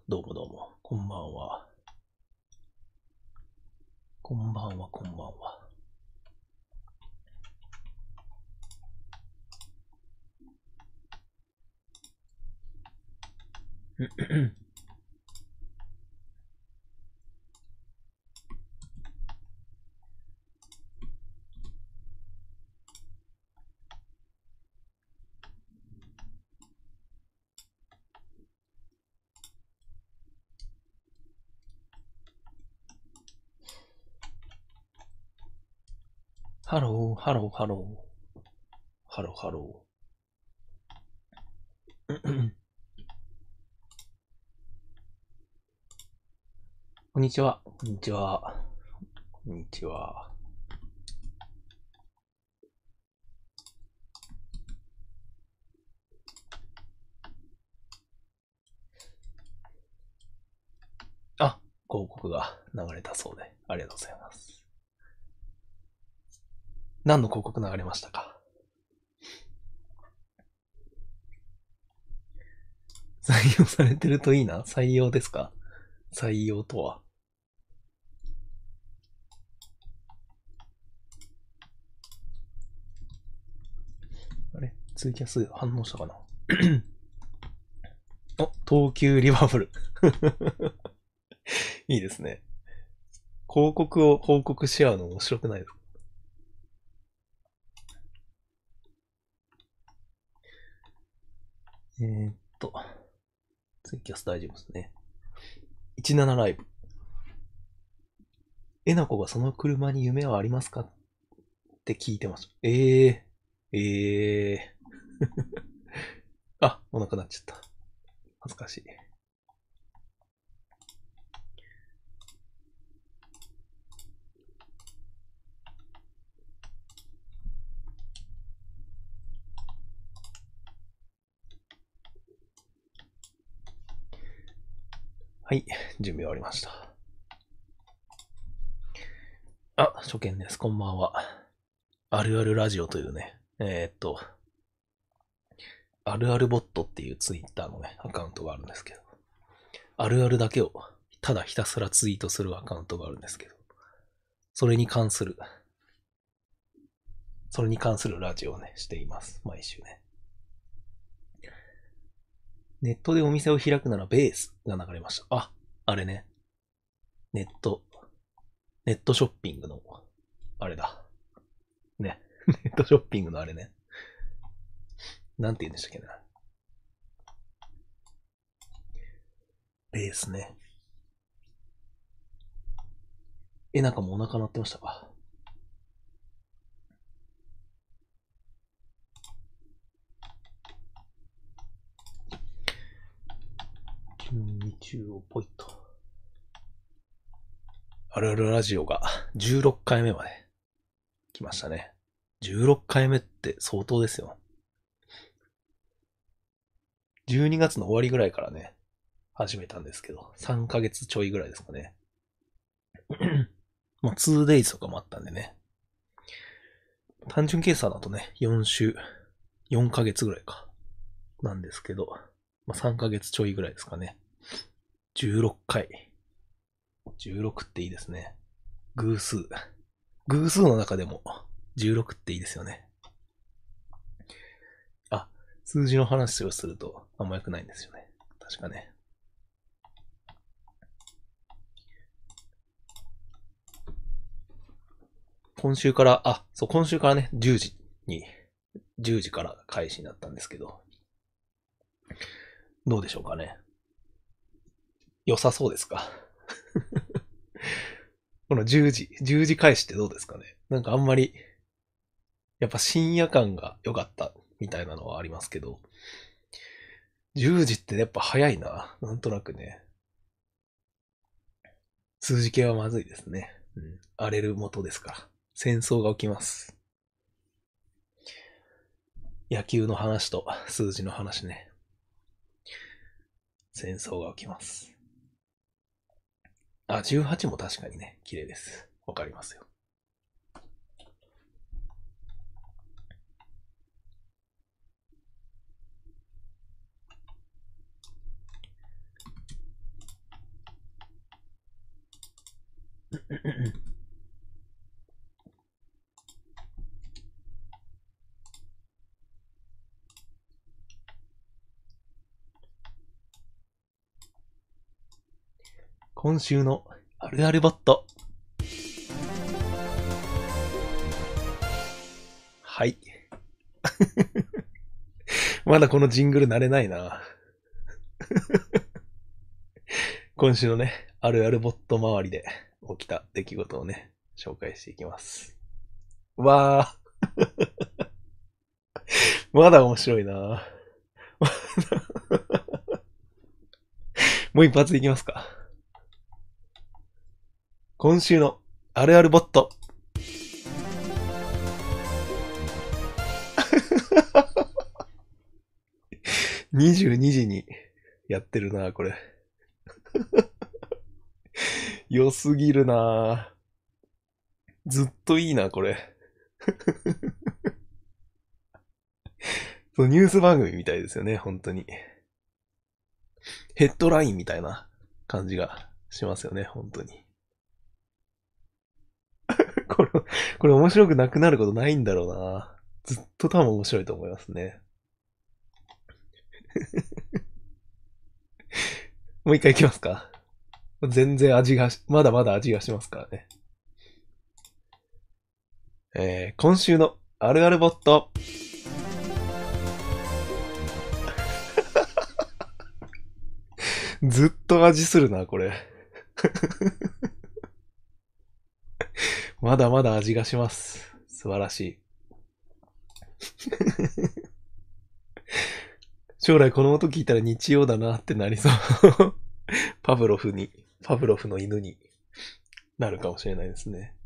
どうもどうも。こんばんは。こんばんは、こんばんは。ハロー、ハロー、ハロー。ハロー、ハロー。こんにちは。こんにちは。こんにちは。あ、広告が流れたそうで、ありがとうございます。何の広告流れましたか？採用されてるといいな。採用ですか？採用とは。あれツイキャス反応したかな？お、東急リバブル。いいですね。広告を報告し合うの面白くないですか？えーっと、ツイキャス大丈夫ですね。17ライブ。えなこがその車に夢はありますかって聞いてました。あ、お腹なっちゃった。恥ずかしい。はい、準備終わりました。あ、初見です。こんばんは。あるあるラジオというね、あるあるボットっていうツイッターのね、アカウントがあるんですけど、あるあるだけをただひたすらツイートするアカウントがあるんですけど、それに関する、ラジオをね、しています。毎週ね。ネットでお店を開くならベースが流れました。あ、あれね。ネット、ネットショッピングの、あれだ。ね。ネットショッピングのあれね。なんて言うんでしたっけな。ベースね。なんかもうお腹鳴ってましたか？金利中央ポイント。あるあるラジオが16回目まで来ましたね。16回目って相当ですよ。12月の終わりぐらいからね、始めたんですけど、3ヶ月ちょいぐらいですかね。まあ 2days とかもあったんでね。単純計算だとね、4週、4ヶ月ぐらいか。なんですけど、まあ3ヶ月ちょいぐらいですかね。16回。16っていいですね。偶数。偶数の中でも16っていいですよね。あ、数字の話をするとあんま良くないんですよね。確かね。今週から、今週からね、10時から開始になったんですけど、どうでしょうかね。良さそうですか？この10時開始ってどうですかね。なんかあんまり、やっぱ深夜感が良かったみたいなのはありますけど、10時ってやっぱ早いな。なんとなくね。数字系はまずいですね。うん。荒れる元ですから。戦争が起きます。野球の話と数字の話ね。戦争が起きます。あ、18も確かにね、綺麗です。わかりますよ。 今週のあるあるボット。はい。まだこのジングル慣れないな。今週のね、あるあるボット周りで起きた出来事をね、紹介していきます。わー。まだ面白いな。もう一発いきますか。今週のあるあるボット。22時にやってるな、これ。良すぎるな。ずっといいな、これ。そうニュース番組みたいですよね、本当に。ヘッドラインみたいな感じがしますよね、本当に。これ、これ面白くなくなることないんだろうな。ずっと多分面白いと思いますね。もう一回いきますか。全然味がまだまだ味がしますからね。今週のあるあるボット。ずっと味するな、これ。まだまだ味がします。素晴らしい。将来この音聞いたら日曜だなってなりそう。パブロフの犬になるかもしれないですね。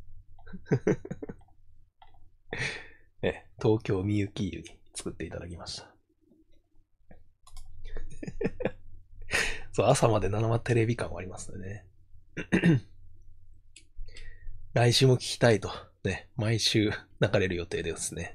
東京みゆき湯に作っていただきました。そう、朝まで生テレビ感はありますね。来週も聞きたいと、ね、毎週流れる予定ですね。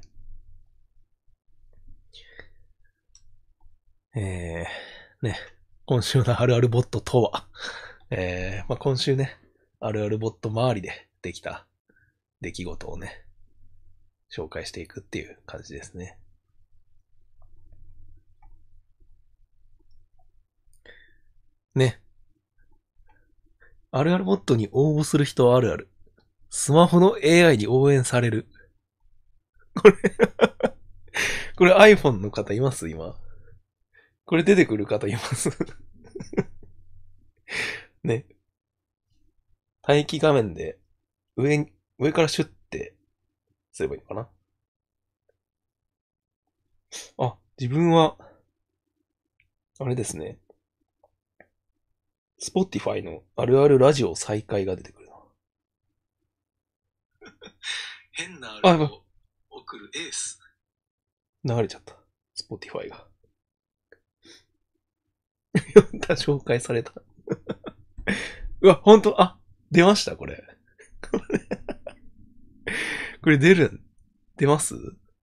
ね、今週のあるあるボットとは、今週ね、あるあるボット周りでできた出来事をね、紹介していくっていう感じですね。ね。あるあるボットに応募する人はあるある。スマホの AI に応援される。これ iPhone の方います今。これ出てくる方いますね。待機画面で上からシュッてすればいいのかな。あ、自分は、あれですね。Spotify のあるあるラジオ再開が出てくるな。変なあるを送るエース。流れちゃった。Spotify が。紹介された。うわ、ほんと、あ、出ましたこれ。これ出ます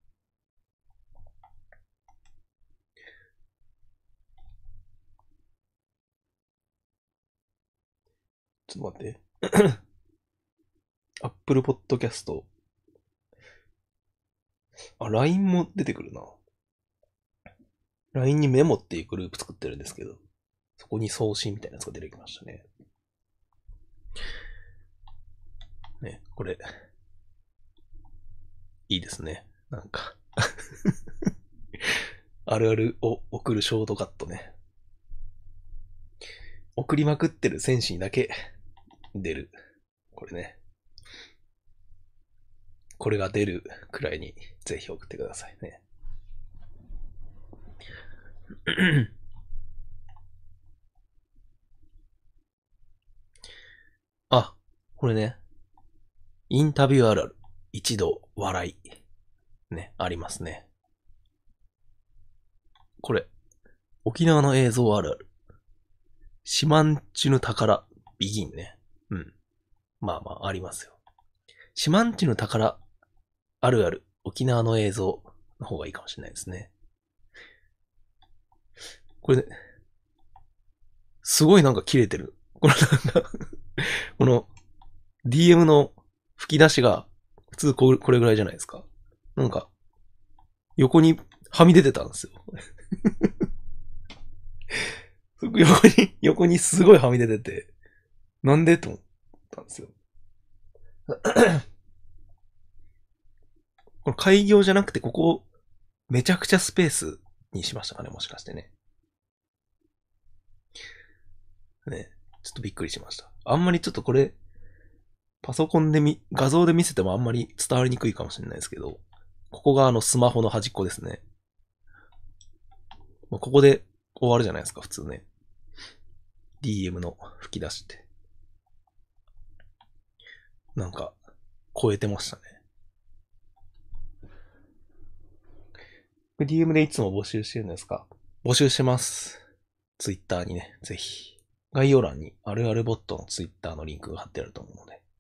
ちょっと待って。Apple Podcast。あ、LINE も出てくるな。LINE にメモっていうグループ作ってるんですけど、そこに送信みたいなやつが出てきましたね。ね、これ、いいですね。なんかあるあるを送るショートカットね。送りまくってる選手にだけ出る。これね。これが出るくらいにぜひ送ってくださいね。あ、これね。インタビューあるある。一度笑い。ね、ありますね。これ。沖縄の映像あるある。シマンチュヌ宝、ビギンね。うん。まあまあ、ありますよ。シマンチュヌ宝、あるある。沖縄の映像の方がいいかもしれないですね。これ、すごいなんか切れてる。このなんかこの、 DM の吹き出しが普通これぐらいじゃないですか。なんか、横にはみ出てたんですよ。横にすごいはみ出てて、なんでと思ったんですよ。これ開業じゃなくて、ここ、めちゃくちゃスペースにしましたかね、もしかしてね。ね、ちょっとびっくりしました。あんまりちょっとこれ、パソコンで画像で見せてもあんまり伝わりにくいかもしれないですけど、ここがスマホの端っこですね。ここで終わるじゃないですか、普通ね。DM の吹き出しって。なんか、超えてましたね。DM でいつも募集してるんですか？募集してます。Twitter にね、ぜひ。概要欄にあるあるボットの Twitter のリンクが貼ってあると思うので、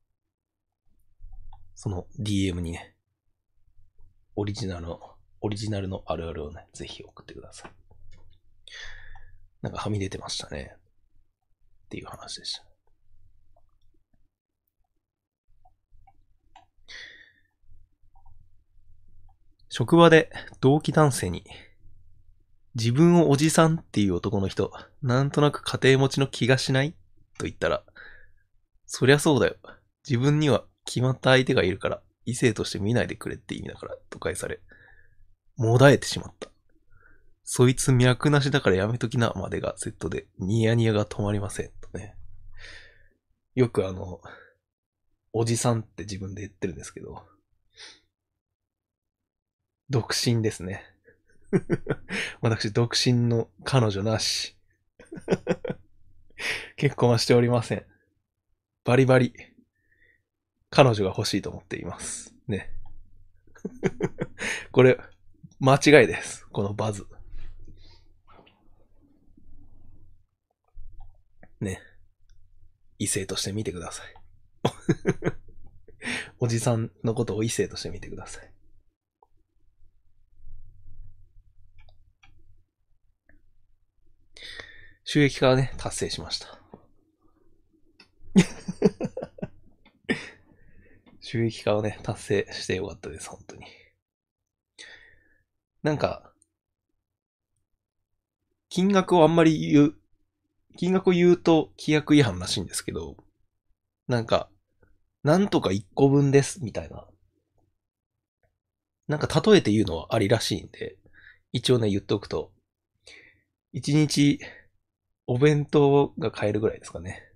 その DM にね、オリジナルのあるあるをね、ぜひ送ってください。なんかはみ出てましたね。っていう話でした。職場で同期男性に、自分をおじさんっていう男の人、なんとなく家庭持ちの気がしないと言ったら、そりゃそうだよ。自分には決まった相手がいるから、異性として見ないでくれって意味だから、と返され、もだえてしまった。そいつ脈なしだからやめときな、までがセットで、ニヤニヤが止まりません。とね。よくおじさんって自分で言ってるんですけど、独身ですね。私、独身の彼女なし。結婚はしておりません。バリバリ、彼女が欲しいと思っています。ね。これ、間違いです。このバズ。ね。異性として見てください。おじさんのことを異性として見てください。収益化はね、達成しました。収益化をね、達成してよかったです、本当に。なんか、金額をあんまり金額を言うと規約違反らしいんですけど、なんか、なんとか1個分です、みたいな。なんか例えて言うのはありらしいんで、一応ね、言っておくと、1日お弁当が買えるぐらいですかね。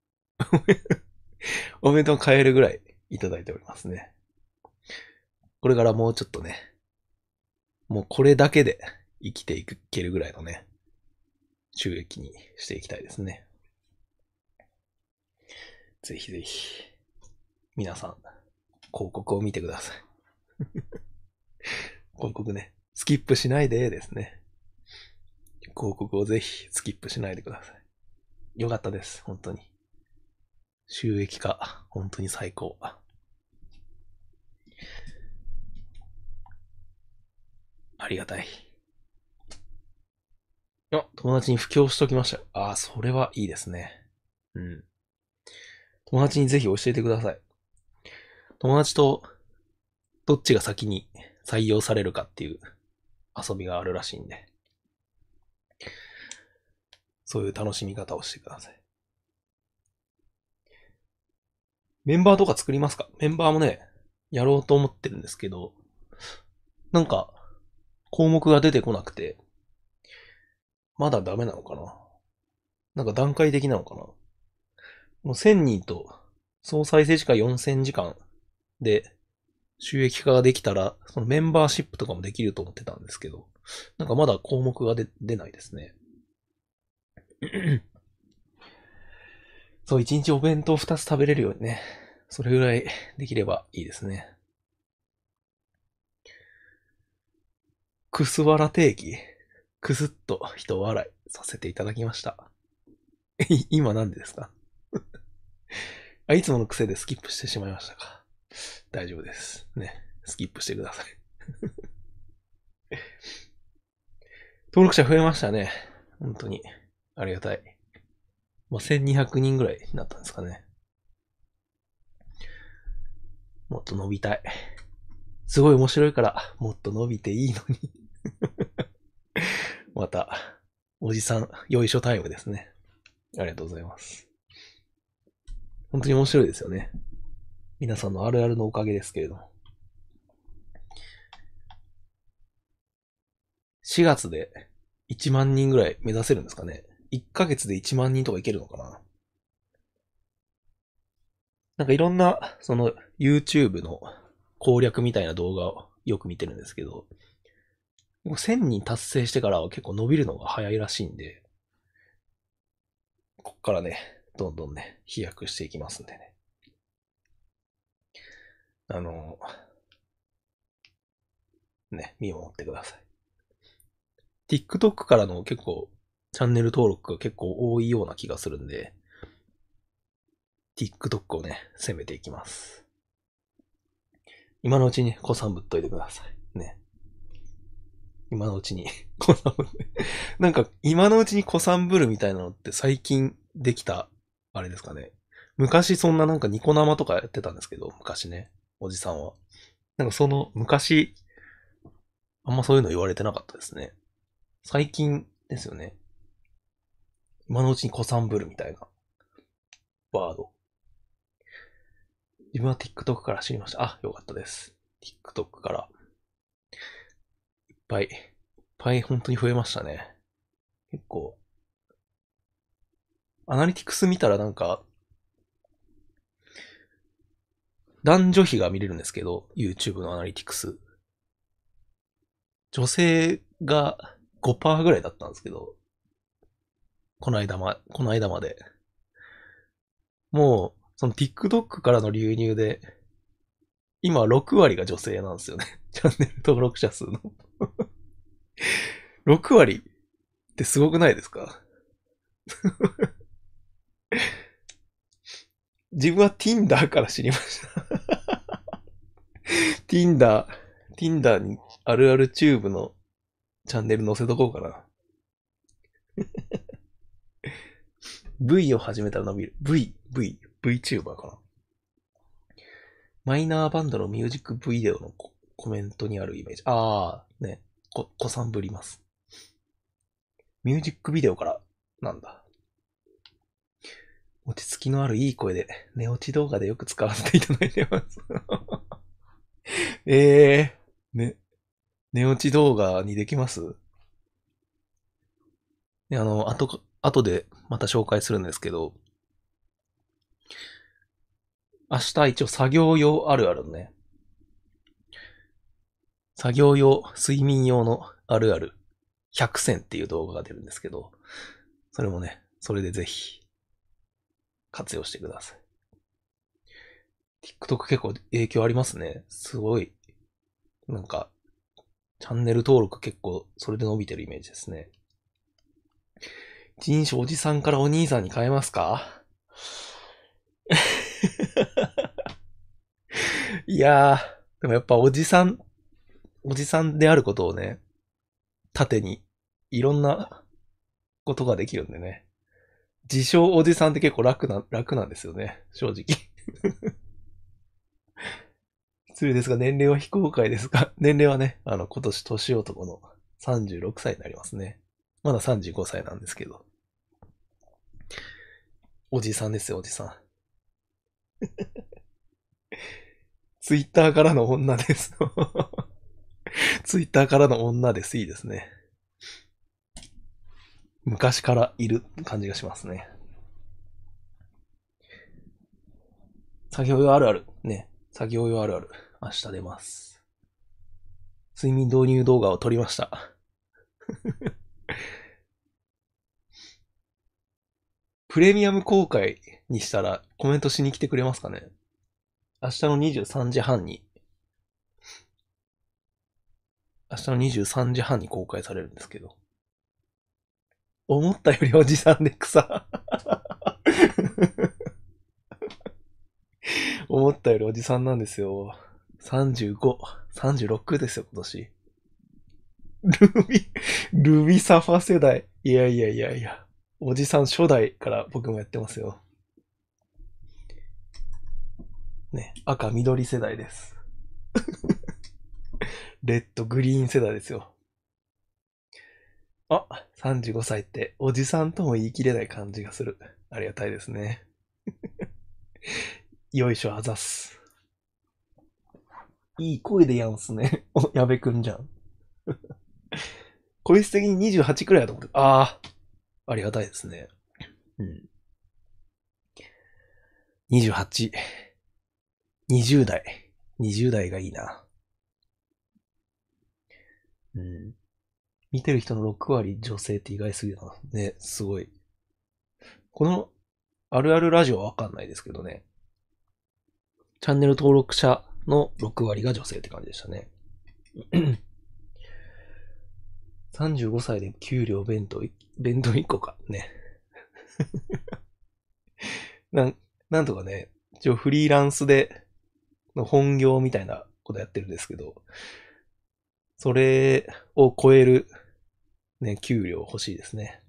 お弁当が買えるぐらいいただいておりますね。これからもうちょっとね、もうこれだけで生きていけるぐらいのね、収益にしていきたいですね。ぜひぜひ、皆さん、広告を見てください。広告ね、スキップしないでですね。広告をぜひスキップしないでください。よかったです、本当に。収益化、本当に最高。ありがたい。友達に布教しときましたよ。ああ、それはいいですね。うん。友達にぜひ教えてください。友達とどっちが先に採用されるかっていう遊びがあるらしいんで、そういう楽しみ方をしてください。メンバーとか作りますか？メンバーもね、やろうと思ってるんですけど、なんか、項目が出てこなくて、まだダメなのかな？なんか段階的なのかな？もう1000人と総再生時間4000時間で収益化ができたら、そのメンバーシップとかもできると思ってたんですけど、なんかまだ項目が出ないですね。そう、1日お弁当2つ食べれるようにね、それぐらいできればいいですね。くすわら定期、くすっと人笑いさせていただきました。今なんでですか？いつもの癖でスキップしてしまいましたか？大丈夫です。ね。スキップしてください。登録者増えましたね。本当に。ありがたい。1200人ぐらいになったんですかね。 もっと伸びたい。すごい面白いから、もっと伸びていいのに。また、おじさん、よいしょタイムですね。ありがとうございます。本当に面白いですよね。皆さんのあるあるのおかげですけれども。4月で1万人ぐらい目指せるんですかね。1ヶ月で1万人とかいけるのかな。なんかいろんな、その YouTube の攻略みたいな動画をよく見てるんですけど、1000人達成してからは結構伸びるのが早いらしいんで、こっからね、どんどんね、飛躍していきますんでね。見守ってください。TikTok からの結構、チャンネル登録が結構多いような気がするんで、TikTok をね、攻めていきます。今のうちに子さんぶっといてください。ね。今のうちに子さんぶなんか、今のうちに子さんぶるみたいなのって最近できた、あれですかね。昔そんななんかニコ生とかやってたんですけど、昔ね、おじさんは。なんかその昔、あんまそういうの言われてなかったですね。最近ですよね。今のうちに子さんぶるみたいなワード。自分は TikTok から知りました。あ、よかったです。TikTok から。いっぱい本当に増えましたね。結構。アナリティクス見たらなんか、男女比が見れるんですけど、YouTube のアナリティクス。女性が5%ぐらいだったんですけど、この間まで。もう、その TikTok からの流入で、今6割が女性なんですよね。チャンネル登録者数の。6割ってすごくないですか？自分は Tinder から知りました。Tinder にあるあるチューブのチャンネル載せとこうかな。V を始めたら伸びる。VTuber かな。マイナーバンドのミュージックビデオのコメントにあるイメージ。ね。子さんぶります。ミュージックビデオからなんだ。落ち着きのあるいい声で、寝落ち動画でよく使わせていただいてます。ね、寝落ち動画にできます？で、後でまた紹介するんですけど、明日一応作業用あるあるね。作業用、睡眠用のあるある100選っていう動画が出るんですけど、それもね、それでぜひ活用してください。TikTok 結構影響ありますね。すごい。なんか、チャンネル登録結構それで伸びてるイメージですね。一人称おじさんからお兄さんに変えますか？いやー、でもやっぱおじさんであることをね、盾にいろんなことができるんでね。自称おじさんって結構楽なんですよね。正直。失礼ですが、年齢は非公開ですが、年齢はね、今年年男の36歳になりますね。まだ35歳なんですけど。おじさんですよ、おじさん。ツイッターからの女です。ツイッターからの女です。いいですね。昔からいる感じがしますね。作業用あるある。ね。作業用あるある。明日出ます。睡眠導入動画を撮りました。プレミアム公開にしたらコメントしに来てくれますかね？明日の23時半に、明日の23時半に公開されるんですけど。思ったよりおじさんで草。思ったよりおじさんなんですよ。35、36ですよ、今年。ルビサファ世代。いやいやいやいや。おじさん初代から僕もやってますよ。 ね、赤緑世代です。レッドグリーン世代ですよ。あ、35歳っておじさんとも言い切れない感じがする。ありがたいですね。よいしょ、あざっす。いい声でやんすね。お、矢部くんじゃん。こいつ的に28くらいだと思って。ああ、ありがたいですね。うん。28。20代。20代がいいな。うん。見てる人の6割女性って意外すぎるな。ね、すごい。この、あるあるラジオはわかんないですけどね。チャンネル登録者の6割が女性って感じでしたね。35歳で給料弁当1個か。ね。なんとかね、一応フリーランスで、の本業みたいなことやってるんですけど、それを超える、ね、給料欲しいですね。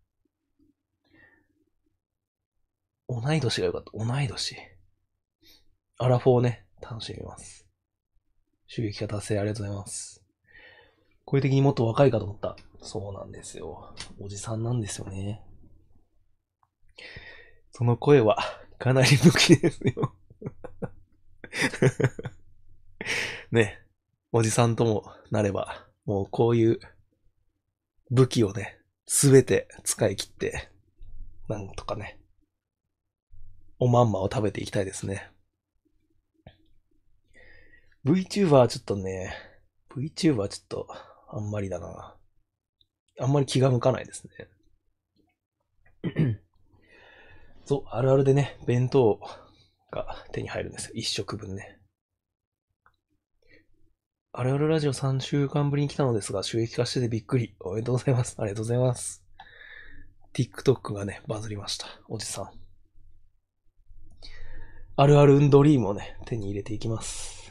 同い年がよかった。同い年。アラフォーね、楽しみます。収益化達成ありがとうございます。声的にもっと若いかと思った。そうなんですよ。おじさんなんですよね。その声はかなり武器ですよ。ね。おじさんともなれば、もうこういう武器をね、すべて使い切って、なんとかね、おまんまを食べていきたいですね。VTuber はちょっとね、VTuber はちょっと、あんまりだな。あんまり気が向かないですね。そう、あるあるでね、弁当が手に入るんですよ。一食分ね。あるあるラジオ3週間ぶりに来たのですが、収益化しててびっくり。おめでとうございます。ありがとうございます。TikTok がね、バズりました。おじさん。あるあるドリームをね、手に入れていきます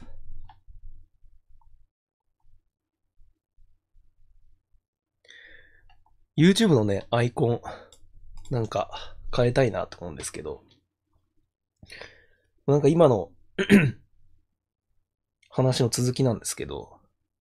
。YouTube のね、アイコン、なんか変えたいなと思うんですけど、なんか今の話の続きなんですけど、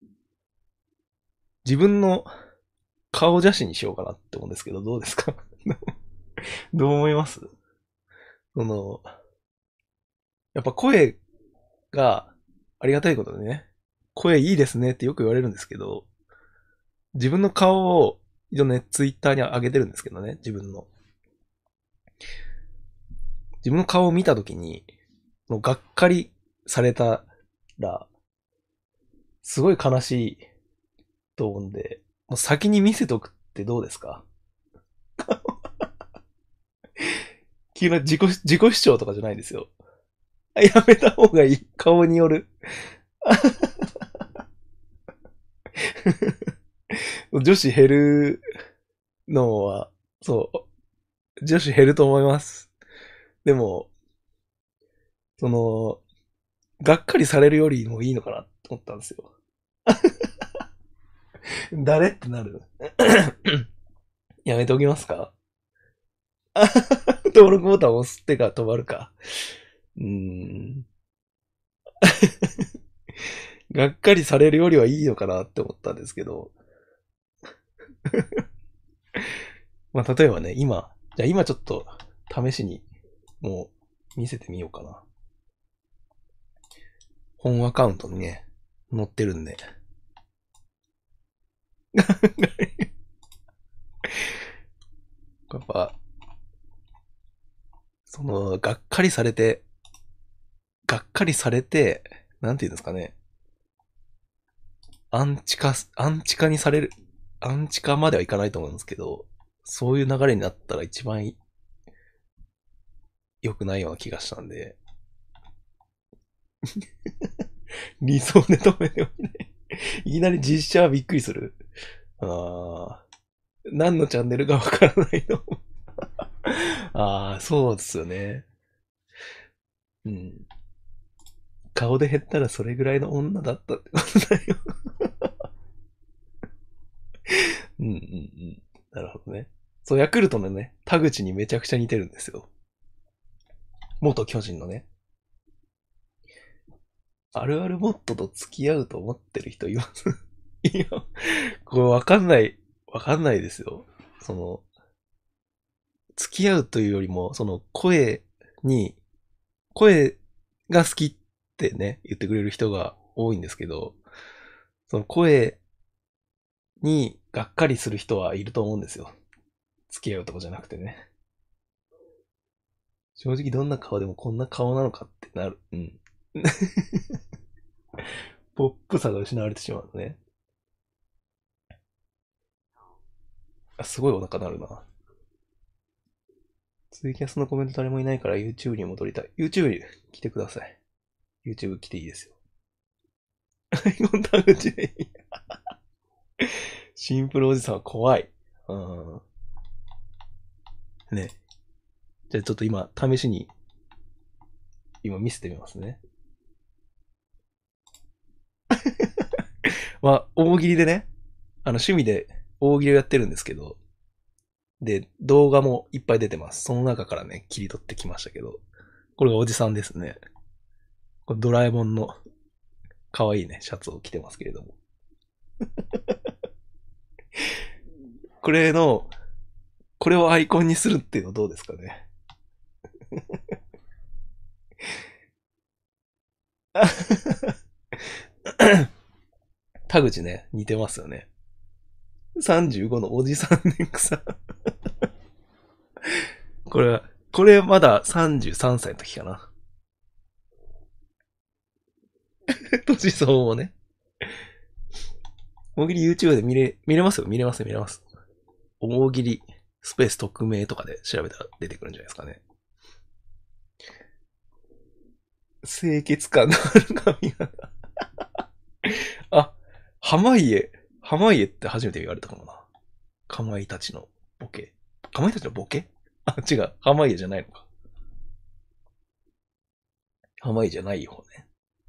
自分の顔写真にしようかなって思うんですけど、どうですか？どう思います？その、やっぱ声がありがたいことでね、声いいですねってよく言われるんですけど、自分の顔を一応ね、ツイッターに上げてるんですけどね、自分の。自分の顔を見たときに、もうがっかりされたら、すごい悲しいと思うんで、もう先に見せとくってどうですか？急な自己主張とかじゃないんですよ。やめた方がいい。顔による。女子減るのは、そう、女子減ると思います。でも、その、がっかりされるよりもいいのかなって思ったんですよ。誰ってなる？やめておきますか？登録ボタンを押すってか止まるか。うーん。がっかりされるよりはいいのかなって思ったんですけど。まあ、例えばね、じゃあ今ちょっと試しにもう見せてみようかな。本アカウントにね、載ってるんで。やっぱ、がっかりされて、なんて言うんですかね。アンチ化にされる、アンチ化まではいかないと思うんですけど、そういう流れになったら一番良くないような気がしたんで、理想で止めておいて、いきなり実写はびっくりする。何のチャンネルかわからないの。そうですよね。うん。顔で減ったらそれぐらいの女だったってことだよ。うんうんうん。なるほどね。そう、ヤクルトのね、田口にめちゃくちゃ似てるんですよ。元巨人のね。 あるあるモッドと付き合うと思ってる人います？いや、これわかんないですよ。その、付き合うというよりも、そのに、声が好きってね、言ってくれる人が多いんですけど、その声にがっかりする人はいると思うんですよ。付き合うとかじゃなくてね。正直どんな顔でもこんな顔なのかってなる。うん。ポップさが失われてしまうのね。あ、すごいお腹鳴るな。ツイキャスのコメント誰もいないから YouTube に戻りたい。YouTube に来てください。YouTube 来ていいですよ。こんな口でいい。シンプルおじさんは怖い。うん。ね。じゃあちょっと今、試しに、今見せてみますね。まあ、大喜利でね、趣味で大喜利をやってるんですけど、で、動画もいっぱい出てます。その中からね、切り取ってきましたけど、これがおじさんですね。これドラえもんの可愛いね、シャツを着てますけれども。これの、これをアイコンにするっていうのどうですかね。田口ね、似てますよね。35のおじさんね、草。これ、これまだ33歳の時かな。年相応ね。大喜利 YouTube で見れますよ。見れます。大喜利スペース匿名とかで調べたら出てくるんじゃないですかね。清潔感のある髪型。あ、濱家って初めて言われたかもな。かまいたちのボケ。かまいたちのボケ？あ、違う。濱家じゃないのか。濱家じゃない方ね。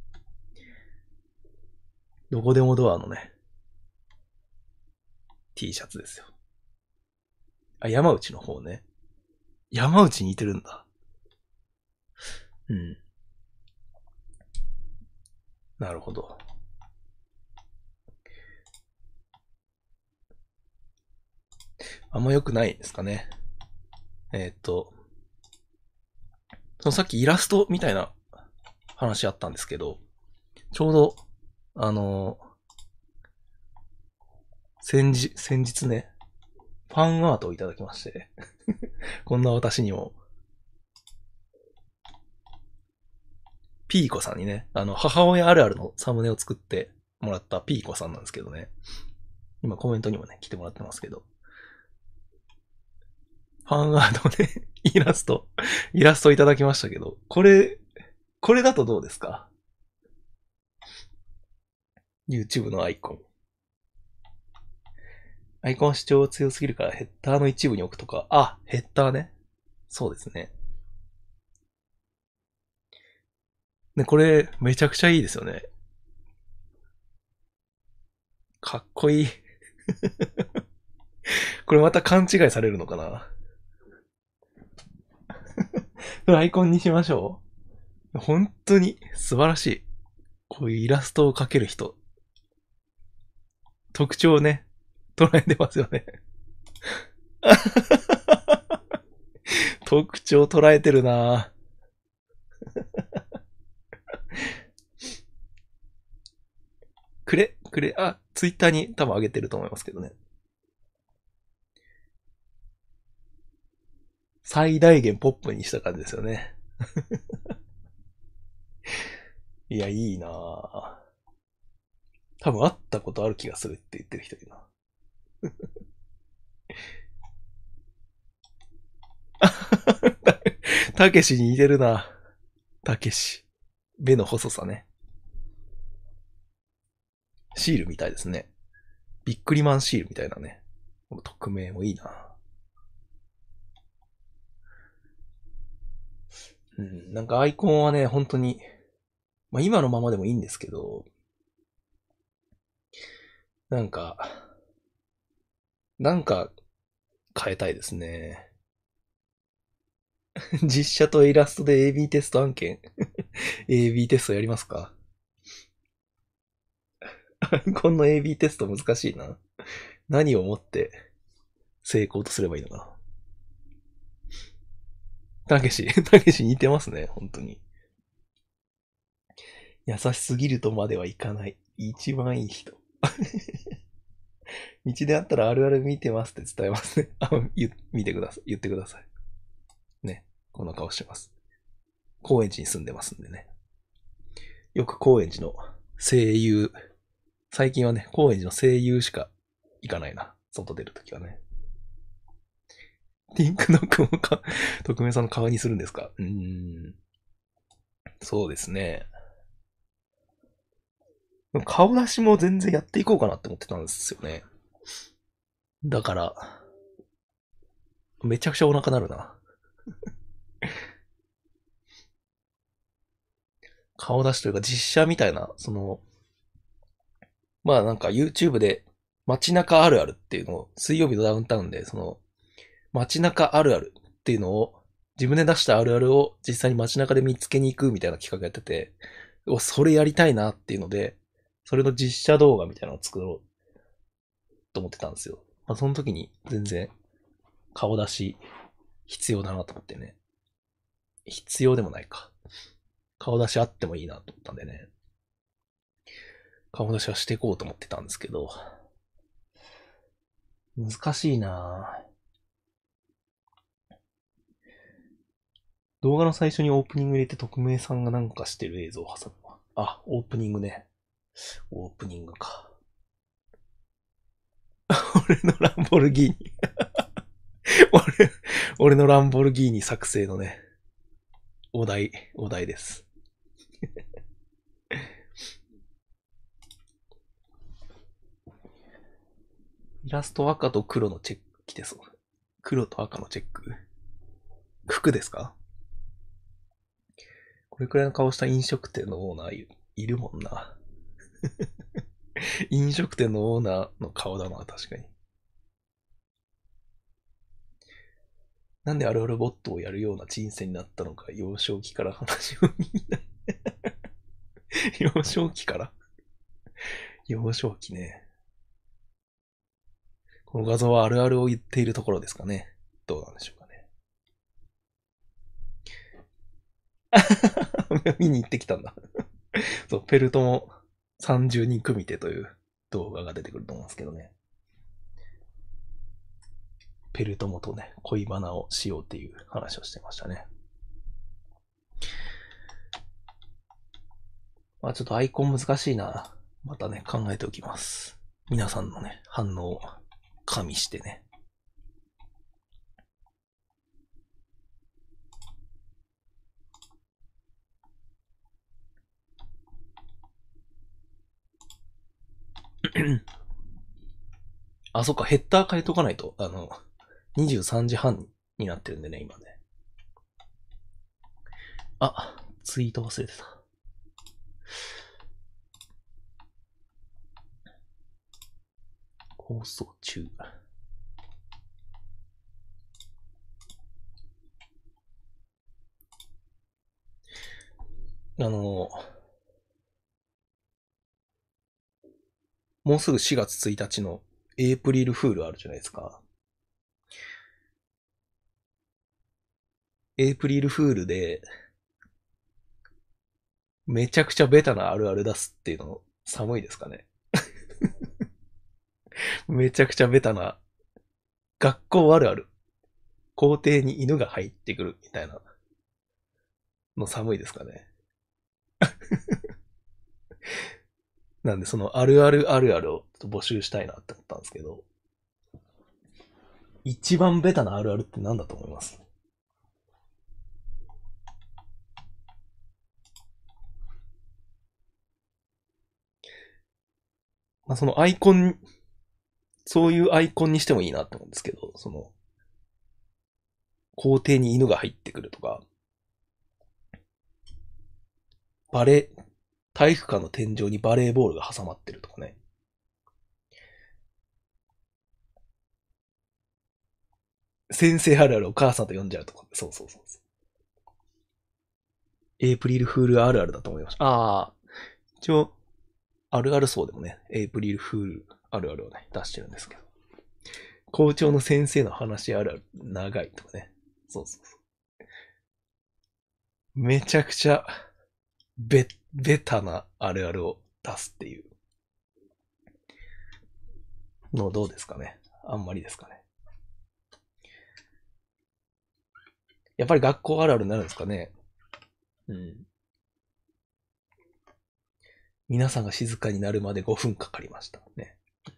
どこでもドアのね、T シャツですよ。あ、山内の方ね。山内に似てるんだ。うん。なるほど。あんま良くないんですかね。そのさっきイラストみたいな話あったんですけど、ちょうど、あの先日ね、ファンアートをいただきまして、こんな私にも、ピーコさんにね、母親あるあるのサムネを作ってもらったピーコさんなんですけどね、今コメントにもね、来てもらってますけど、ファンアートね、イラストいただきましたけど、これだとどうですか？ YouTube のアイコン。アイコン主張強すぎるからヘッダーの一部に置くとか、あ、ヘッダーね。そうですね。で、これ、めちゃくちゃいいですよね。かっこいい。これまた勘違いされるのかな？アイコンにしましょう。本当に素晴らしい。こういうイラストを描ける人。特徴をね、捉えてますよね。特徴捉えてるなぁ。ツイッターに多分上げてると思いますけどね。最大限ポップにした感じですよね。いや、いいなぁ。多分会ったことある気がするって言ってる人いるな。たけしに似てるな。たけし。目の細さね。シールみたいですね。ビックリマンシールみたいなね。この匿名もいいな。うん、なんかアイコンはね、本当に、まあ今のままでもいいんですけど、なんか、なんか変えたいですね。実写とイラストで AB テスト案件。AB テストやりますか？ この AB テスト難しいな。何をもって成功とすればいいのかな。たけし似てますね、本当に。優しすぎるとまではいかない。一番いい人。道であったらあるある見てますって伝えますね。見てください。言ってください。ね。こんな顔してます。高円寺に住んでますんでね。よく高円寺の声優、最近はね、高円寺の声優しか行かないな。外出るときはね。ティンクノックも匿名さんの顔にするんですか？そうですね。顔出しも全然やっていこうかなって思ってたんですよね。だから、めちゃくちゃお腹なるな。顔出しというか実写みたいな、まあなんか YouTube で街中あるあるっていうのを、水曜日のダウンタウンで、街中あるあるっていうのを、自分で出したあるあるを実際に街中で見つけに行くみたいな企画やってて、それやりたいなっていうので、それの実写動画みたいなのを作ろうと思ってたんですよ。まあその時に全然顔出し必要だなと思ってね。必要でもないか。顔出しあってもいいなと思ったんでね。顔出しはしていこうと思ってたんですけど、難しいなぁ。動画の最初にオープニング入れて匿名さんがなんかしてる映像を挟む。あ、オープニングね。オープニングか。俺のランボルギーニ俺のランボルギーニ作成のね、お題です。イラスト赤と黒のチェック着てそう。黒と赤のチェック。服ですか？これくらいの顔した飲食店のオーナーいるもんな。飲食店のオーナーの顔だな、確かに。なんであるあるボットをやるような人生になったのか、幼少期から話を見ない。幼少期から幼少期ね。この画像はあるあるを言っているところですかね。どうなんでしょうかね。見に行ってきたんだ。そう、ペルトも30人組手という動画が出てくると思うんですけどね。ペルトモとね、恋バナをしようっていう話をしてましたね。まあちょっとアイコン難しいな。またね、考えておきます。皆さんのね、反応を加味してね。あ、そっか、ヘッダー変えとかないと。23時半になってるんでね、今ね。あ、ツイート忘れてた。放送中。もうすぐ4月1日のエイプリルフールあるじゃないですか。エイプリルフールで、めちゃくちゃベタなあるある出すっていうの寒いですかね。めちゃくちゃベタな、学校あるある。校庭に犬が入ってくるみたいなの寒いですかね。なんでそのあるあるあるあるをちょっと募集したいなって思ったんですけど、一番ベタなあるあるって何だと思います？まあ、そのアイコン、そういうアイコンにしてもいいなって思うんですけど、校庭に犬が入ってくるとか、バレ、体育館の天井にバレーボールが挟まってるとかね。先生あるあるお母さんと呼んじゃうとか。そうそうそうそう。エイプリルフールあるあるだと思いました。ああ、一応、 あるある層でもね、エイプリルフールあるあるをね、出してるんですけど。校長の先生の話あるある、長いとかね。そうそうそう。めちゃくちゃ、ベタなあるあるを出すっていうのどうですかね。あんまりですかね。やっぱり学校あるあるになるんですかね。うん。皆さんが静かになるまで5分かかりました。ね。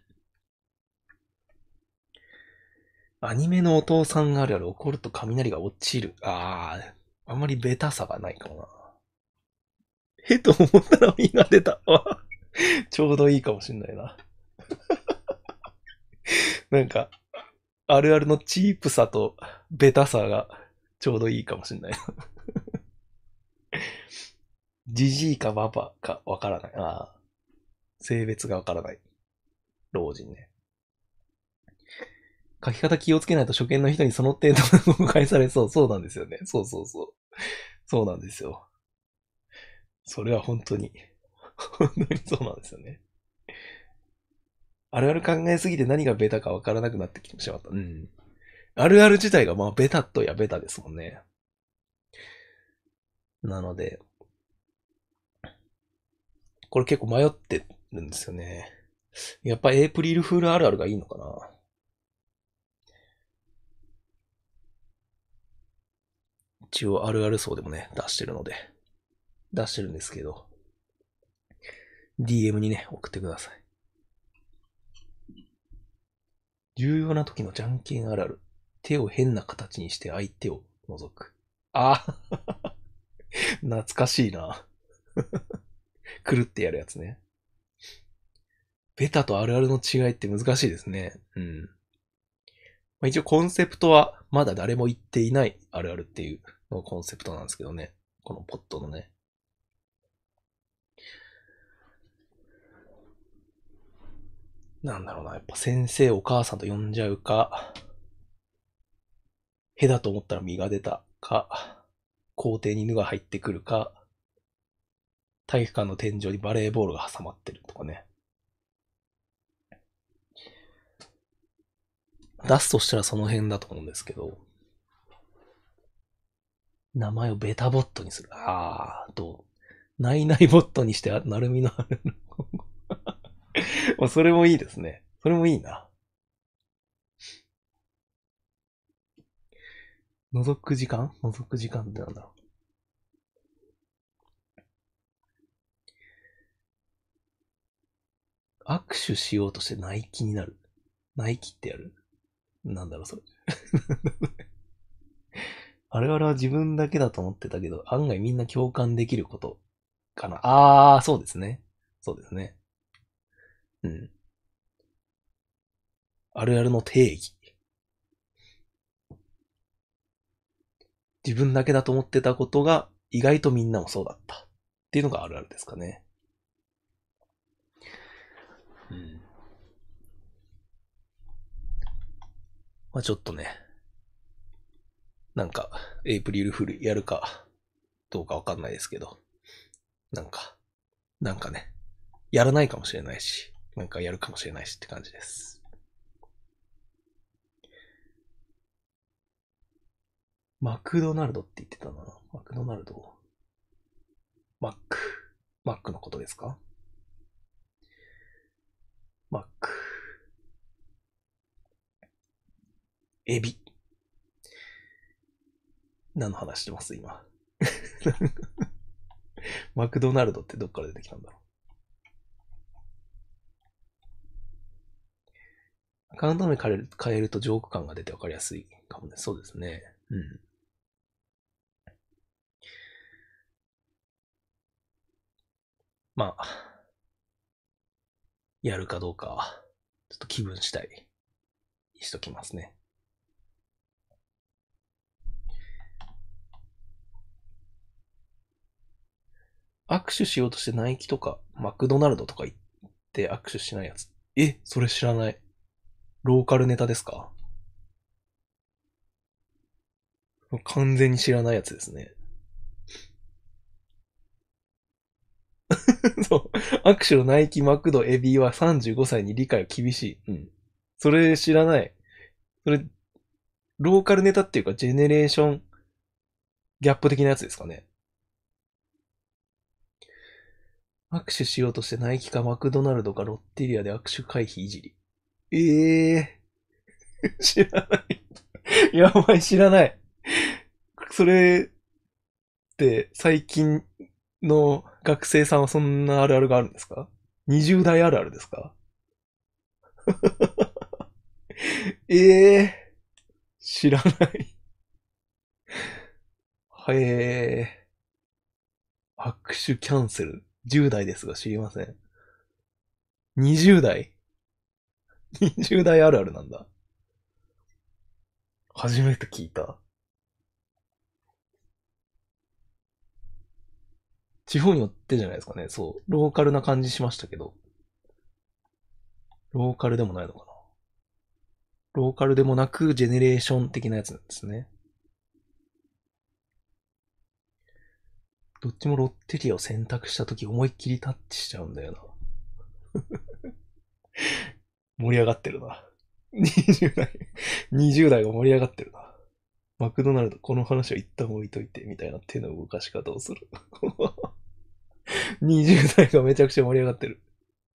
アニメのお父さんがあるある、怒ると雷が落ちる。あんまりベタさがないかもな。へと思ったら実が出た。ちょうどいいかもしんないな。なんか、あるあるのチープさとベタさがちょうどいいかもしんないな。ジジイかババかわからない。性別がわからない。老人ね。書き方気をつけないと初見の人にその程度の誤解されそう。そうなんですよね。そうそうそう。そうなんですよ。それは本当に、本当にそうなんですよね。あるある考えすぎて何がベタかわからなくなってきてしまった。うん。あるある自体がまあベタとやベタですもんね。なので、これ結構迷ってるんですよね。やっぱエイプリルフールあるあるがいいのかな。一応あるある層でもね、出してるので、出してるんですけど、DM にね、送ってください。重要な時のじゃんけんあるある。手を変な形にして相手を覗く。懐かしいな。くるってやるやつね。ベタとあるあるの違いって難しいですね。うん。一応コンセプトはまだ誰も言っていないあるあるっていうのがコンセプトなんですけどね。このポットのね。なんだろうな。やっぱ先生お母さんと呼んじゃうか、へだと思ったら実が出たか、校庭に犬が入ってくるか、体育館の天井にバレーボールが挟まってるとかね。出すとしたらその辺だと思うんですけど、名前をベタボットにする。ナイナイボットにして、なるみのあるそれもいいですね。それもいいな。覗く時間ってなんだろう。握手しようとしてナイキになる。ナイキってやるなんだろう、それ。あれは自分だけだと思ってたけど、案外みんな共感できることかな。そうですね。そうですね。うん。あるあるの定義。自分だけだと思ってたことが意外とみんなもそうだったっていうのがあるあるですかね。うん。まあちょっとね、なんか、エイプリルフールやるかどうかわかんないですけど、なんか、なんかね、やらないかもしれないし、なんかやるかもしれないしって感じです。マクドナルドって言ってたな。マクドナルド。マック。マックのことですか？マック。エビ。何の話してます今。マクドナルドってどっから出てきたんだろう。アカウント名変えるとジョーク感が出て分かりやすいかもね。そうですね。うん。まあ、やるかどうかは、ちょっと気分次第にしときますね。握手しようとしてナイキとかマクドナルドとか行って握手しないやつ。それ知らない。ローカルネタですか？完全に知らないやつですね。 そう。握手のナイキ、マクド、エビは35歳に理解は厳しい。うん。それ知らない。それ、ローカルネタっていうか、ジェネレーションギャップ的なやつですかね。握手しようとしてナイキかマクドナルドかロッテリアで握手回避いじり。えー、知らない。やばい、知らない。それって最近の学生さんはそんなあるあるがあるんですか？ 20 代あるあるですか？ええー、知らない。はえー、握手キャンセル。10代ですが知りません。20代？ 20 代あるあるなんだ。初めて聞いた。地方によってじゃないですかね。そう。ローカルな感じしましたけど。ローカルでもないのかな。ローカルでもなく、ジェネレーション的なやつなんですね。どっちもロッテリアを選択したとき思いっきりタッチしちゃうんだよな。盛り上がってるな。20代、20代が盛り上がってるな。マクドナルド、この話は一旦置いといて、みたいな手の動かし方をする。20代がめちゃくちゃ盛り上がってる。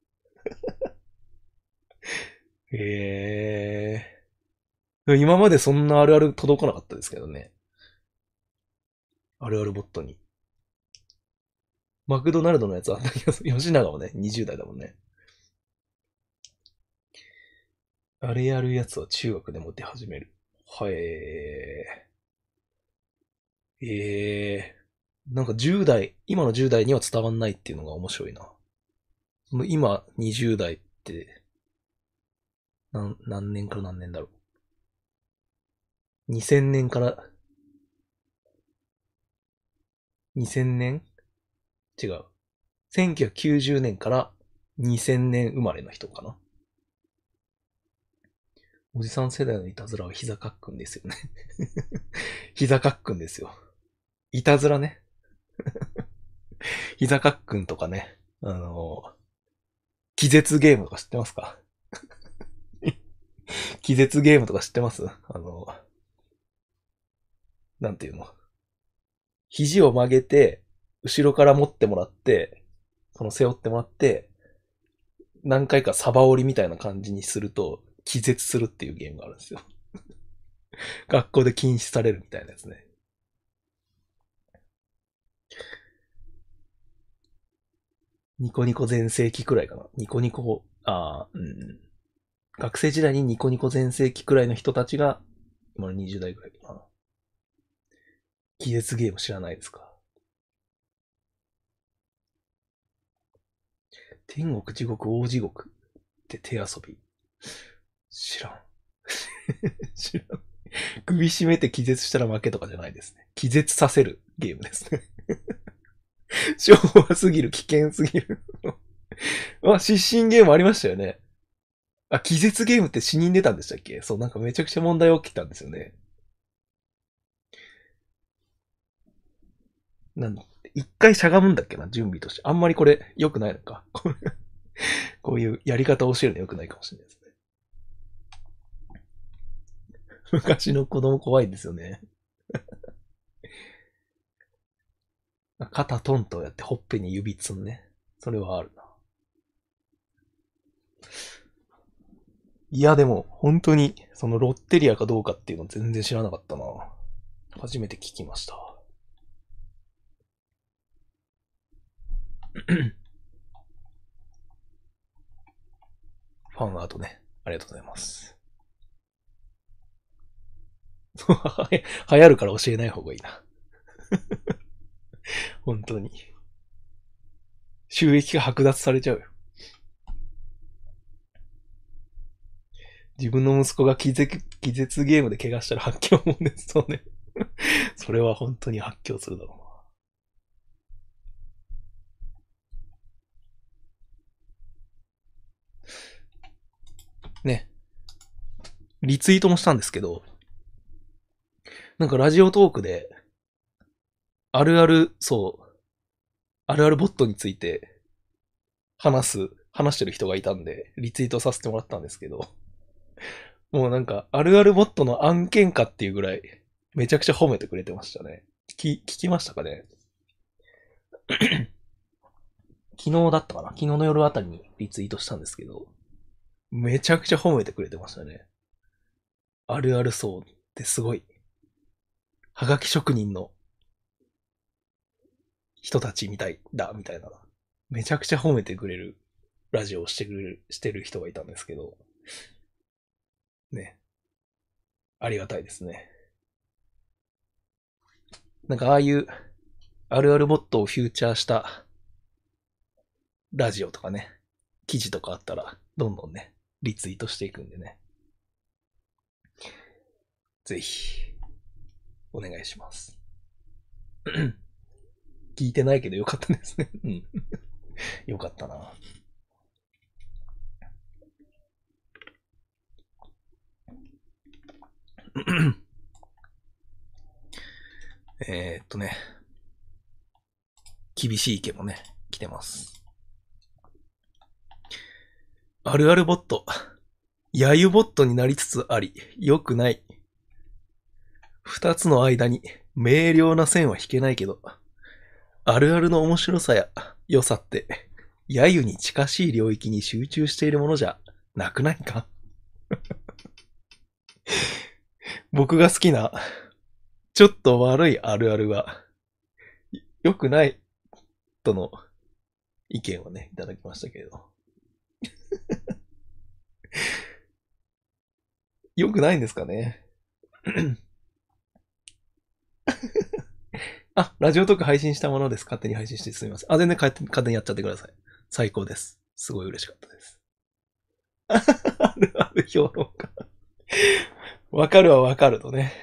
へえ。今までそんなあるある届かなかったですけどね。あるあるボットに。マクドナルドのやつあった気がする。吉永もね、20代だもんね。あれやるやつは中学でも出始める。はえー。えー。なんか10代、今の10代には伝わんないっていうのが面白いな。その今20代って何年から何年だろう。2000年から2000年違う。1990年から2000年生まれの人かな。おじさん世代のいたずらは膝かっくんですよね。膝かっくんですよ。いたずらね。膝かっくんとかね。気絶ゲームとか知ってますか？気絶ゲームとか知ってます？なんていうの。肘を曲げて、後ろから持ってもらって、その背負ってもらって、何回かサバ折りみたいな感じにすると、気絶するっていうゲームがあるんですよ。学校で禁止されるみたいなやつね。ニコニコ全盛期くらいかな。ニコニコ、うん。学生時代にニコニコ全盛期くらいの人たちが、今の20代くらいかな。気絶ゲーム知らないですか？天国、地獄、大地獄って手遊び。知らん。知らん。首絞めて気絶したら負けとかじゃないですね。気絶させるゲームですね。昭和すぎる、危険すぎる。失神ゲームありましたよね。気絶ゲームって死人出たんでしたっけ？そう、なんかめちゃくちゃ問題起きたんですよね。なん一回しゃがむんだっけな、準備として。あんまりこれ良くないのか。こういうやり方を教えるの良くないかもしれないですね。昔の子供怖いんですよね。肩トンとやってほっぺに指つんね。それはあるな。いやでも、本当に、そのロッテリアかどうかっていうの全然知らなかったな。初めて聞きました。ファンアートね。ありがとうございます。流行るから教えない方がいいな。本当に。収益が剥奪されちゃうよ。自分の息子が気絶ゲームで怪我したら発狂もんです。そうね。それは本当に発狂するだろうな。ね。リツイートもしたんですけど、なんかラジオトークで、あるある、そう、あるあるボットについて話してる人がいたんで、リツイートさせてもらったんですけど、もうなんか、あるあるボットの案件かっていうぐらい、めちゃくちゃ褒めてくれてましたね。聞きましたかね？昨日だったかな？昨日の夜あたりにリツイートしたんですけど、めちゃくちゃ褒めてくれてましたね。あるあるそうってすごい。はがき職人の人たちみたいだ、みたいな。めちゃくちゃ褒めてくれるラジオをしてる人がいたんですけど、ね。ありがたいですね。なんかああいうあるあるボットをフューチャーしたラジオとかね、記事とかあったら、どんどんね、リツイートしていくんでね。ぜひ、お願いします。聞いてないけどよかったですね。うん。よかったな。ね。厳しい意見もね、来てます。あるあるボット。やゆボットになりつつあり、良くない。二つの間に明瞭な線は引けないけど、あるあるの面白さや良さって、やゆに近しい領域に集中しているものじゃなくないか？僕が好きな、ちょっと悪いあるあるは、良くないとの意見をね、いただきましたけれど。良くないんですかね？あ、ラジオトーク配信したものです。勝手に配信してすみません。あ、全然勝手にやっちゃってください。最高です。すごい嬉しかったです。あるある評論家。わかるはわかるとね。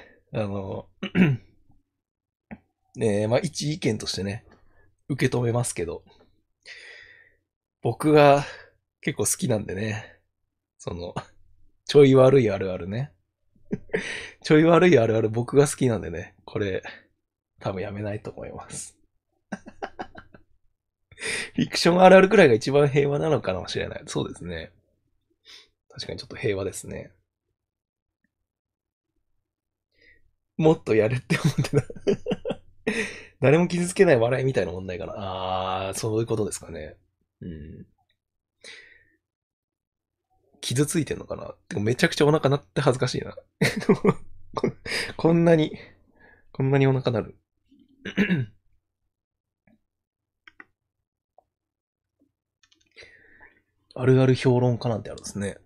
ねえ、まあ一意見としてね、受け止めますけど、僕が結構好きなんでね、その、ちょい悪いあるあるね。ちょい悪いあるある僕が好きなんでね、これ、多分やめないと思います。フィクションあるあるくらいが一番平和なのかもしれない。そうですね。確かにちょっと平和ですね。もっとやれって思ってた。誰も傷つけない笑いみたいな問題かな。そういうことですかね。うん。傷ついてんのかな？てかめちゃくちゃお腹鳴って恥ずかしいな。ここんなに、こんなにお腹鳴る。あるある評論家なんてあるんですね。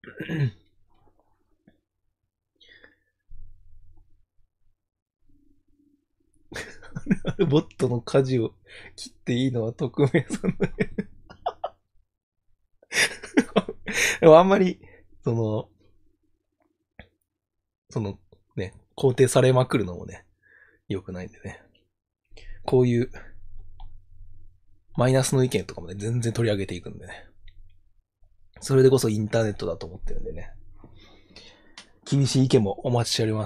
あるボットの舵を切っていいのは匿名さんだけ。でもあんまり、その、ね、肯定されまくるのもね、良くないんでね。こういうマイナスの意見とかもね、全然取り上げていくんでね。それでこそインターネットだと思ってるんでね。厳しい意見もお待ちしております。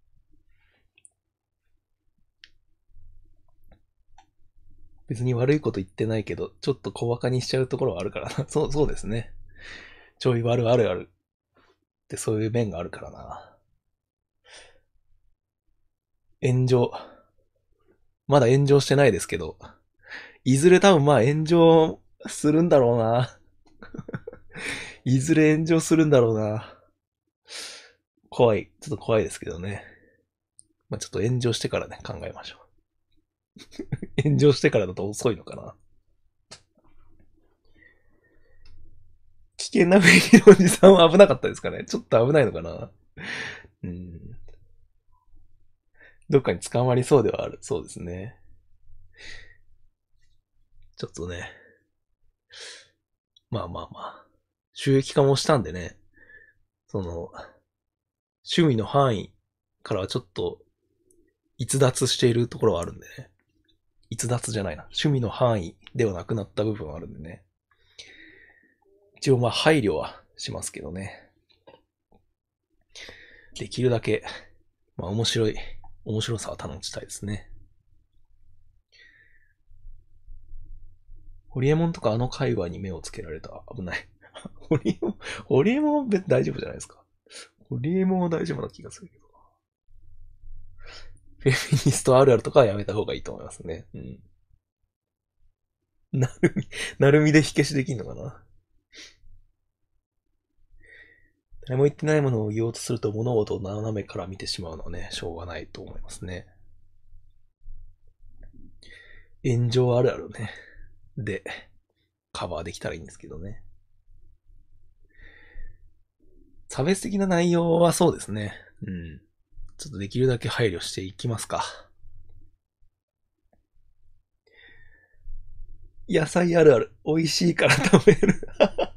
別に悪いこと言ってないけど、ちょっと小馬鹿にしちゃうところはあるからな。そうですね。ちょい悪あるあるってそういう面があるからな。炎上。まだ炎上してないですけど、いずれ多分まあ炎上するんだろうな。いずれ炎上するんだろうな。怖い。ちょっと怖いですけどね。まあちょっと炎上してからね、考えましょう。炎上してからだと遅いのかな。危険な雰囲気のおじさんは危なかったですかね。ちょっと危ないのかな。うん。どっかに捕まりそうではある。そうですね。ちょっとね。まあまあまあ。収益化もしたんでね。その、趣味の範囲からはちょっと逸脱しているところはあるんでね。逸脱じゃないな。趣味の範囲ではなくなった部分はあるんでね。一応まあ配慮はしますけどね。できるだけ、まあ面白さは保ちたいですね。 ホリエモンとかあの界隈に目をつけられたら危ない。ホリエモンは別に大丈夫じゃないですか。ホリエモンは大丈夫な気がするけど。フェミニストあるあるとかはやめた方がいいと思いますね。うん。なるみで火消しできんのかな。誰も言ってないものを言おうとすると物事を斜めから見てしまうのはね、しょうがないと思いますね。炎上あるあるね。で、カバーできたらいいんですけどね。差別的な内容はそうですね。うん。ちょっとできるだけ配慮していきますか。野菜あるある。美味しいから食べる。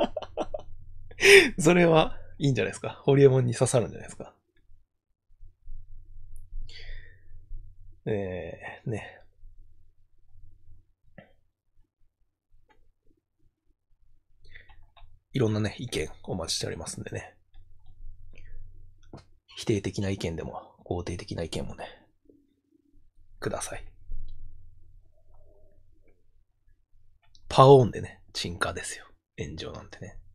それはいいんじゃないですか。ホリエモンに刺さるんじゃないですか。ね。いろんなね、意見お待ちしておりますんでね。否定的な意見でも、肯定的な意見もね、ください。パオーンでね、鎮火ですよ。炎上なんてね。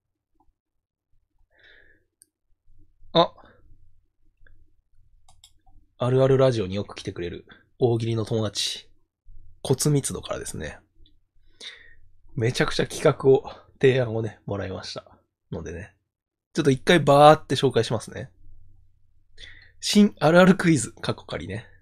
あるあるラジオによく来てくれる大喜利の友達、骨密度からですね、めちゃくちゃ企画を、提案をね、もらいました。のでね、ちょっと一回バーって紹介しますね。新あるあるクイズ、過去仮ね。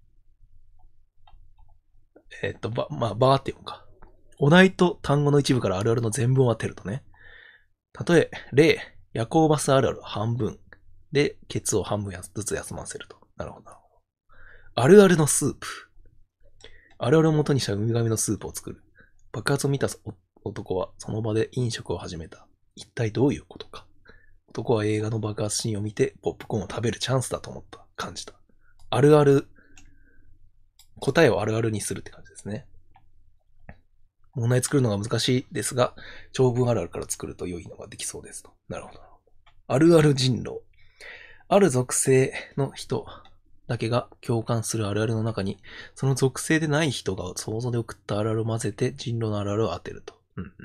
バーって読むか。お題と単語の一部からあるあるの全文を当てるとね。例え、例、夜行バスあるある半分。で、ケツを半分ずつ休ませると。なるほど。あるあるのスープ。あるあるを元にしたウミガメのスープを作る。爆発を見た男はその場で飲食を始めた。一体どういうことか。男は映画の爆発シーンを見てポップコーンを食べるチャンスだと思った。感じた。あるある、答えをあるあるにするって感じですね。問題作るのが難しいですが、長文あるあるから作ると良いのができそうですと。なるほど。あるある人狼。ある属性の人だけが共感するあるあるの中に、その属性でない人が想像で送ったあるあるを混ぜて人狼のあるあるを当てると。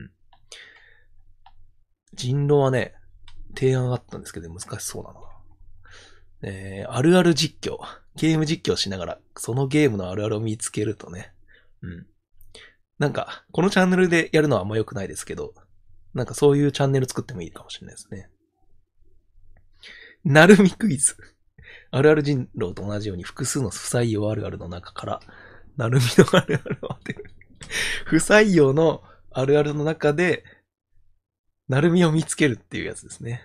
人狼はね、提案があったんですけど難しそうだな。あるある実況。ゲーム実況しながら、そのゲームのあるあるを見つけるとね。なんか、このチャンネルでやるのはあんま良くないですけど、なんかそういうチャンネル作ってもいいかもしれないですね。なるみクイズ。あるある人狼と同じように複数の不採用あるあるの中から、なるみのあるあるを当てる。不採用のあるあるの中で、なるみを見つけるっていうやつですね。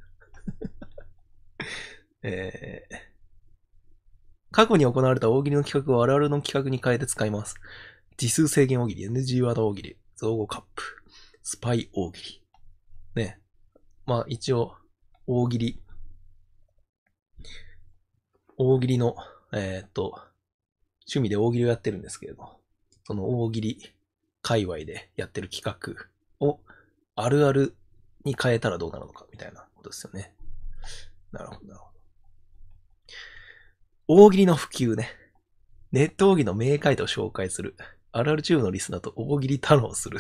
過去に行われた大喜利の企画をあるあるの企画に変えて使います。字数制限大喜利、NG ワード大喜利、造語カップ、スパイ大喜利。ね。まあ一応、大喜利の、趣味で大喜利をやってるんですけれど、その大喜利界隈でやってる企画をあるあるに変えたらどうなるのかみたいなことですよね。なるほど、なるほど。大喜利の普及ね。ネット大喜利の名回答を紹介する。あるあるチューブのリスナーと大喜利太郎する。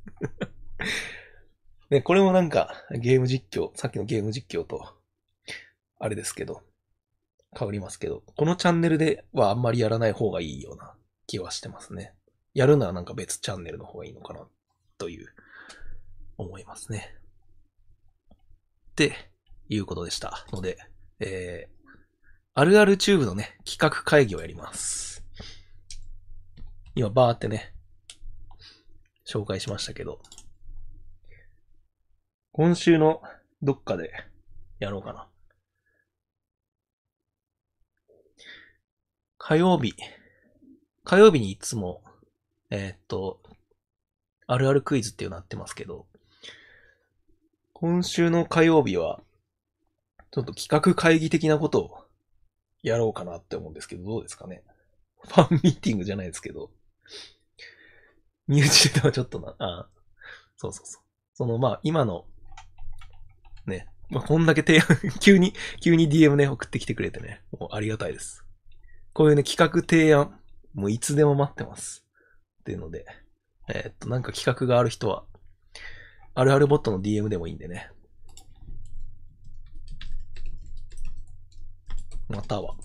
ね、これもなんかゲーム実況、さっきのゲーム実況と、あれですけど、変わりますけど、このチャンネルではあんまりやらない方がいいような気はしてますね。やるならなんか別チャンネルの方がいいのかな、という、思いますね。っていうことでしたので、あるあるチューブのね、企画会議をやります。今バーってね、紹介しましたけど、今週のどっかでやろうかな。火曜日にいつも、あるあるクイズっていうのやってますけど、今週の火曜日は、ちょっと企画会議的なことをやろうかなって思うんですけど、どうですかね。ファンミーティングじゃないですけど、身内ではちょっとな、そう。その、まあ、今の、ね、まあ、こんだけ提案急に DM ね、送ってきてくれてね、もうありがたいです。こういうね、企画提案、もういつでも待ってます。っていうので、 なんか企画がある人は、あるあるボットの DM でもいいんでね。または。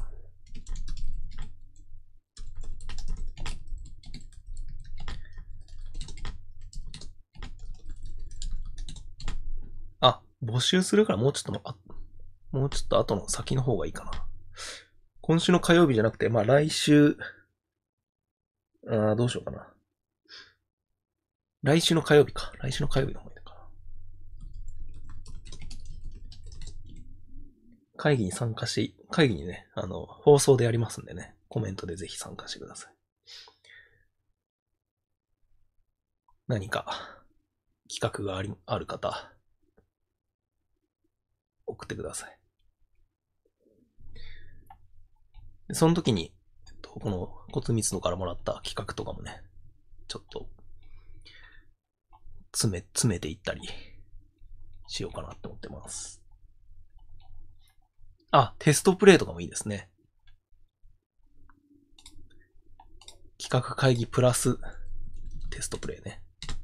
あ、募集するからもうちょっと後の先の方がいいかな。今週の火曜日じゃなくて、まあ来週、どうしようかな。来週の火曜日か。来週の火曜日の方がいいかな。会議にね、放送でやりますんでね、コメントでぜひ参加してください。何か企画がある方、送ってください。その時に、この骨密度からもらった企画とかもね、ちょっと、詰めていったりしようかなって思ってます。あ、テストプレイとかもいいですね。企画会議プラステストプレイね。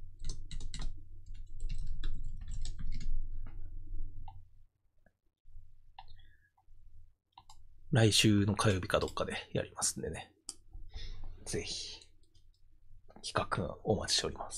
来週の火曜日かどっかでやりますんでね。ぜひ、企画お待ちしております。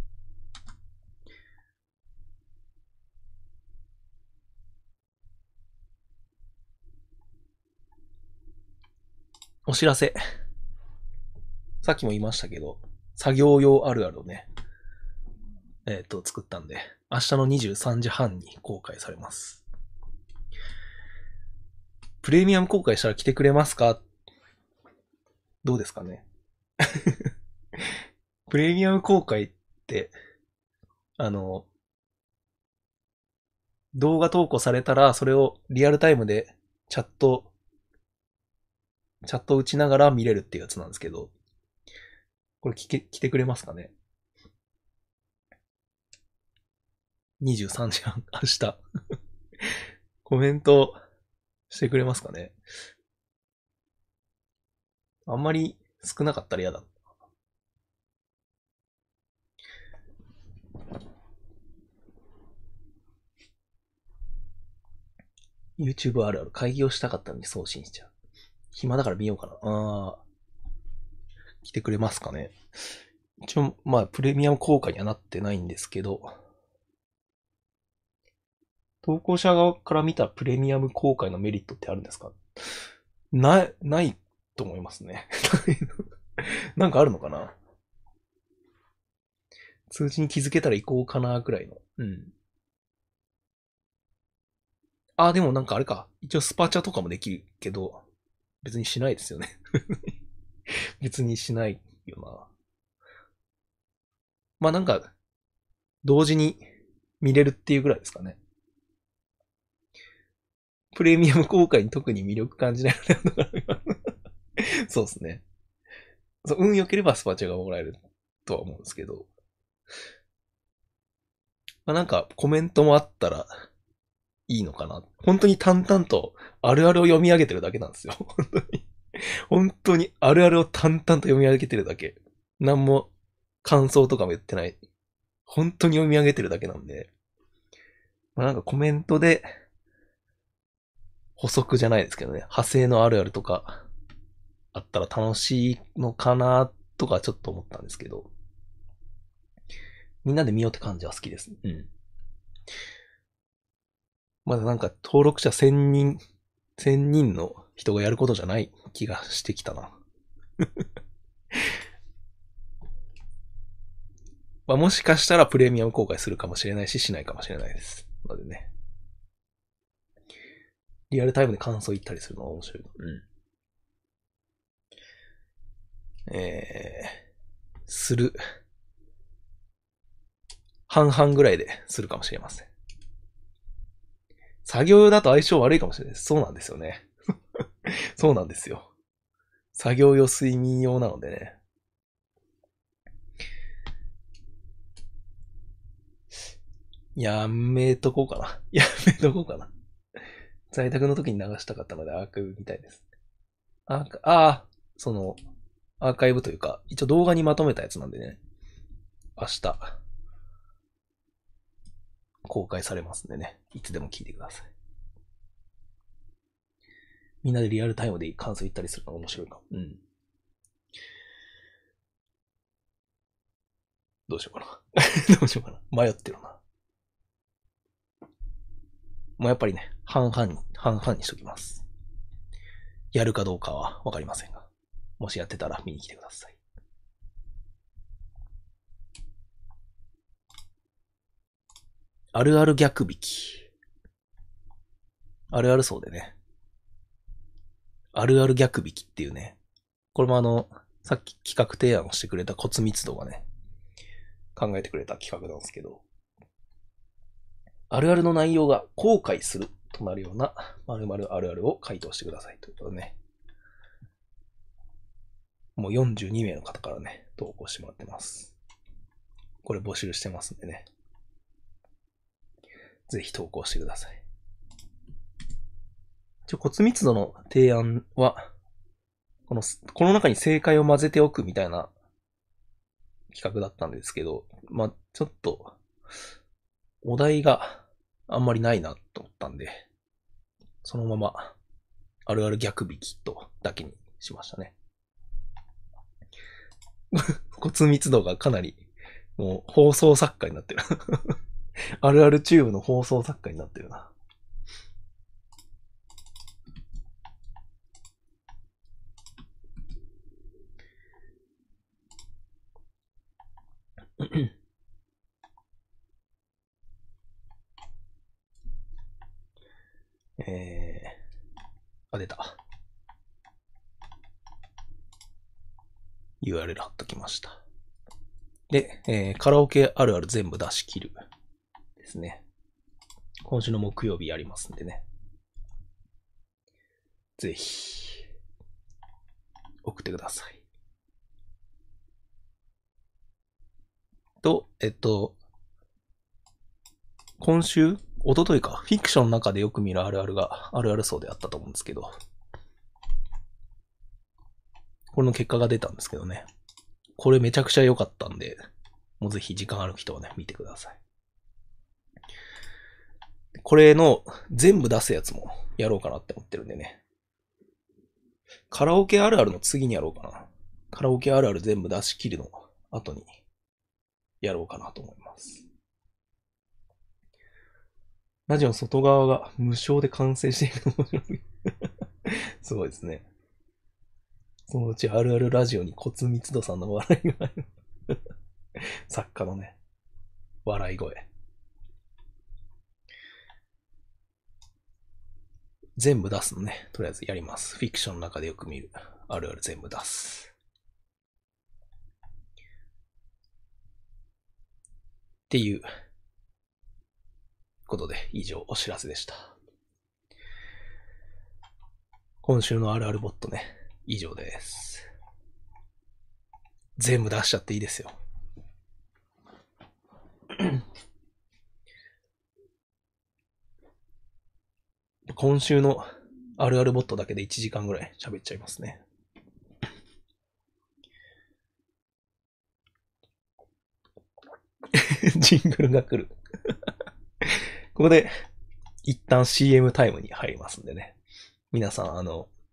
お知らせ。さっきも言いましたけど、作業用あるあるをね、作ったんで、明日の23時半に公開されます。プレミアム公開したら来てくれますか？どうですかね。プレミアム公開って、動画投稿されたら、それをリアルタイムでチャット打ちながら見れるっていうやつなんですけど、これ来てくれますかね。23時半、明日。コメントしてくれますかね。あんまり少なかったら嫌だ。YouTube あるある会議をしたかったのに送信しちゃう。暇だから見ようかな。来てくれますかね。一応、まあ、プレミアム公開にはなってないんですけど、投稿者側から見たプレミアム公開のメリットってあるんですか？ないと思いますね。なんかあるのかな？通知に気づけたら行こうかな、くらいの。うん。でもなんかあれか。一応スパチャとかもできるけど、別にしないですよね。別にしないよな。まあなんか、同時に見れるっていうぐらいですかね。プレミアム公開に特に魅力感じないので、そうですね。運良ければスパチャがもらえるとは思うんですけど。まあなんかコメントもあったらいいのかな。本当に淡々とあるあるを読み上げてるだけなんですよ。本当に。本当にあるあるを淡々と読み上げてるだけ。何も感想とかも言ってない。本当に読み上げてるだけなんで。まあなんかコメントで補足じゃないですけどね。派生のあるあるとかあったら楽しいのかなとかちょっと思ったんですけど。みんなで見ようって感じは好きです。うん。まだなんか登録者1000人の人がやることじゃない気がしてきたな。まあ、もしかしたらプレミアム公開するかもしれないし、しないかもしれないです。のでね。リアルタイムで感想言ったりするのが面白い。うん。する。半々ぐらいでするかもしれません。作業用だと相性悪いかもしれないです。そうなんですよね。そうなんですよ。作業用睡眠用なのでね。やめとこうかな。やめとこうかな。在宅の時に流したかったのでアーカイブみたいです。その、アーカイブというか、一応動画にまとめたやつなんでね。 明日、公開されますんでね。いつでも聞いてください。みんなでリアルタイムで感想言ったりするのが面白いかも。うん。どうしようかな。どうしようかな。迷ってるな。もうやっぱりね、半々にしときます。やるかどうかはわかりませんが。もしやってたら見に来てください。あるある逆引き。あるあるそうでね。あるある逆引きっていうね。これもさっき企画提案をしてくれた骨密度がね、考えてくれた企画なんですけど、あるあるの内容が後悔するとなるような〇〇あるあるを回答してくださいということでね。もう42名の方からね、投稿してもらってます。これ募集してますんでね。ぜひ投稿してください。骨密度の提案は、この中に正解を混ぜておくみたいな企画だったんですけど、まあ、ちょっと、お題があんまりないなと思ったんで、そのまま、あるある逆引きとだけにしましたね。骨密度がかなり、もう放送作家になってる。あるあるチューブの放送作家になってるな。出た。URL 貼っときました。で、カラオケあるある全部出し切るですね。今週の木曜日やりますんでね。ぜひ、送ってください。と、今週一昨日か、フィクションの中でよく見るあるあるが、あるあるそうであったと思うんですけど、これの結果が出たんですけどね。これめちゃくちゃ良かったんで、もうぜひ時間ある人はね、見てください。これの全部出すやつもやろうかなって思ってるんでね。カラオケあるあるの次にやろうかな。カラオケあるある全部出し切るの後にやろうかなと思います。ラジオの外側が無償で完成しているの面白い。すごいですね。そのうちあるあるラジオに骨密度さんの笑いがある。作家のね、笑い声。全部出すのね、とりあえずやります。フィクションの中でよく見るあるある全部出す。っていうことで、以上お知らせでした。今週のあるあるボットね、以上です。全部出しちゃっていいですよ。今週のあるあるボットだけで1時間ぐらい喋っちゃいますね。ジングルが来る。ここで一旦 CM タイムに入りますんでね。皆さん、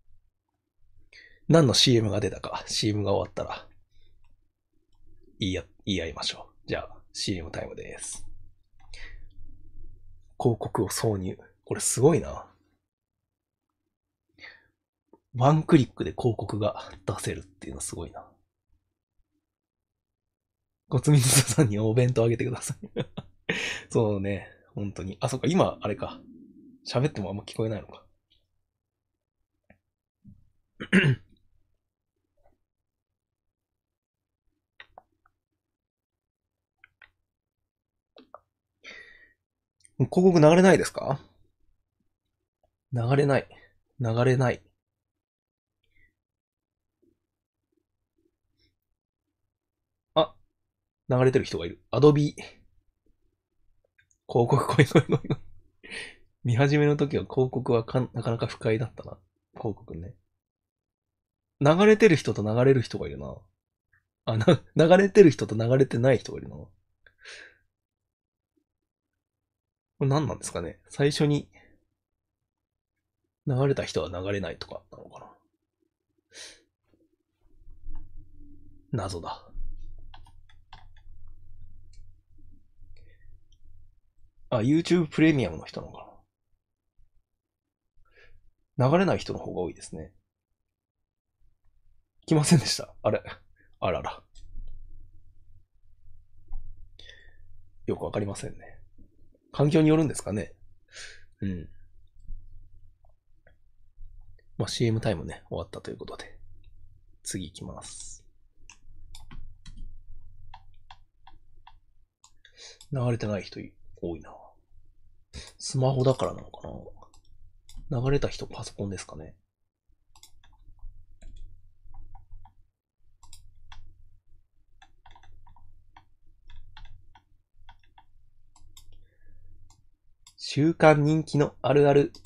何の CM が出たか、CM が終わったら、言い合いましょう。じゃあ、CM タイムです。広告を挿入。これすごいな。ワンクリックで広告が出せるっていうのすごいな。骨密度さんにお弁当あげてください。そうね、本当に。あ、そっか、今、あれか。喋ってもあんま聞こえないのか。広告流れないですか？流れない。流れない。あ、流れてる人がいる。アドビ、広告、こい。見始めの時は広告はなかなか不快だったな。広告ね。流れてる人と流れる人がいるな。 あ、流れてる人と流れてない人がいるな。これ何なんですかね。最初に流れた人は流れないとかなのかな。謎だ。あ、YouTube プレミアムの人なのかな。流れない人の方が多いですね。来ませんでした。あれ。あらら。よくわかりませんね。環境によるんですかね。うん。まあ、CM タイムね、終わったということで。次行きます。流れてない人多いな。スマホだからなのかな。流れた人パソコンですかね。週間人気のあるある。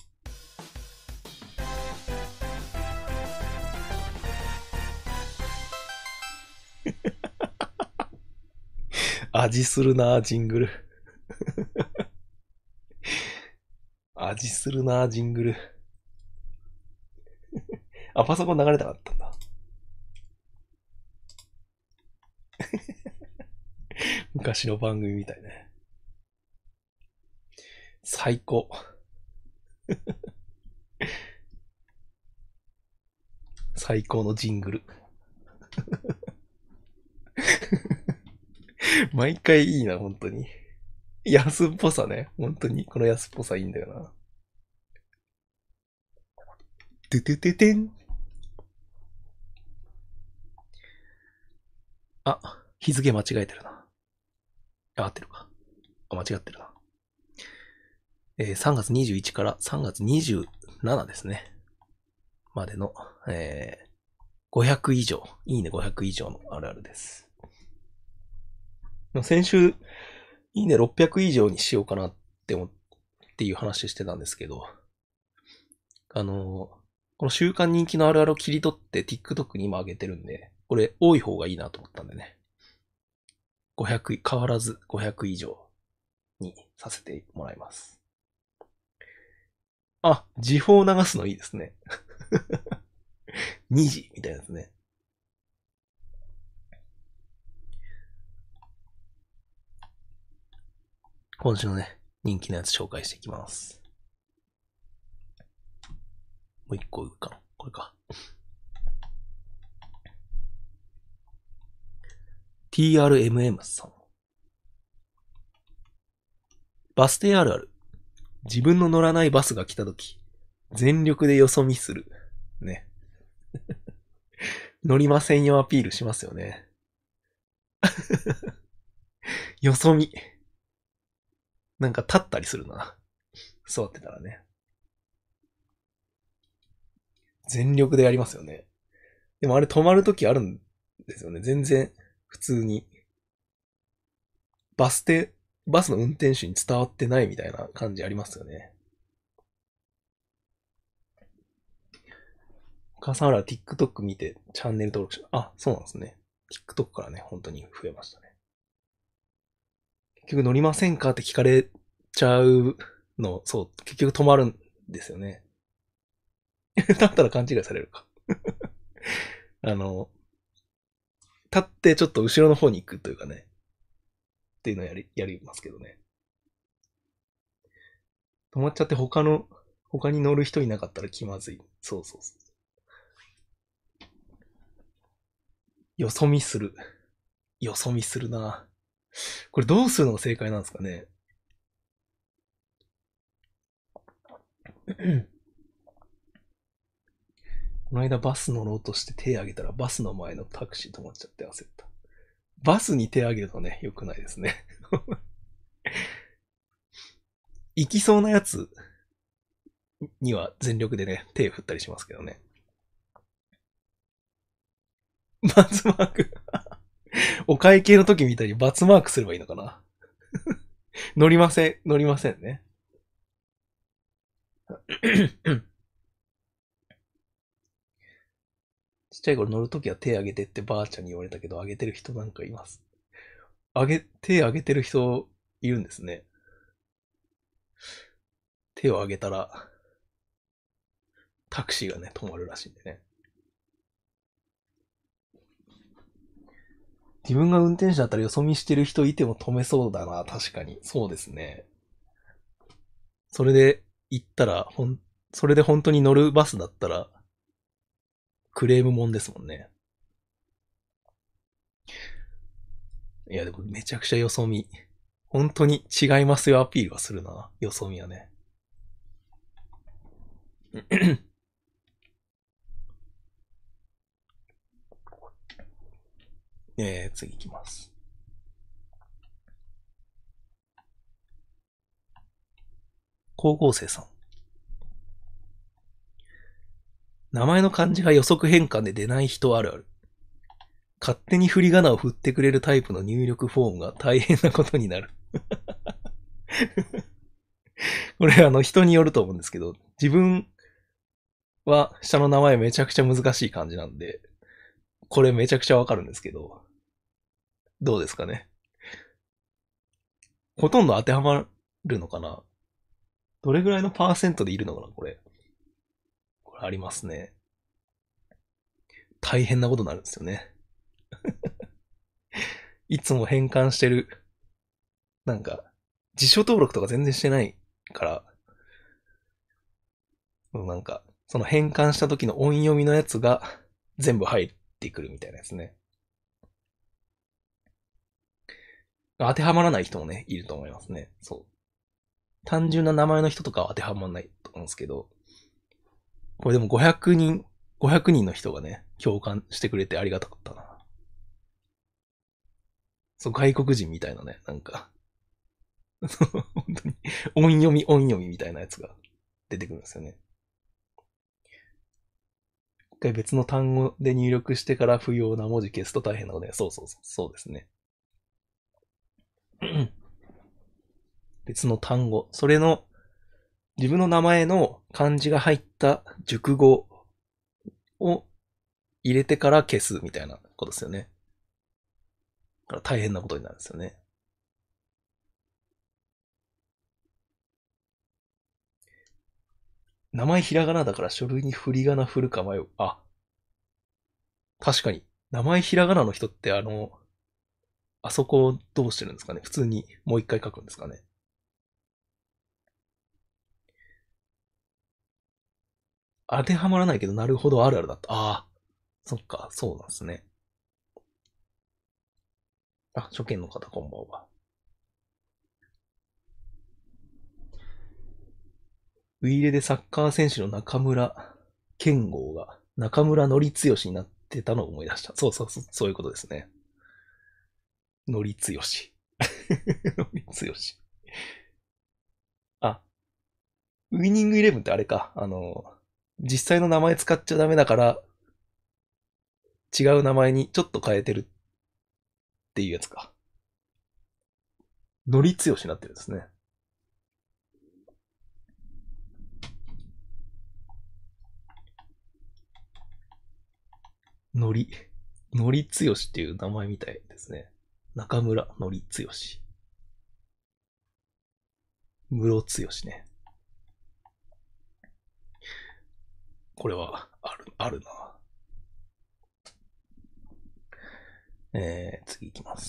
味するなジングル。味するなジングル。あ、パソコン流れたかったんだ。昔の番組みたいね。最高。最高のジングル。毎回いいな、本当に。安っぽさね。本当に。この安っぽさいいんだよな。トゥトゥトゥテン。あ、日付間違えてるな。合ってるか。あ、間違ってるな。3月21から3月27ですね。までの、500以上。いいね500以上のあるあるです。先週、いいね600以上にしようかなっていう話してたんですけど、この週間人気のあるあるを切り取って TikTok に今上げてるんで、これ多い方がいいなと思ったんでね。500、変わらず500以上にさせてもらいます。あ、時報を流すのいいですね。2時みたいなやつね。今週のね、人気のやつ紹介していきます。もう一個かな。これか。TRMM さん。バス停あるある。自分の乗らないバスが来たとき、全力でよそ見する。ね。乗りませんよアピールしますよね。よそ見。なんか立ったりするな。座ってたらね。全力でやりますよね。でもあれ止まるときあるんですよね。全然普通に。バスの運転手に伝わってないみたいな感じありますよね。母さんら TikTok 見てチャンネル登録した。あ、そうなんですね。TikTok からね、本当に増えましたね。結局乗りませんかって聞かれちゃうの、そう、結局止まるんですよね。だったら勘違いされるか。立ってちょっと後ろの方に行くというかね。っていうのをやりますけどね。止まっちゃって他に乗る人いなかったら気まずい。そうそうそう。よそ見する。よそ見するな。これどうするのが正解なんですかね。この間バス乗ろうとして手挙げたらバスの前のタクシー止まっちゃって焦った。バスに手挙げるとね、良くないですね。行きそうなやつには全力でね、手振ったりしますけどね。バツマーク。お会計の時みたいにバツマークすればいいのかな。乗りませんね。 ちっちゃい頃乗るときは手挙げてってばあちゃんに言われたけど、挙げてる人なんかいます。手挙げてる人いるんですね。手を挙げたら、タクシーがね、止まるらしいんでね。自分が運転手だったらよそ見してる人いても止めそうだな、確かに。そうですね。それで行ったら、それで本当に乗るバスだったら、クレームもんですもんね。いや、でもめちゃくちゃよそ見。本当に違いますよアピールはするな。よそ見はね。次行きます。高校生さん。名前の漢字が予測変換で出ない人あるある。勝手に振り仮名を振ってくれるタイプの入力フォームが大変なことになる。これ人によると思うんですけど、自分は下の名前めちゃくちゃ難しい漢字なんで、これめちゃくちゃわかるんですけど、どうですかね。ほとんど当てはまるのかな。どれぐらいのパーセントでいるのかな、これ。これありますね。大変なことになるんですよね。いつも変換してる。なんか、辞書登録とか全然してないから、なんか、その変換した時の音読みのやつが全部入ってくるみたいなやつね。当てはまらない人もね、いると思いますね。そう。単純な名前の人とかは当てはまらないと思うんですけど、これでも500人の人がね、共感してくれてありがたかったな。そう、外国人みたいなね、なんか、本当に、音読みみたいなやつが出てくるんですよね。一回別の単語で入力してから不要な文字消すと大変なので、そうですね。別の単語、それの自分の名前の漢字が入った熟語を入れてから消すみたいなことですよね。だから大変なことになるんですよね。名前ひらがなだから書類に振り仮名振るか迷う。あ、確かに。名前ひらがなの人ってあそこをどうしてるんですかね。普通にもう一回書くんですかね。当てはまらないけど、なるほどあるあるだった。ああ、そっか、そうなんですね。あ、初見の方こんばんは。ウイイレでサッカー選手の中村健吾が中村則剛になってたのを思い出した。そういうことですね。則剛。則剛。あ、ウイニングイレブンってあれか。実際の名前使っちゃダメだから、違う名前にちょっと変えてるっていうやつか。則剛になってるんですね。のり剛っていう名前みたいですね。中村のり剛。室剛ね。これは、あるな。次行きます。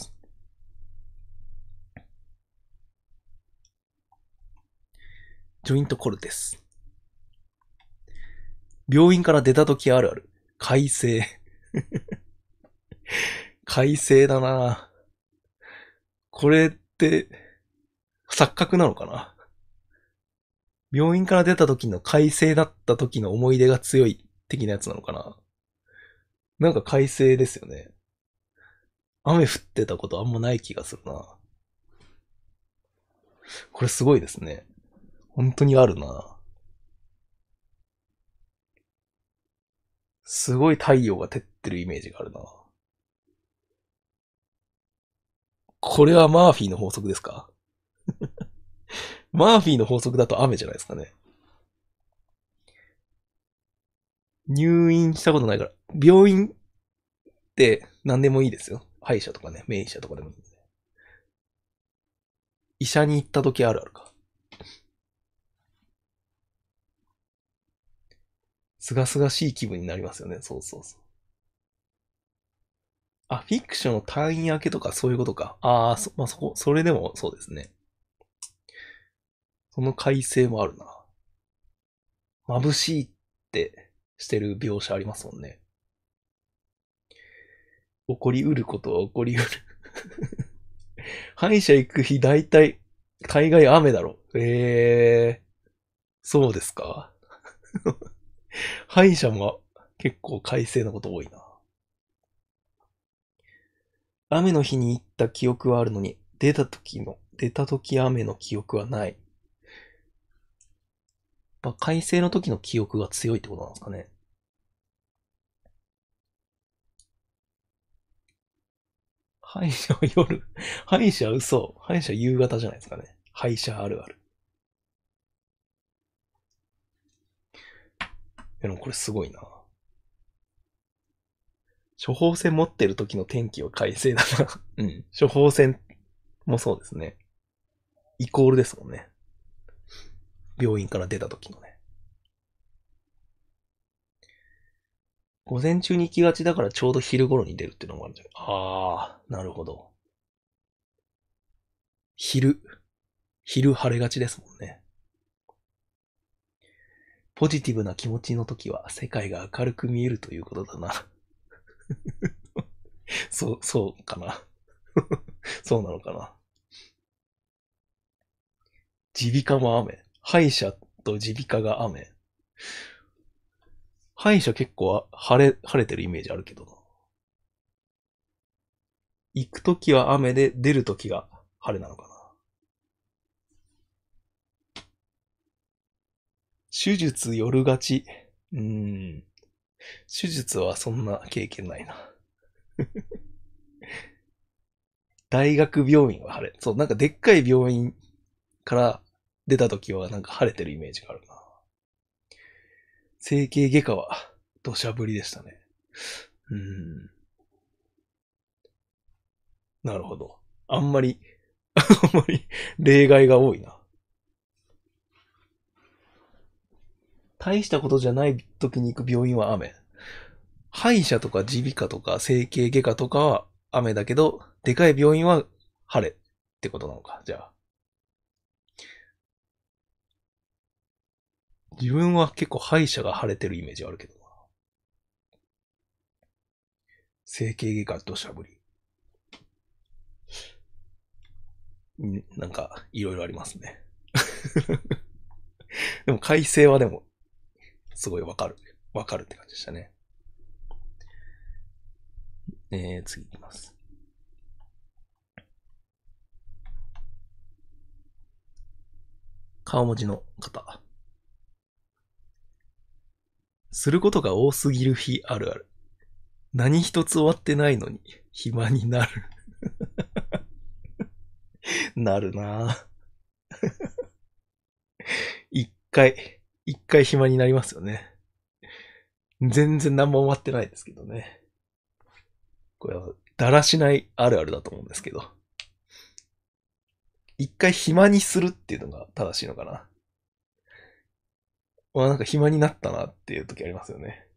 ジョイントコルテス。病院から出た時あるある。快晴。快晴だな。これって、錯覚なのかな。病院から出た時の快晴だった時の思い出が強い的なやつなのかな。なんか快晴ですよね。雨降ってたことあんまない気がするな。これすごいですね。本当にあるな。すごい太陽が照ってるイメージがあるな。これはマーフィーの法則ですか？マーフィーの法則だと雨じゃないですかね。 入院したことないから。病院って何でもいいですよ。歯医者とかね、名医者とかでもいい。医者に行った時あるあるか。すがすがしい気分になりますよね。そうそうそう。あ、フィクションの退院明けとかそういうことか。ああ、まあ、それでもそうですね。その改正もあるな。眩しいってしてる描写ありますもんね。起こりうることは起こりうる。歯医者行く日大概雨だろ。そうですか。歯医者も結構快晴なこと多いな。雨の日に行った記憶はあるのに、出た時雨の記憶はない。快晴の時の記憶が強いってことなんですかね。歯医者は夜、歯医者は嘘。歯医者夕方じゃないですかね。歯医者あるある。でもこれすごいな。処方箋持ってる時の天気は快晴だな。うん。処方箋もそうですね。イコールですもんね。病院から出た時のね。午前中に行きがちだからちょうど昼頃に出るっていうのもあるんじゃない。あー、なるほど。昼、昼晴れがちですもんね。ポジティブな気持ちの時は世界が明るく見えるということだな。そうかな。そうなのかな。耳鼻科も雨。歯医者と耳鼻科が雨。歯医者結構晴れてるイメージあるけどな。行くときは雨で、出るときが晴れなのかな。手術夜勝ち。うーん。手術はそんな経験ないな。大学病院は晴れ。そう、なんかでっかい病院から出たときはなんか晴れてるイメージがあるな。整形外科は土砂降りでしたね。うーん。なるほど。あんまり、あんまり例外が多いな。大したことじゃない時に行く病院は雨。歯医者とか耳鼻科とか整形外科とかは雨だけど、でかい病院は晴れってことなのか。じゃあ。自分は結構歯医者が晴れてるイメージあるけどな。整形外科土砂降り。なんか、いろいろありますね。でも改正はでも、すごいわかる。わかるって感じでしたね。次いきます。顔文字の方。することが多すぎる日あるある。何一つ終わってないのに、暇になる。なるなぁ。一回暇になりますよね。全然何も終わってないですけどね。これは、だらしないあるあるだと思うんですけど。一回暇にするっていうのが正しいのかな。まあなんか暇になったなっていう時ありますよね。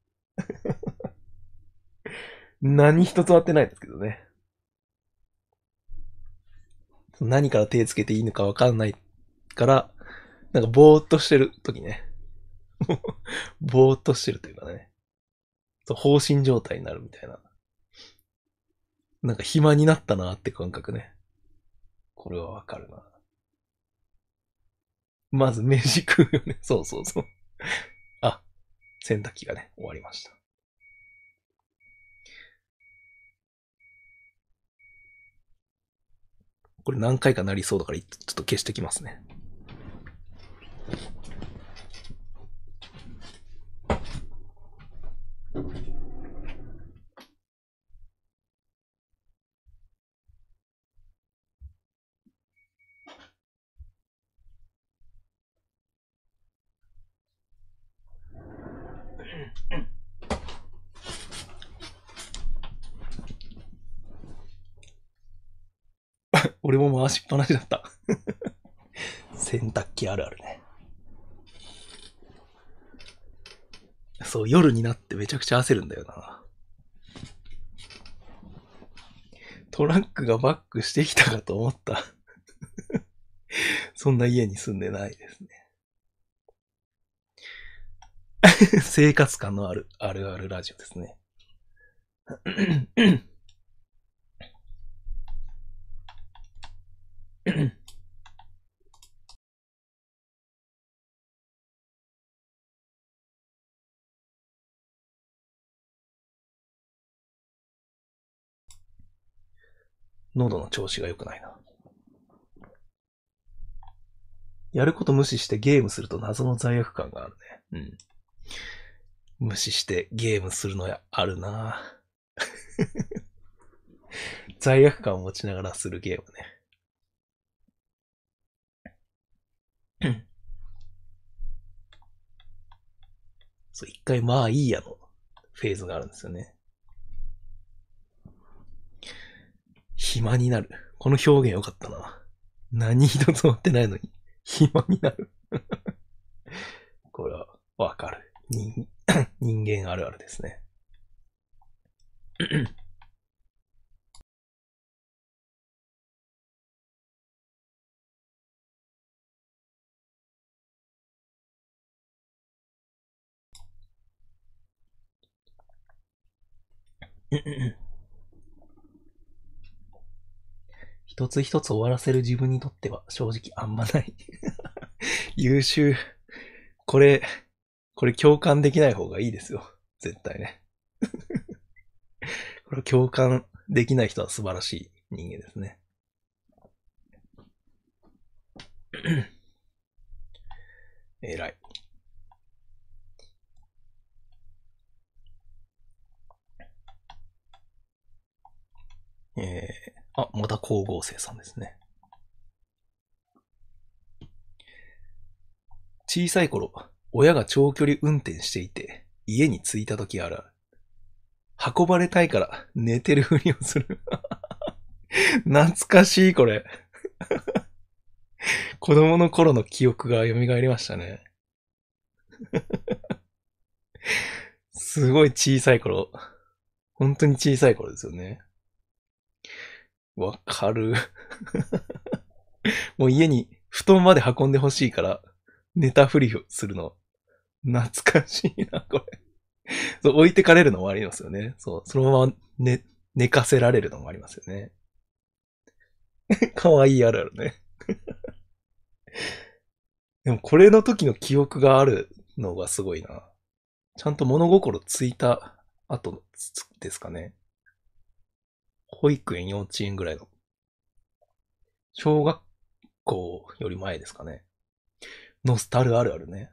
何一つ終わってないですけどね。何から手つけていいのかわかんないから、なんかぼーっとしてる時ね。ぼーっとしてるというかね。放心状態になるみたいな。なんか暇になったなって感覚ね。これはわかるな。まず飯食うよね。そうそうそう。あ、洗濯機がね、終わりました。これ何回かなりそうだから、ちょっと消してきますね。 俺も回しっぱなしだった。洗濯機あるあるね。そう、夜になってめちゃくちゃ焦るんだよな。トラックがバックしてきたかと思った。そんな家に住んでないですね。生活感のあるあるあるラジオですね。喉の調子が良くないな。やること無視してゲームすると謎の罪悪感があるね。うん。無視してゲームするのやあるな。罪悪感を持ちながらするゲームね。そう、一回まあいいやのフェーズがあるんですよね。暇になる。この表現良かったな。何一つ持ってないのに、暇になる。これは、わかる。人間あるあるですね。一つ一つ終わらせる自分にとっては正直あんまない。優秀。これ共感できない方がいいですよ。絶対ね。これ共感できない人は素晴らしい人間ですね。偉い。また光合成さんですね。小さい頃、親が長距離運転していて、家に着いた時あるある。運ばれたいから寝てるふりをする。懐かしい、これ。子供の頃の記憶が蘇りましたね。すごい小さい頃。本当に小さい頃ですよね。わかる。もう家に布団まで運んでほしいから、寝たふりをするの。懐かしいな、これ。そう、置いてかれるのもありますよね。そう、そのまま寝かせられるのもありますよね。かわいいあるあるね。でもこれの時の記憶があるのがすごいな。ちゃんと物心ついた後ですかね。保育園、幼稚園ぐらいの。小学校より前ですかね。ノスタルあるあるね。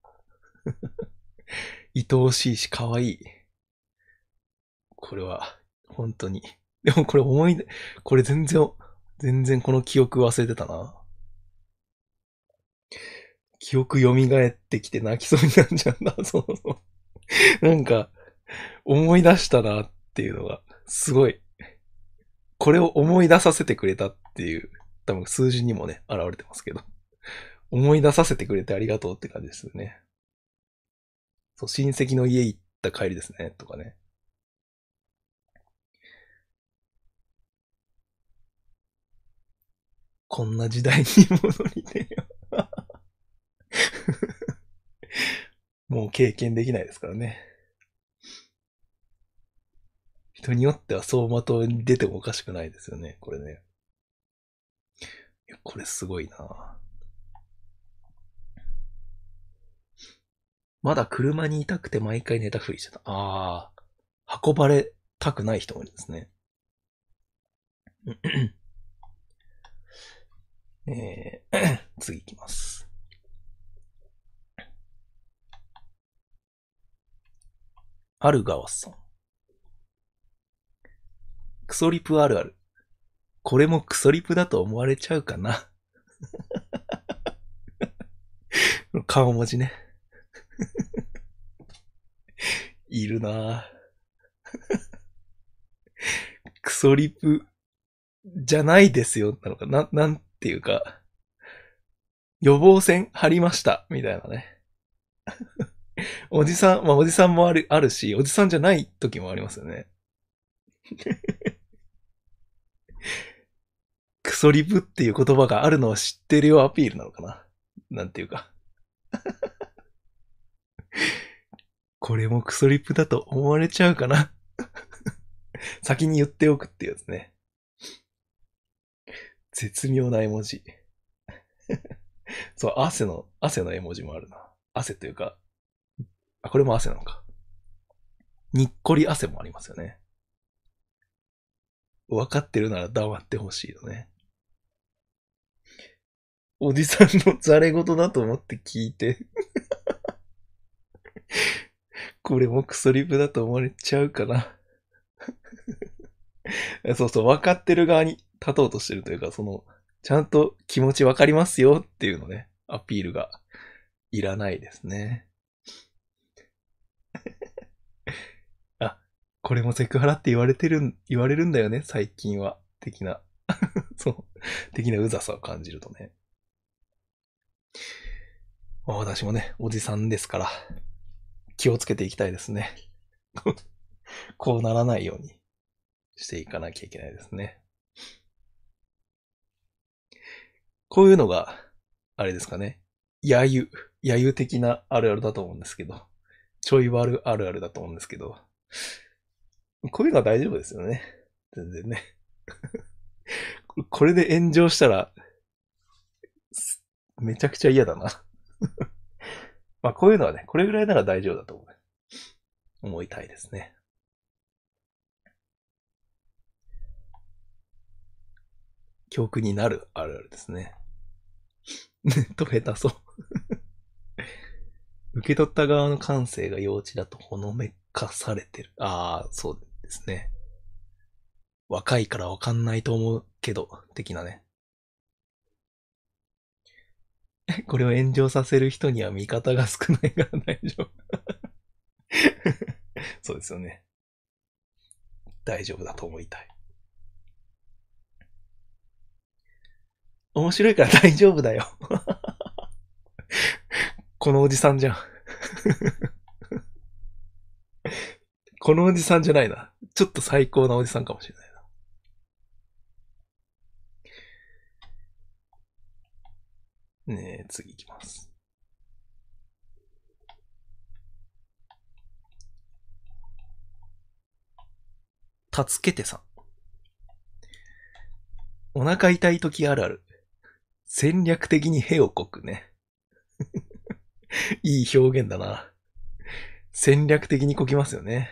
愛おしいし可愛い。これは、本当に。でもこれこれ全然この記憶忘れてたな。記憶蘇ってきて泣きそうになっちゃうんだ。そうそう。なんか、思い出したなっていうのが、すごい。これを思い出させてくれたっていう、多分数字にもね、現れてますけど。思い出させてくれてありがとうって感じですよね。そう、親戚の家行った帰りですね、とかね。こんな時代に戻りてよ。もう経験できないですからね。人によっては走馬灯に出てもおかしくないですよね、これね。いやこれすごいな。まだ車にいたくて毎回寝たふりしてた。運ばれたくない人もいるんですね。次いきます。あるがわさん。クソリプあるある。これもクソリプだと思われちゃうかな。顔文字ね。いるなぁ。クソリプじゃないですよ、なのか。なんていうか、予防線張りました、みたいなね。おじさん、まあおじさんもあるし、おじさんじゃない時もありますよね。クソリプっていう言葉があるのは知ってるよアピールなのかな。なんていうか。これもクソリプだと思われちゃうかな。先に言っておくっていうやつね。絶妙な絵文字。そう、汗の絵文字もあるな。汗というか、これも汗なのか。にっこり汗もありますよね。分かってるなら黙ってほしいよね。おじさんのザレ言だと思って聞いて、これもクソリプだと思われちゃうかな。そうそう、分かってる側に立とうとしてるというか、ちゃんと気持ち分かりますよっていうのね、アピールがいらないですね。あ、これもセクハラって言われるんだよね、最近は。的な、そう、的なうざさを感じるとね。まあ私もね、おじさんですから、気をつけていきたいですね。こうならないようにしていかなきゃいけないですね。こういうのが、あれですかね。揶揄的なあるあるだと思うんですけど、ちょい悪あるあるだと思うんですけど、こういうのは大丈夫ですよね。全然ね。これで炎上したら、めちゃくちゃ嫌だな。まあこういうのはね、これぐらいなら大丈夫だと思いたいですね。教訓になるあるあるですね。と下手そう。受け取った側の感性が幼稚だとほのめかされてる。ああ、そうですね。若いからわかんないと思うけど、的なね。これを炎上させる人には味方が少ないから大丈夫。そうですよね。大丈夫だと思いたい。面白いから大丈夫だよ。このおじさんじゃん。このおじさんじゃないな。ちょっと最高なおじさんかもしれないな。ねえ、次行きます。たつけてさん。お腹痛い時あるある。戦略的に屁をこくね。いい表現だな。戦略的にこきますよね。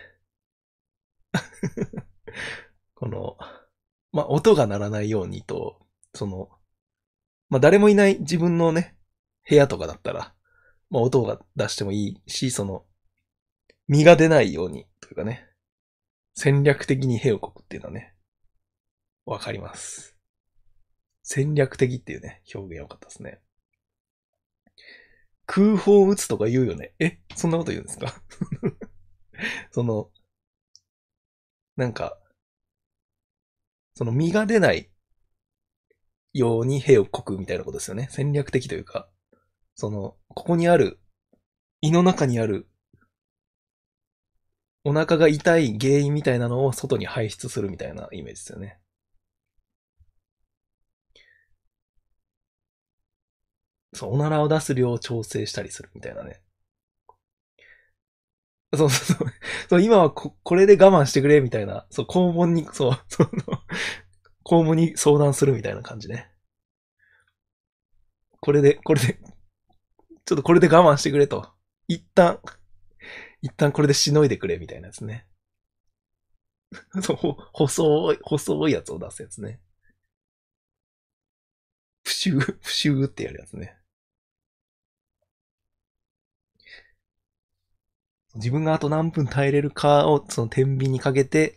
この、まあ、音が鳴らないようにと、まあ、誰もいない自分のね、部屋とかだったら、まあ、音が出してもいいし、身が出ないようにというかね、戦略的に屁をこくっていうのはね、わかります。戦略的っていうね、表現良かったですね。空砲を撃つとか言うよね。そんなこと言うんですか？その、なんか、身が出ないように兵をこくみたいなことですよね。戦略的というか、ここにある、胃の中にあるお腹が痛い原因みたいなのを外に排出するみたいなイメージですよね。そう、おならを出す量を調整したりするみたいなね。そうそうそう。そう今はこれで我慢してくれみたいな、そう、肛門に、肛門に相談するみたいな感じね。これで、ちょっとこれで我慢してくれと。一旦、一旦これでしのいでくれみたいなやつね。そう、細いやつを出すやつね。プシューってやるやつね。自分があと何分耐えれるかを、天秤にかけて、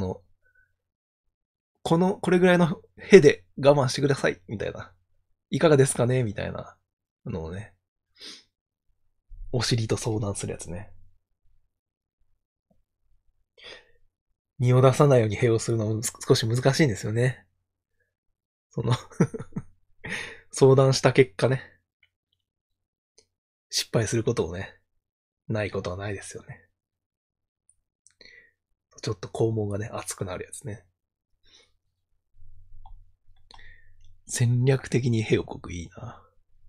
これぐらいのへで我慢してください、みたいな。いかがですかねみたいなのをね、お尻と相談するやつね。身を出さないようにへをするのも少し難しいんですよね。 その相談した結果ね、失敗することもね、ないことはないですよね。ちょっと肛門がね、熱くなるやつね。戦略的に屁をこくいいな。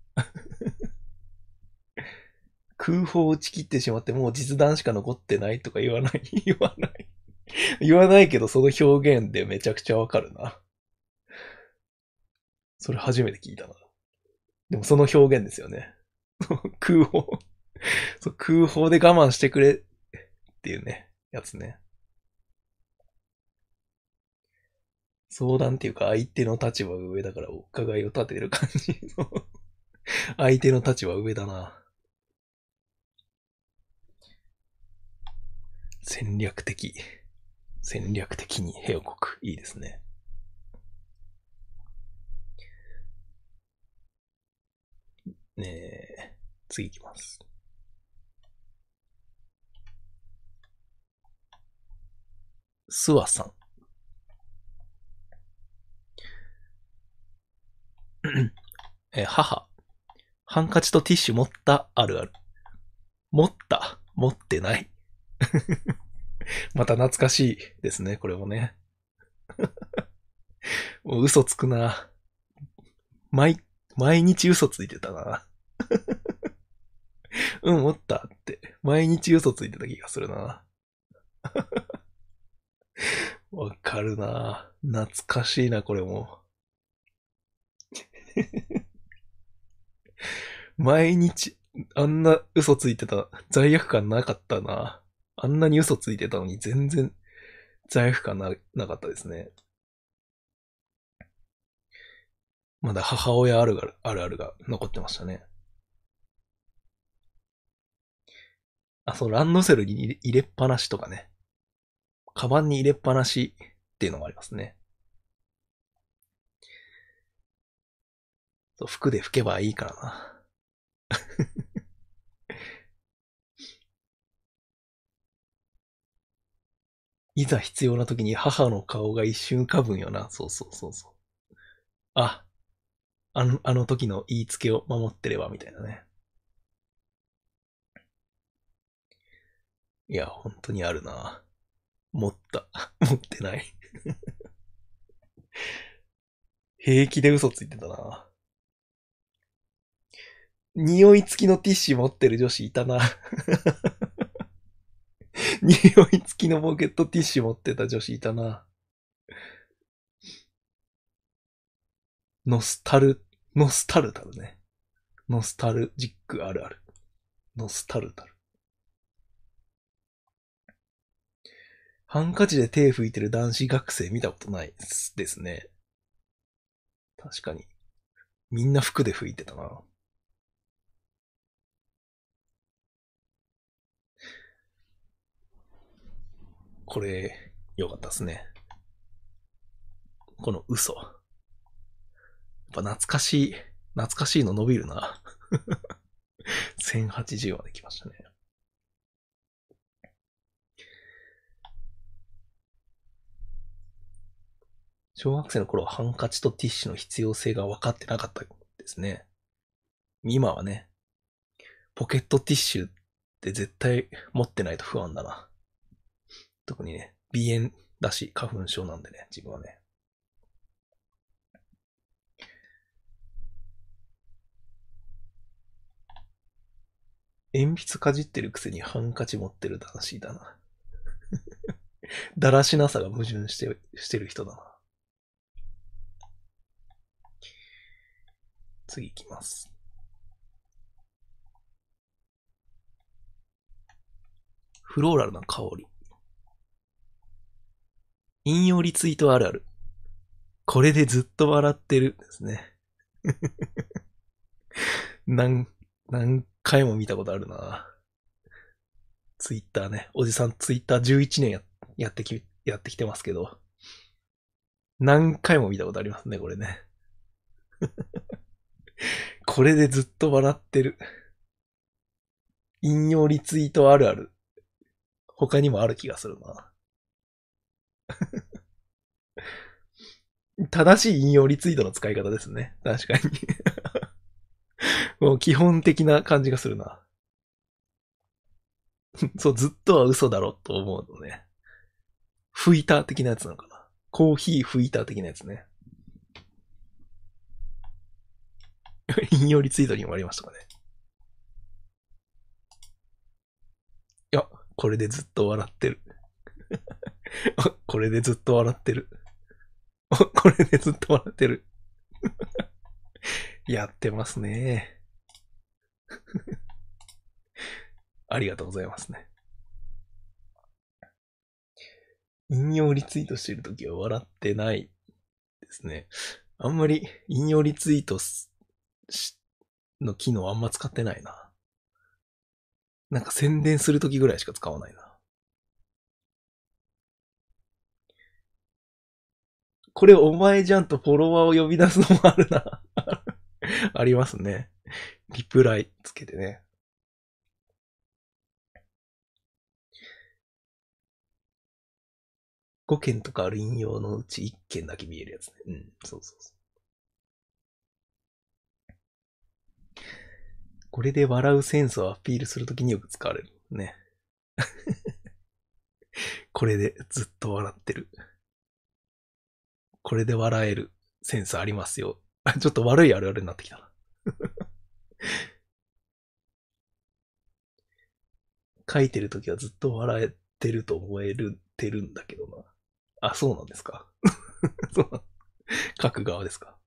空砲を打ち切ってしまってもう実弾しか残ってないとか言わない。言わない。言わないけどその表現でめちゃくちゃわかるな。それ初めて聞いたな。でもその表現ですよね。空砲。そう、空砲で我慢してくれっていうね、やつね。相談っていうか相手の立場が上だからお伺いを立てる感じ。相手の立場上だな。戦略的。戦略的に屁をこく。いいですね。ねえ、次行きます。スワさん。母。ハンカチとティッシュ持ったあるある。持った持ってない。また懐かしいですね、これもね。もう嘘つくな。毎日嘘ついてたな。うん、持ったって。毎日嘘ついてた気がするな。わかるな。懐かしいな、これも。毎日、あんな嘘ついてた、罪悪感なかったな。あんなに嘘ついてたのに全然罪悪感なかったですね。まだ母親あるあるが残ってましたね。あ、そう、ランドセルに入れっぱなしとかね。カバンに入れっぱなしっていうのもありますね。そう、服で拭けばいいからな。いざ必要な時に母の顔が一瞬浮かぶんよな。そうそうそうそう。あ、あの時の言いつけを守ってればみたいなね。いや、本当にあるな。持った。持ってない。平気で嘘ついてたな。匂い付きのティッシュ持ってる女子いたな。匂い付きのポケットティッシュ持ってた女子いたな。ノスタル、ノスタルタルね。ノスタルジックあるある。ノスタルタル。ハンカチで手拭いてる男子学生見たことないですね。確かに。みんな服で拭いてたな。これ、よかったですね。この嘘。やっぱ懐かしいの伸びるな。1080まで来ましたね。小学生の頃はハンカチとティッシュの必要性が分かってなかったですね。今はね、ポケットティッシュって絶対持ってないと不安だな。特にね、鼻炎だし、花粉症なんでね、自分はね。鉛筆かじってるくせにハンカチ持ってる男子だな。だらしなさが矛盾してる人だな。次行きます。フローラルな香り。引用リツイートあるある。これでずっと笑ってるですね。何回も見たことあるな。ツイッターね。おじさんツイッター11年やってきてますけど、何回も見たことありますね、これね。これでずっと笑ってる。引用リツイートあるある。他にもある気がするな。 正しい引用リツイートの使い方ですね。確かに。もう基本的な感じがするな。そう、ずっとは嘘だろと思うのね。フイター的なやつなのかな。コーヒーフイター的なやつね。引用リツイートにもありましたかね。いや、これでずっと笑ってる。これでずっと笑ってる。これでずっと笑ってる。やってますね。ありがとうございますね。引用リツイートしてるときは笑ってないですね。あんまり引用リツイートの機能あんま使ってないな。なんか宣伝するときぐらいしか使わないな。これお前じゃんとフォロワーを呼び出すのもあるな。ありますね。リプライつけてね。5件とかある引用のうち1件だけ見えるやつね。うん、そうそうそう。これで笑うセンスをアピールするときによく使われる。ね。これでずっと笑ってる。これで笑えるセンスありますよ。ちょっと悪いあるあるになってきたな。書いてるときはずっと笑えてると思えてるんだけどな。あ、そうなんですか。そう書く側ですか。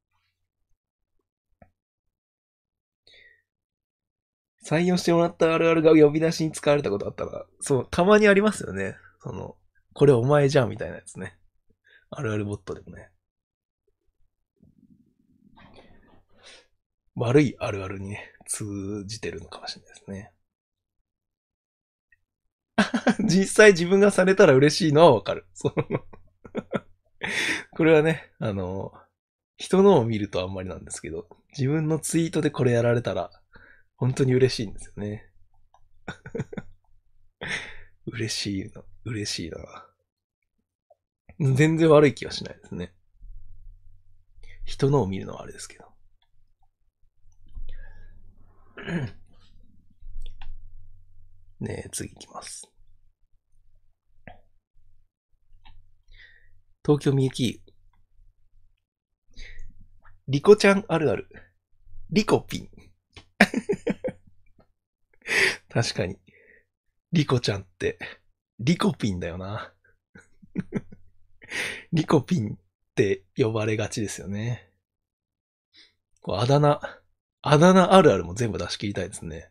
採用してもらったあるあるが呼び出しに使われたことあったら、そう、たまにありますよね。これお前じゃんみたいなやつね。あるあるボットでもね。悪いあるあるにね、通じてるのかもしれないですね。実際自分がされたら嬉しいのはわかる。これはね、人のを見るとあんまりなんですけど、自分のツイートでこれやられたら、本当に嬉しいんですよね。嬉しいな。全然悪い気はしないですね。人のを見るのはあれですけど。ねえ、次行きます。東京みゆき。リコちゃんあるある。リコピン。確かに。リコちゃんって、リコピンだよな。リコピンって呼ばれがちですよね。こうあだ名あるあるも全部出し切りたいですね。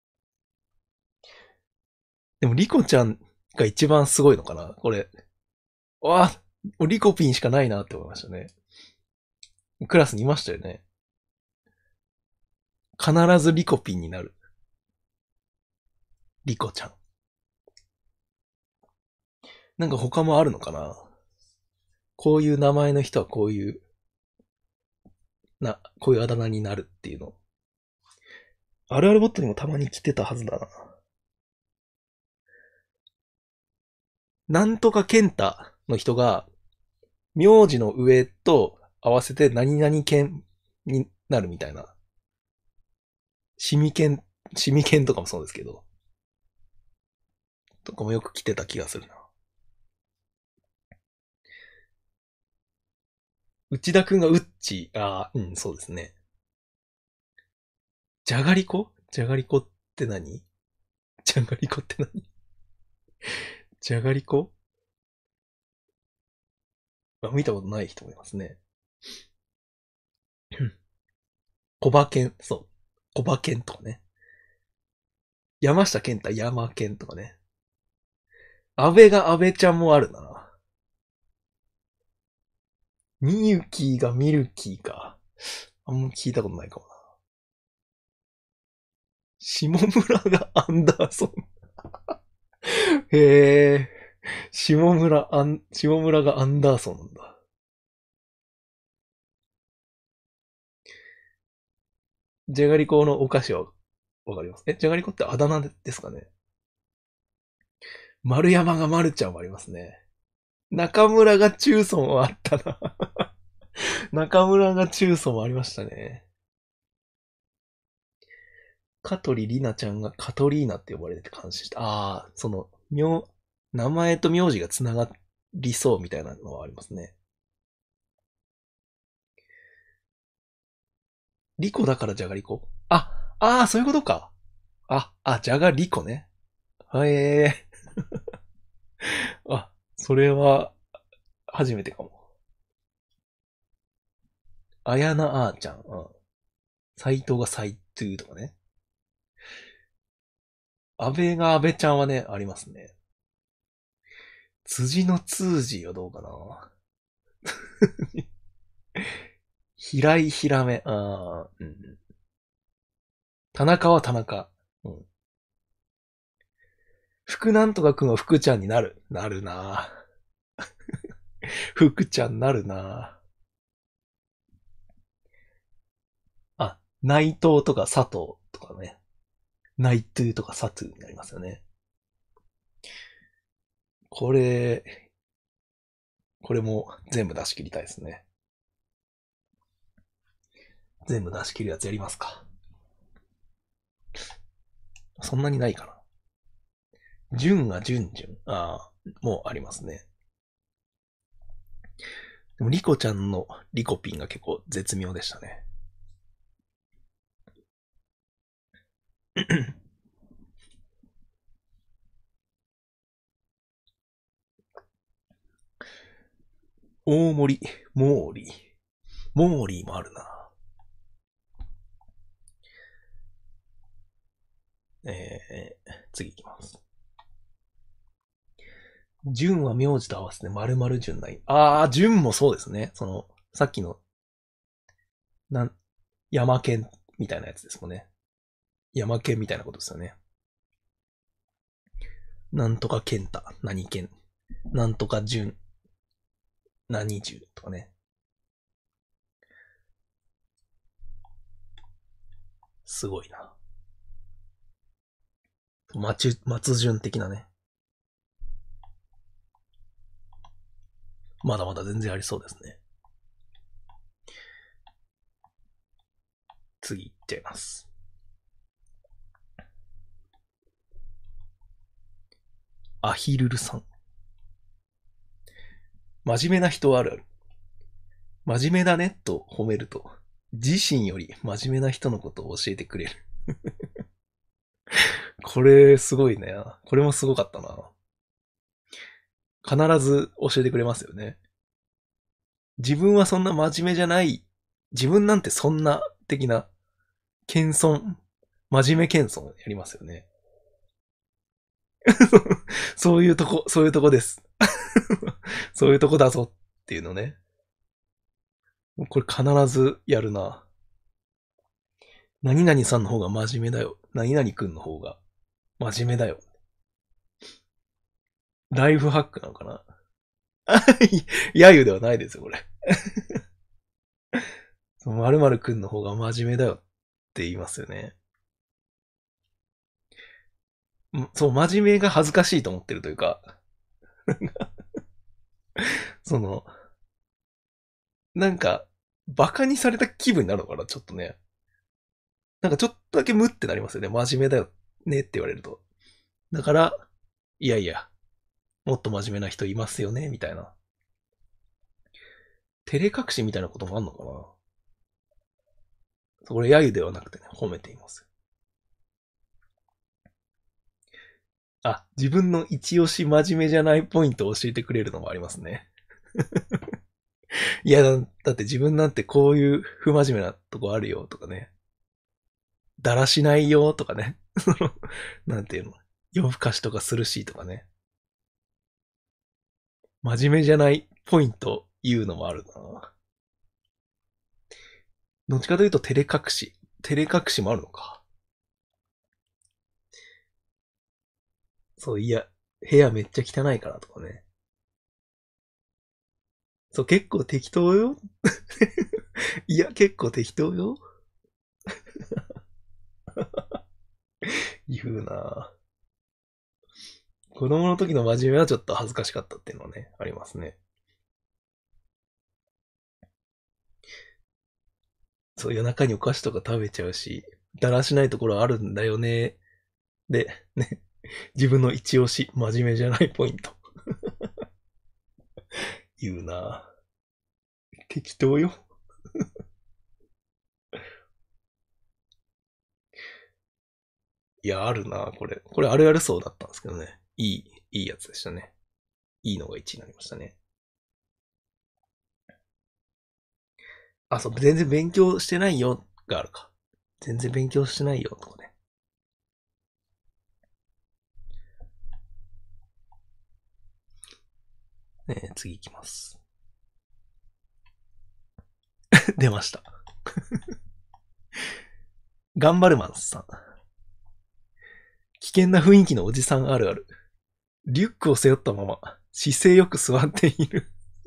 でもリコちゃんが一番すごいのかなこれ。わあ、リコピンしかないなって思いましたね。クラスにいましたよね。必ずリコピンになる。リコちゃん。なんか他もあるのかなこういう名前の人はこういうあだ名になるっていうの。あるあるボットにもたまに来てたはずだな。なんとかケンタの人が、名字の上と合わせて何々県になるみたいな。シミケンとかもそうですけど。とかもよく来てた気がするな。内田くんがウッチ、そうですね。じゃがりこって何じゃがりこって何じゃがりこ見たことない人もいますね。小馬犬、そう。小馬犬とかね。山下健太、山犬とかね。安倍が安倍ちゃんもあるな。ミユキーがミルキーか。あんま聞いたことないかもな。下村がアンダーソン。へえ。下村がアンダーソンなんだ。じゃがりこのお菓子はわかります。じゃがりこってあだ名ですかね。丸山が丸ちゃんもありますね。中村が中尊はあったな。 中村が中祖もありましたね。香取里奈ちゃんがカトリーナって呼ばれてて監視した。ああ、名前と名字がつながりそうみたいなのはありますね。リコだからじゃがリコ。そういうことか。じゃがリコね。へえ。それは、初めてかも。あやなあーちゃん。斎藤が斎藤とかね。安倍が安倍ちゃんはね、ありますね。辻の通じはどうかな。平井ひらめ。うん。田中は田中。うん。福なんとかくんは福ちゃんになる。なるな福ちゃんなるな内藤とか佐藤とかね。内藤とか佐藤になりますよね。これ、これも全部出し切りたいですね。全部出し切るやつやりますか。そんなにないかな。順が順々。もうありますね。でも、リコちゃんのリコピンが結構絶妙でしたね。大森、モーリー。モーリーもあるな。次いきます。順は名字と合わせて〇〇順ない。順もそうですね。さっきの、山県みたいなやつですもんね。山県みたいなことですよね。なんとか健太、何県。なんとか順、何順とかね。すごいな。松順的なね。まだまだ全然ありそうですね。次いっちゃいます。アヒルルさん。真面目な人あるある。真面目だねと褒めると、自身より真面目な人のことを教えてくれる。これすごいね。これもすごかったな。必ず教えてくれますよね。自分はそんな真面目じゃない。自分なんてそんな的な、謙遜、真面目謙遜やりますよね。そういうとこです。そういうとこだぞっていうのね。これ必ずやるな。何々さんの方が真面目だよ。何々くんの方が真面目だよ。ライフハックなのかな。揶揄ではないですよ、これ。〇〇くんの方が真面目だよって言いますよね。そう、真面目が恥ずかしいと思ってるというか、その、なんか、馬鹿にされた気分になるのかな、ちょっとね。なんかちょっとだけムってなりますよね。真面目だよねって言われると。だから、いやいや、もっと真面目な人いますよね、みたいな。照れ隠しみたいなこともあんのかな。これ、揶揄ではなくてね、褒めています。自分の一押し真面目じゃないポイントを教えてくれるのもありますね。いや、だって自分なんてこういう不真面目なとこあるよとかね。だらしないよとかね。なんていうの。夜更かしとかするしとかね。真面目じゃないポイント言うのもあるな。どっちかというと照れ隠し。照れ隠しもあるのか。そう、いや、部屋めっちゃ汚いからとかね。そう、結構適当よ。いや、結構適当よ。言うな子供の時の真面目はちょっと恥ずかしかったっていうのはね、ありますね。 そう、夜中にお菓子とか食べちゃうし、だらしないところあるんだよね。で、ね、自分の一押し、真面目じゃないポイント。言うなぁ。適当よ。いや、あるなぁ、これ。これあるあるそうだったんですけどね。いいやつでしたね。いいのが1位になりましたね。あ、そう、全然勉強してないよがあるか。全然勉強してないよとかね。次行きます。出ました。頑張るマンさん。危険な雰囲気のおじさんあるある。リュックを背負ったまま、姿勢よく座っている。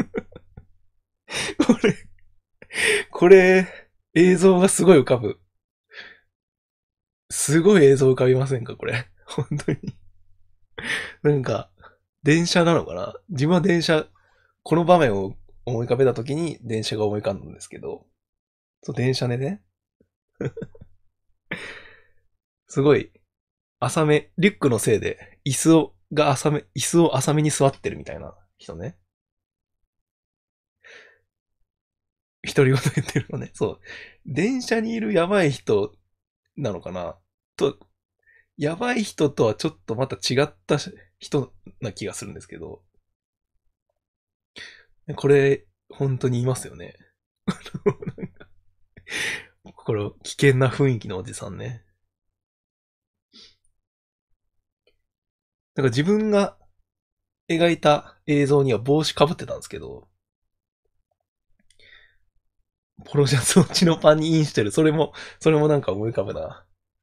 これ、これ、映像がすごい浮かぶ。すごい映像浮かびませんかこれ。本当に。なんか、電車なのかな自分は電車、この場面を思い浮かべた時に電車が思い浮かんだんですけど、そう、電車でね、すごい、浅め、リュックのせいで、椅子を浅めに座ってるみたいな人ね。独り言言ってるのね。そう。電車にいるやばい人なのかなと、やばい人とはちょっとまた違った人な気がするんですけど、これ、本当にいますよね。これ、危険な雰囲気のおじさんね。なんか自分が描いた映像には帽子かぶってたんですけど、ポロシャツを血のパンにインしてる。それもなんか思い浮かぶな。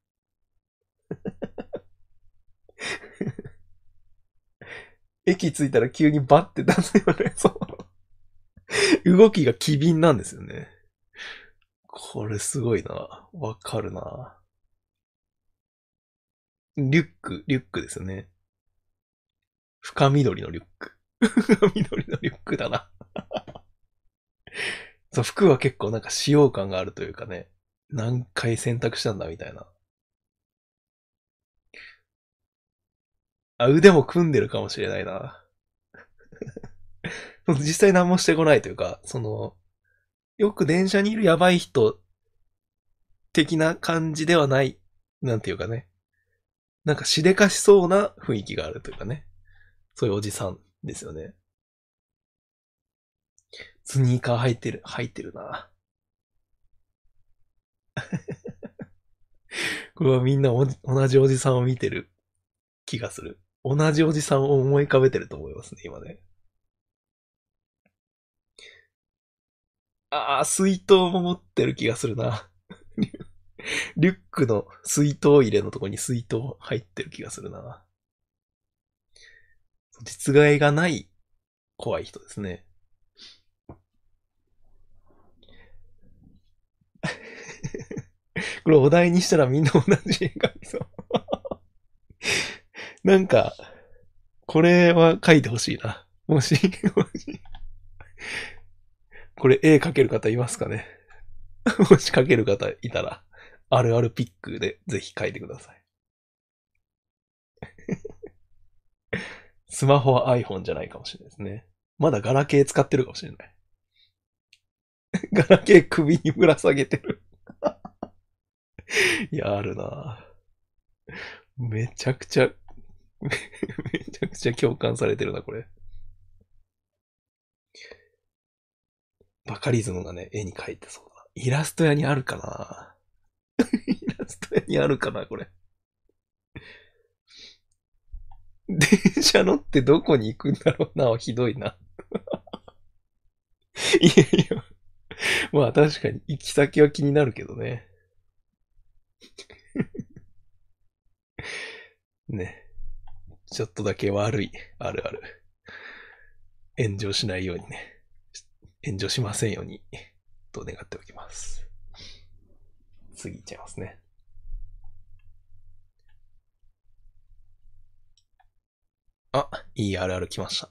駅着いたら急にバッて出すよね。そう。動きが機敏なんですよね。これすごいな。わかるな。リュックですよね。深緑のリュック。深緑のリュックだな。そう、服は結構なんか使用感があるというかね。何回選択したんだみたいな。あ、腕も組んでるかもしれないな。実際何もしてこないというか、よく電車にいるやばい人的な感じではない、なんていうかね。なんかしでかしそうな雰囲気があるというかね。そういうおじさんですよね。スニーカー履いてるな。これはみんな同じおじさんを見てる気がする。同じおじさんを思い浮かべてると思いますね、今ね。ああ、水筒も持ってる気がするな。リュックの水筒入れのとこに水筒入ってる気がするな。実害がない怖い人ですね。これお題にしたらみんな同じ絵描きそう。なんか、これは描いてほしいな。これ絵描ける方いますかね。もし描ける方いたら、あるあるピックでぜひ描いてください。スマホは iPhone じゃないかもしれないですね。まだガラケー使ってるかもしれない。ガラケー首にぶら下げてる。いや、あるなめちゃくちゃ、めちゃくちゃ共感されてるな、これ。バカリズムがね、絵に描いてそうだ。イラスト屋にあるかなイラスト屋にあるかなこれ。電車乗ってどこに行くんだろうな、ひどいな。いやいや。まあ確かに行き先は気になるけどね。ね。ちょっとだけ悪い。あるある。炎上しないようにね。炎上しませんように、と願っておきます。次いっちゃいますね。あ、いいあるある来ました。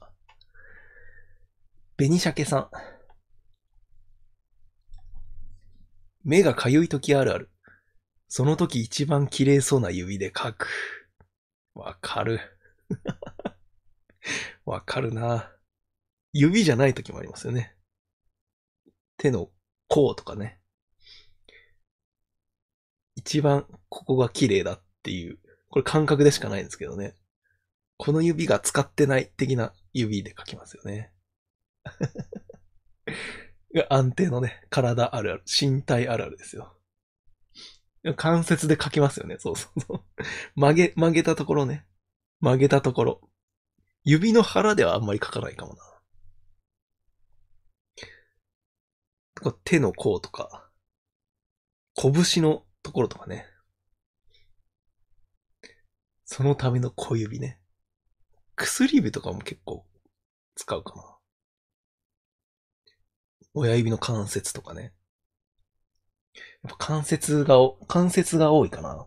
紅鮭さん。 目がかゆい時あるある。その時一番綺麗そうな指で描く。わかる。わかるな。指じゃない時もありますよね。手の甲とかね。一番ここが綺麗だっていう、これ感覚でしかないんですけどね。この指が使ってない的な指で描きますよね。安定のね、体あるある、身体あるあるですよ。関節で描きますよね。そうそうそう。曲げたところね。曲げたところ。指の腹ではあんまり描かないかもな。手の甲とか、拳のところとかね。そのための小指ね。薬指とかも結構使うかな。親指の関節とかね。やっぱ関節が多いかな。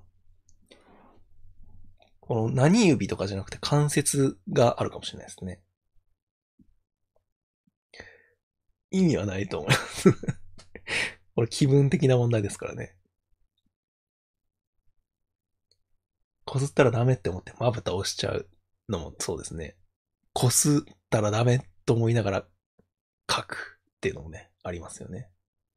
この何指とかじゃなくて関節があるかもしれないですね。意味はないと思います。これ気分的な問題ですからね。こすったらダメって思ってまぶた押しちゃうのもそうですね。こすったらダメと思いながら書くっていうのもね、ありますよね。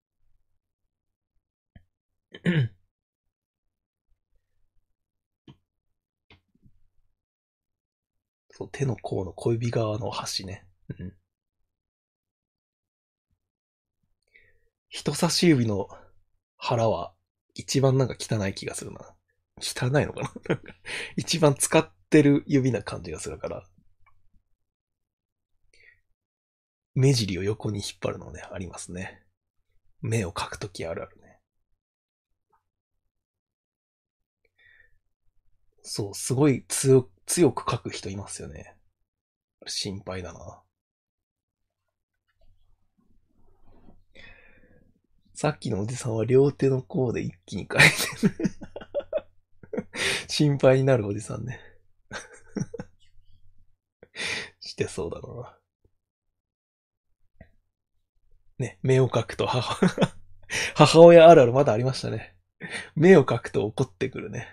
そう、手の甲の小指側の端ね。うん。人差し指の腹は一番なんか汚い気がするな。汚いのかな一番使ってる指な感じがするから。目尻を横に引っ張るのね、ありますね。目を描くときあるあるね。そう、すごい強く描く人いますよね。心配だな。さっきのおじさんは両手の甲で一気に描いてる。心配になるおじさんね。してそうだな。ね、目を描くと母親あるあるまだありましたね。目を描くと怒ってくるね。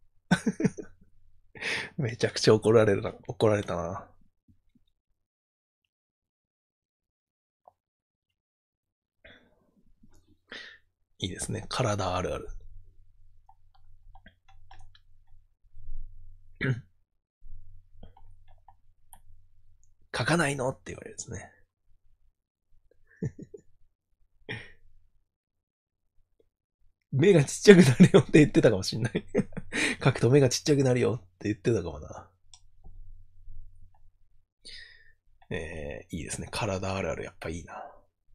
めちゃくちゃ怒られたな。いいですね。体あるある。書かないのって言われるですね。目がちっちゃくなるよって言ってたかもしんない。書くと目がちっちゃくなるよって言ってたかもな。いいですね。体あるあるやっぱいいな。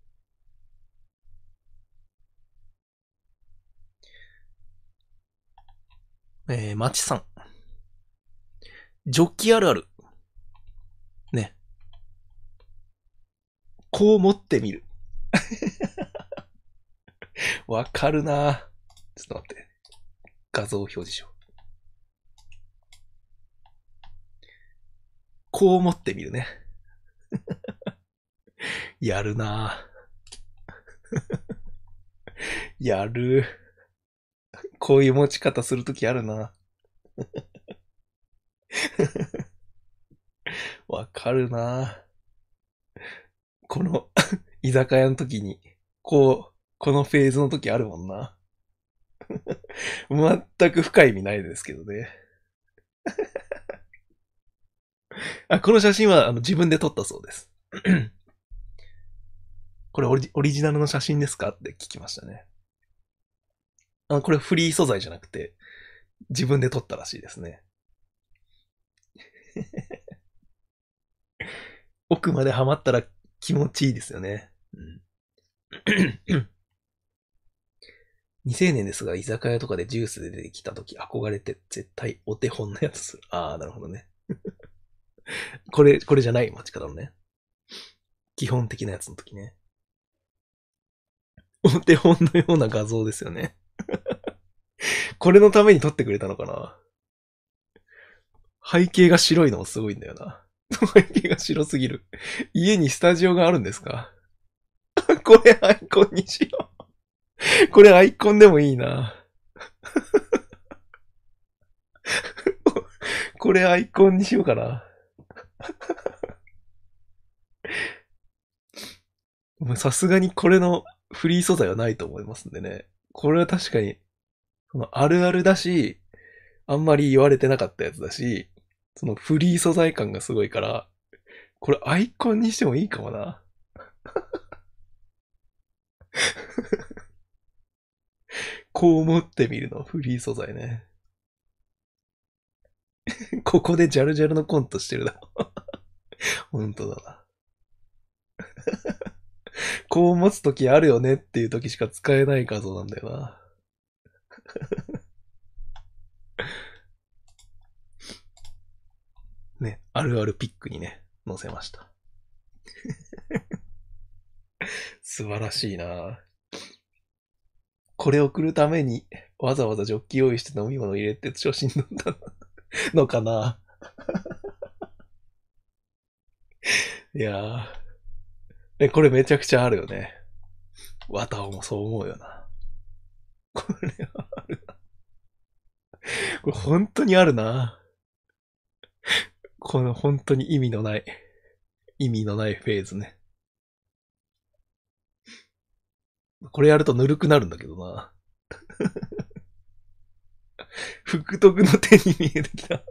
まちさん。ジョッキあるある。ね。こう持ってみる。わかるな。ちょっと待って。画像表示しよう。こう持ってみるね。やるな。やる。こういう持ち方するときあるな。わかるな。この居酒屋の時に、このフェーズの時あるもんな。全く深い意味ないですけどね。この写真は自分で撮ったそうです。これオリジナルの写真ですかって聞きましたね。これフリー素材じゃなくて、自分で撮ったらしいですね。奥までハマったら気持ちいいですよね。未成年ですが、居酒屋とかでジュースで出てきたとき憧れて絶対お手本のやつする。ああ、なるほどね。これじゃない待ち方のね。基本的なやつの時ね。お手本のような画像ですよね。これのために撮ってくれたのかな。背景が白いのもすごいんだよな。背景が白すぎる。家にスタジオがあるんですか？これアイコンにしよう。 これアイコンでもいいな。これアイコンにしようかな。もうさすがにこれのフリー素材はないと思いますんでね。これは確かに、そのあるあるだし、あんまり言われてなかったやつだし、そのフリー素材感がすごいから、これアイコンにしてもいいかもな。こう思ってみるの、フリー素材ね。ここでジャルジャルのコントしてるな。本当だな。こう持つときあるよねっていうときしか使えない画像なんだよな。ね、あるあるピックにね、載せました。素晴らしいな。これ送るためにわざわざジョッキ用意して飲み物入れて調子に乗ったのかな。いやー。これめちゃくちゃあるよね。わたおもそう思うよな。これはあるな。これ本当にあるな。この本当に意味のないフェーズね。これやるとぬるくなるんだけどな。福徳の手に見えてきた。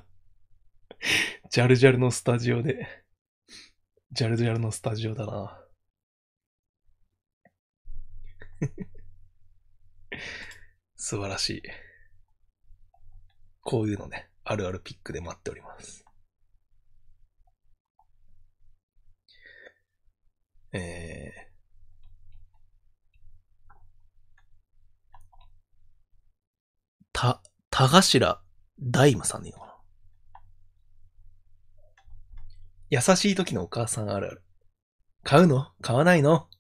ジャルジャルのスタジオで。ジャルジャルのスタジオだな。素晴らしい。こういうのね、あるあるピックで待っております。田頭大夢さんでいいのかな。優しい時のお母さんあるある。買うの買わないの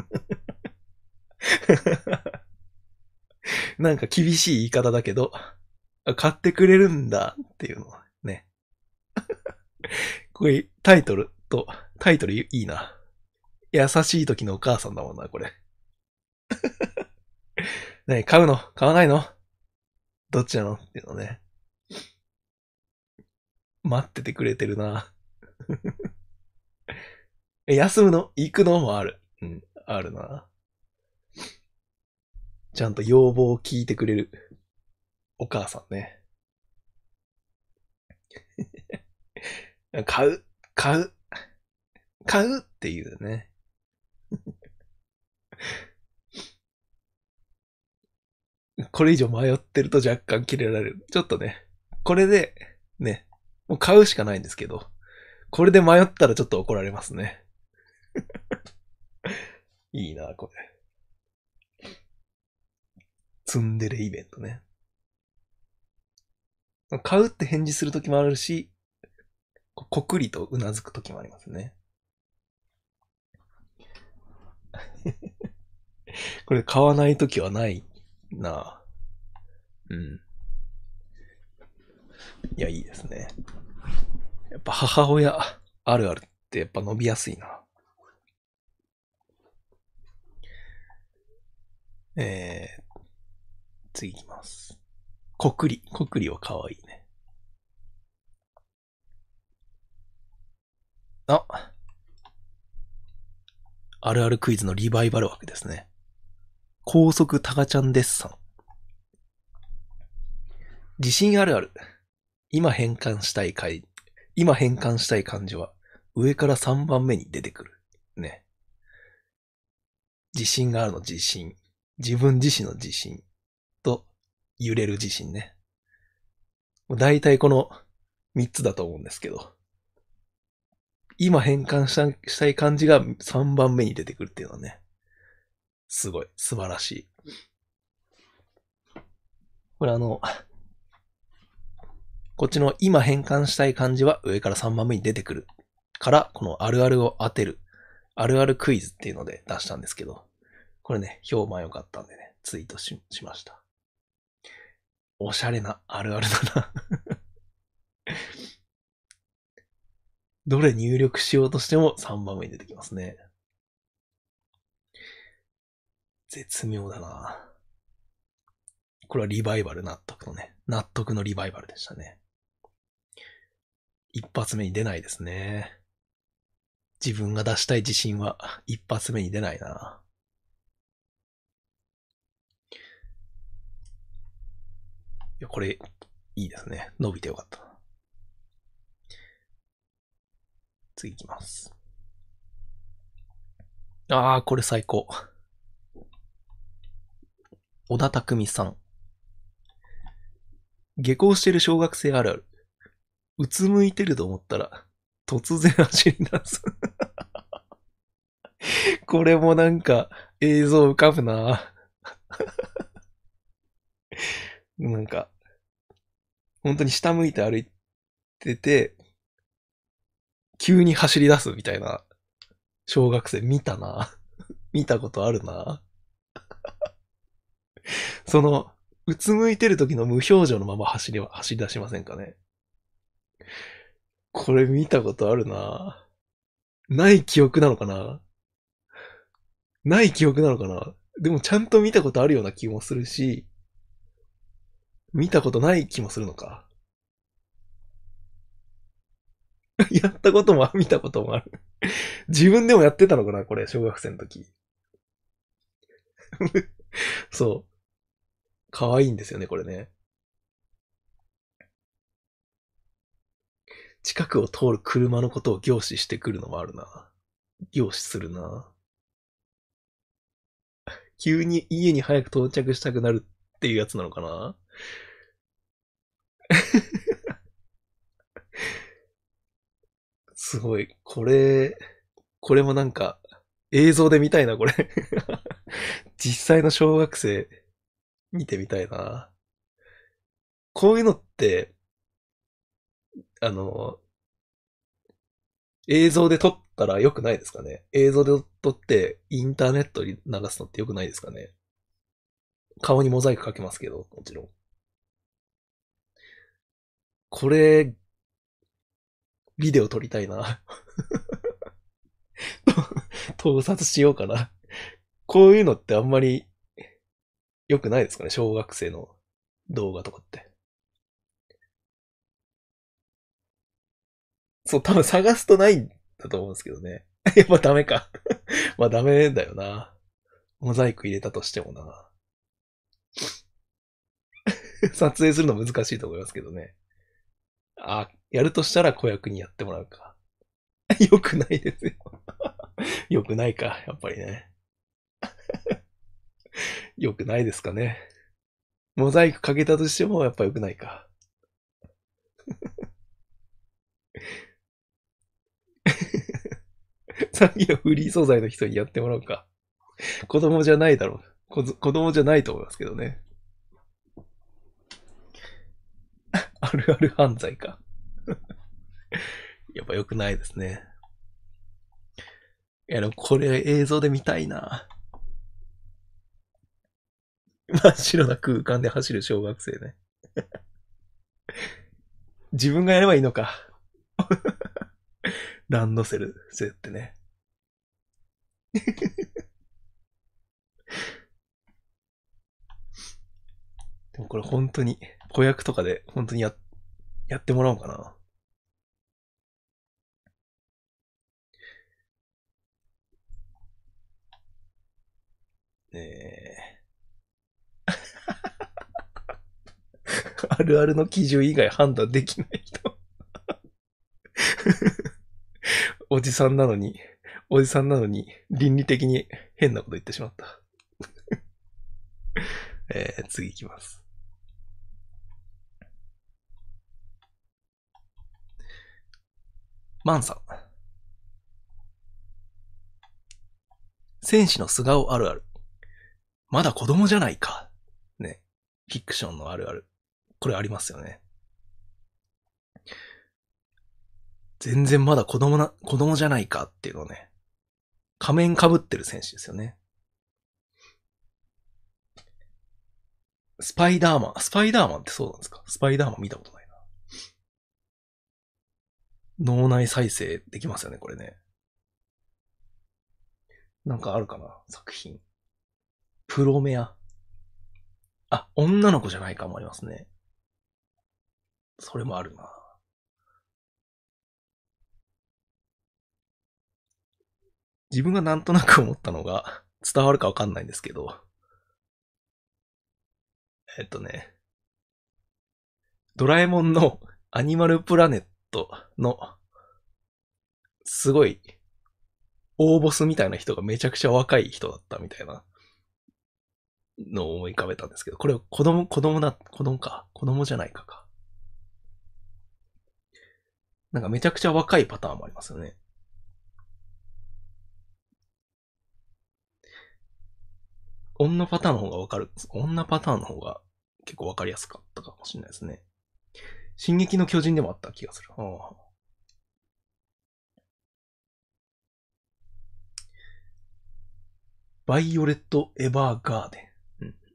なんか厳しい言い方だけど、買ってくれるんだっていうのはね。これタイトルいいな。優しい時のお母さんだもんな、これ。ね、買うの買わないのどっちなのっていうのね。待っててくれてるな。休むの行くのもある。うん、あるな。ちゃんと要望を聞いてくれるお母さんね。買う、買う、買うっていうね。これ以上迷ってると若干キレられる。ちょっとね、これで、ね、もう買うしかないんですけど、これで迷ったらちょっと怒られますね。いいな、これ。ツンデレイベントね。買うって返事するときもあるし、こくりとうなずくときもありますね。これ買わないときはないな。うん。いや、いいですね。やっぱ母親あるあるってやっぱ伸びやすいな。次いきます。こくりは可愛いね。あ、あるあるクイズのリバイバル枠ですね。高速タカちゃんデッサン。自信あるある。今変換したい漢字は上から3番目に出てくる。ね。自信があるの自信。自分自身の自信。と、揺れる自信ね。大体この3つだと思うんですけど。今変換したい漢字が3番目に出てくるっていうのはね。すごい。素晴らしい。これこっちの今変換したい漢字は上から3番目に出てくるから、このあるあるを当てる、あるあるクイズっていうので出したんですけど、これね、評判良かったんでね、ツイート しました。おしゃれなあるあるだな。どれ入力しようとしても3番目に出てきますね。 絶妙だな。これはリバイバル納得のね。納得のリバイバルでしたね。一発目に出ないですね。自分が出したい自信は一発目に出ないな。いや、これ、いいですね。伸びてよかった。次行きます。あー、これ最高。小田匠さん。下校してる小学生あるある。うつむいてると思ったら、突然走り出す。これもなんか、映像浮かぶな。なんか、本当に下向いて歩いてて、急に走り出すみたいな小学生見たな。見たことあるな。その、うつむいてる時の無表情のまま走り出しませんかね。これ見たことあるな。ない記憶なのかな。ない記憶なのかな。でもちゃんと見たことあるような気もするし、見たことない気もするのか。やったことも見たこともある。自分でもやってたのかな、これ、小学生の時。そう。可愛いんですよね、これね。近くを通る車のことを凝視してくるのもあるな。凝視するな。急に家に早く到着したくなるっていうやつなのかな。すごい。これもなんか、映像で見たいな、これ。実際の小学生、見てみたいな。こういうのって、あの、映像で撮ったら良くないですかね。映像で撮ってインターネットに流すのって良くないですかね。顔にモザイクかけますけど、もちろん。これ、ビデオ撮りたいな。盗撮しようかな。こういうのってあんまり良くないですかね。小学生の動画とかって。そう、多分探すとないんだと思うんですけどね。やっぱダメか。まあダメだよな。モザイク入れたとしてもな。撮影するの難しいと思いますけどね。あ、やるとしたら子役にやってもらうか。よくないですよ。よくないか、やっぱりね。よくないですかね。モザイクかけたとしても、やっぱよくないか。さっきのフリー素材の人にやってもらうか。子供じゃないだろう。子供じゃないと思いますけどね。あるある犯罪か。やっぱ良くないですね。いや、でもこれ映像で見たいな。真っ白な空間で走る小学生ね。自分がやればいいのか。ランドセル背負ってね。でもこれ本当に、子役とかで本当にやってもらおうかな。えあるあるの基準以外判断できない人。おじさんなのに、おじさんなのに、倫理的に変なこと言ってしまった。次行きます。マンさん。戦士の素顔あるある。まだ子供じゃないか。ね。フィクションのあるある。これありますよね。全然まだ子供じゃないかっていうのをね。仮面被ってる戦士ですよね。スパイダーマンってそうなんですか？スパイダーマン見たことないな。脳内再生できますよね、これね。なんかあるかな作品。 プロメア。あ、女の子じゃないかもありますね。それもあるな。自分がなんとなく思ったのが、伝わるかわかんないんですけど、ね、ドラえもんのアニマルプラネットの、すごい、大ボスみたいな人がめちゃくちゃ若い人だったみたいなのを思い浮かべたんですけど、これ子供じゃないか。なんかめちゃくちゃ若いパターンもありますよね。女パターンの方がわかる。女パターンの方が結構わかりやすかったかもしれないですね。進撃の巨人でもあった気がする。バイオレット・エヴァーガーデン。うん。い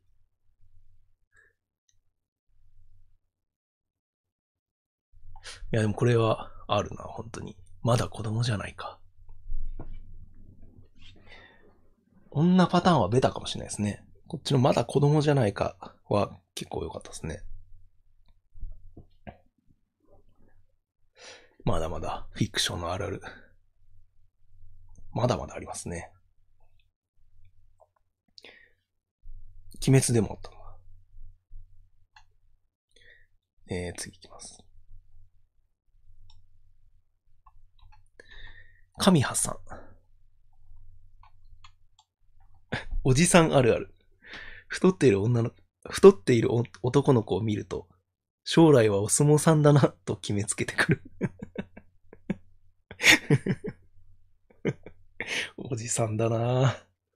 や、でもこれはあるな、本当に。まだ子供じゃないか。女パターンはベタかもしれないですね。こっちのまだ子供じゃないかは結構良かったですね。まだまだフィクションのあるある。まだまだありますね。鬼滅でもあったな。次いきます。神橋さん。おじさんあるある。太っている男の子を見ると、将来はお相撲さんだな、と決めつけてくる。おじさんだな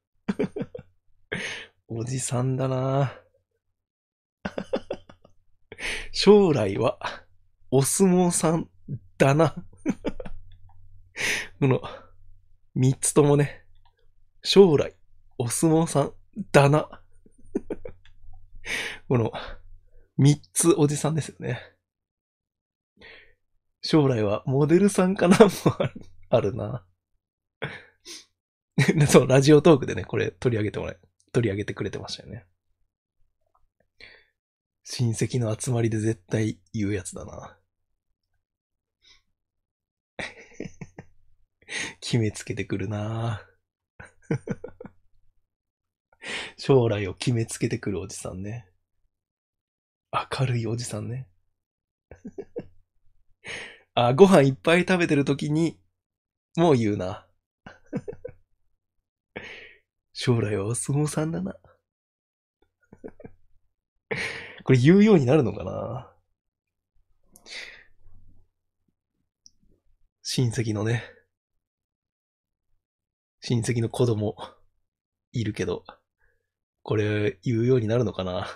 おじさんだな将来はお相撲さんだな。この三つともね、将来お相撲さんだな。この三つおじさんですよね。将来はモデルさんかなもあるな。そう、ラジオトークでね、これ取り上げてくれてましたよね。親戚の集まりで絶対言うやつだな。決めつけてくるな将来を決めつけてくるおじさんね。明るいおじさんね。あ、ご飯いっぱい食べてる時に、もう言うな。将来はお相撲さんだな。これ言うようになるのかな。親戚のね、親戚の子供いるけど、これ言うようになるのかな。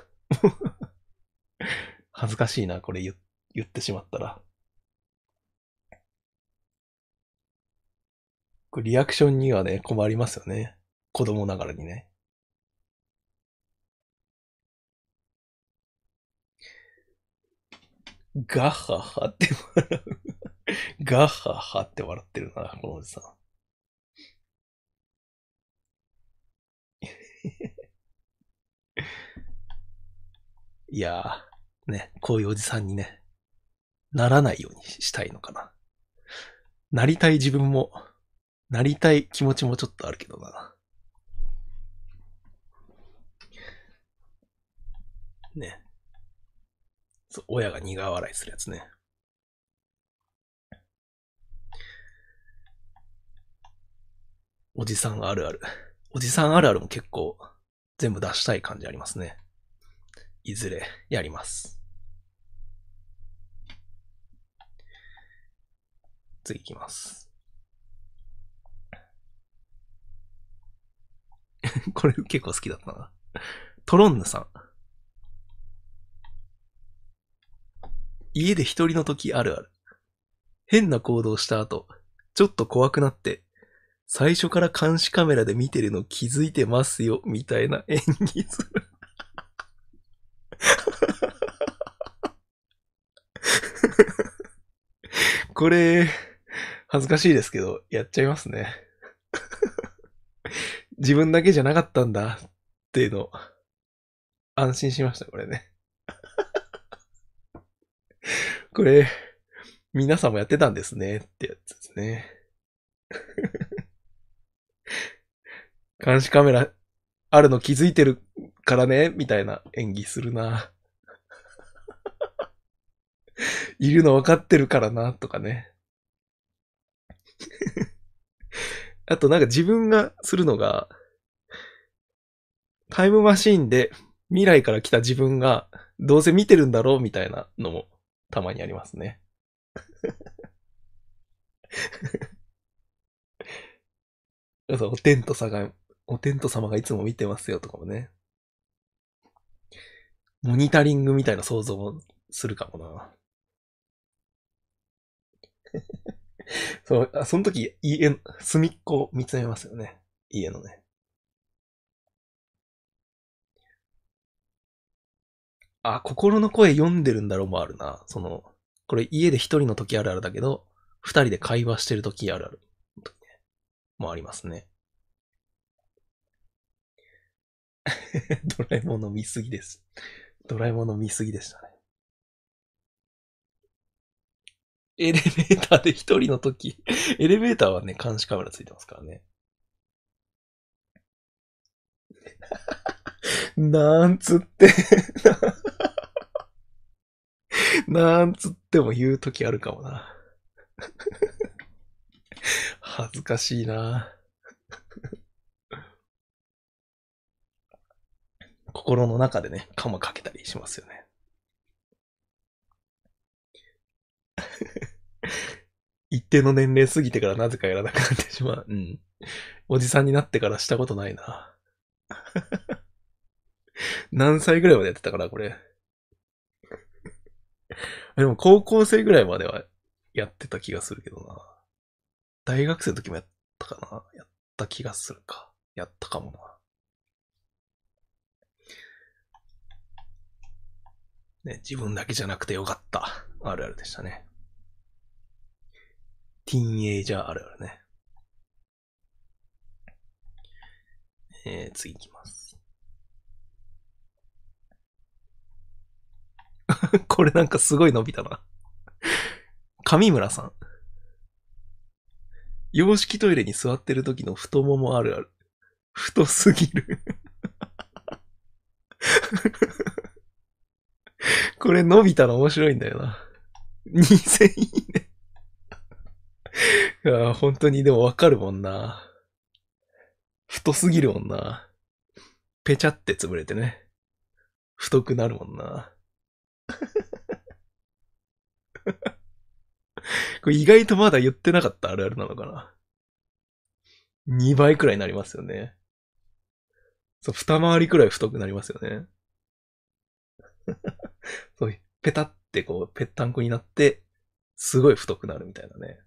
恥ずかしいな、これ言ってしまったら。これリアクションにはね、困りますよね。子供ながらにね。ガッハハって笑う。ガッハハって笑ってるな、このおじさん。いやー、ね、こういうおじさんにね、ならないようにしたいのかな。なりたい自分も、なりたい気持ちもちょっとあるけどな。ね。そう、親が苦笑いするやつね。おじさんあるある。おじさんあるあるも結構全部出したい感じありますね。いずれやります。次いきます。これ結構好きだったな。トロンヌさん。家で一人の時あるある。変な行動した後、ちょっと怖くなって、最初から監視カメラで見てるの気づいてますよ、みたいな演技する。これ、恥ずかしいですけど、やっちゃいますね。自分だけじゃなかったんだ。 ていうの、安心しました、これね。これ、皆さんもやってたんですね、ってやつですね。監視カメラあるの気づいてるからね、みたいな演技するな。いるの分かってるからな、とかね。あとなんか自分がするのが、タイムマシーンで未来から来た自分がどうせ見てるんだろうみたいなのもたまにありますね。そうおテント様がいつも見てますよとかもね。モニタリングみたいな想像もするかもな。そう、その時、隅っこ見つめますよね。家のね。あ、心の声読んでるんだろうもあるな。これ家で一人の時あるあるだけど、二人で会話してる時あるある。もありますね。ドラえもんの見すぎです。ドラえもんの見すぎでしたね。エレベーターで一人の時、エレベーターはね、監視カメラついてますからね。なんつってなんつっても言う時あるかもな。恥ずかしいな。心の中でね、カマかけたりしますよね。一定の年齢過ぎてからなぜかやらなくなってしまう。うん。おじさんになってからしたことないな。何歳ぐらいまでやってたかな、これ。でも高校生ぐらいまではやってた気がするけどな。大学生の時もやったかな。やった気がするか。やったかもな。ね、自分だけじゃなくてよかった。あるあるでしたね。ティーンエイジャーあるあるね。次行きます。これなんかすごい伸びたな。上村さん。洋式トイレに座ってる時の太ももあるある。太すぎる。これ伸びたら面白いんだよな。2000いいね。いや、本当にでもわかるもんな。太すぎるもんな。ペチャって潰れてね。太くなるもんな。これ意外とまだ言ってなかったあるあるなのかな。2倍くらいになりますよね。そう、二回りくらい太くなりますよね。そう、ペタってこう、ぺったんこになって、すごい太くなるみたいなね。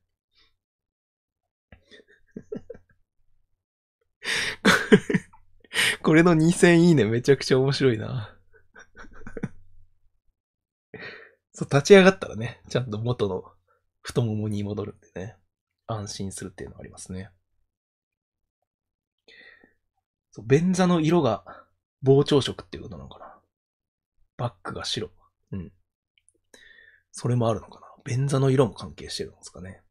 これの2000いいねめちゃくちゃ面白いな。そう、立ち上がったらね、ちゃんと元の太ももに戻るんでね、安心するっていうのはありますね。そう、便座の色が膨張色っていうことなのかな。バックが白。うん。それもあるのかな。便座の色も関係してるんですかね。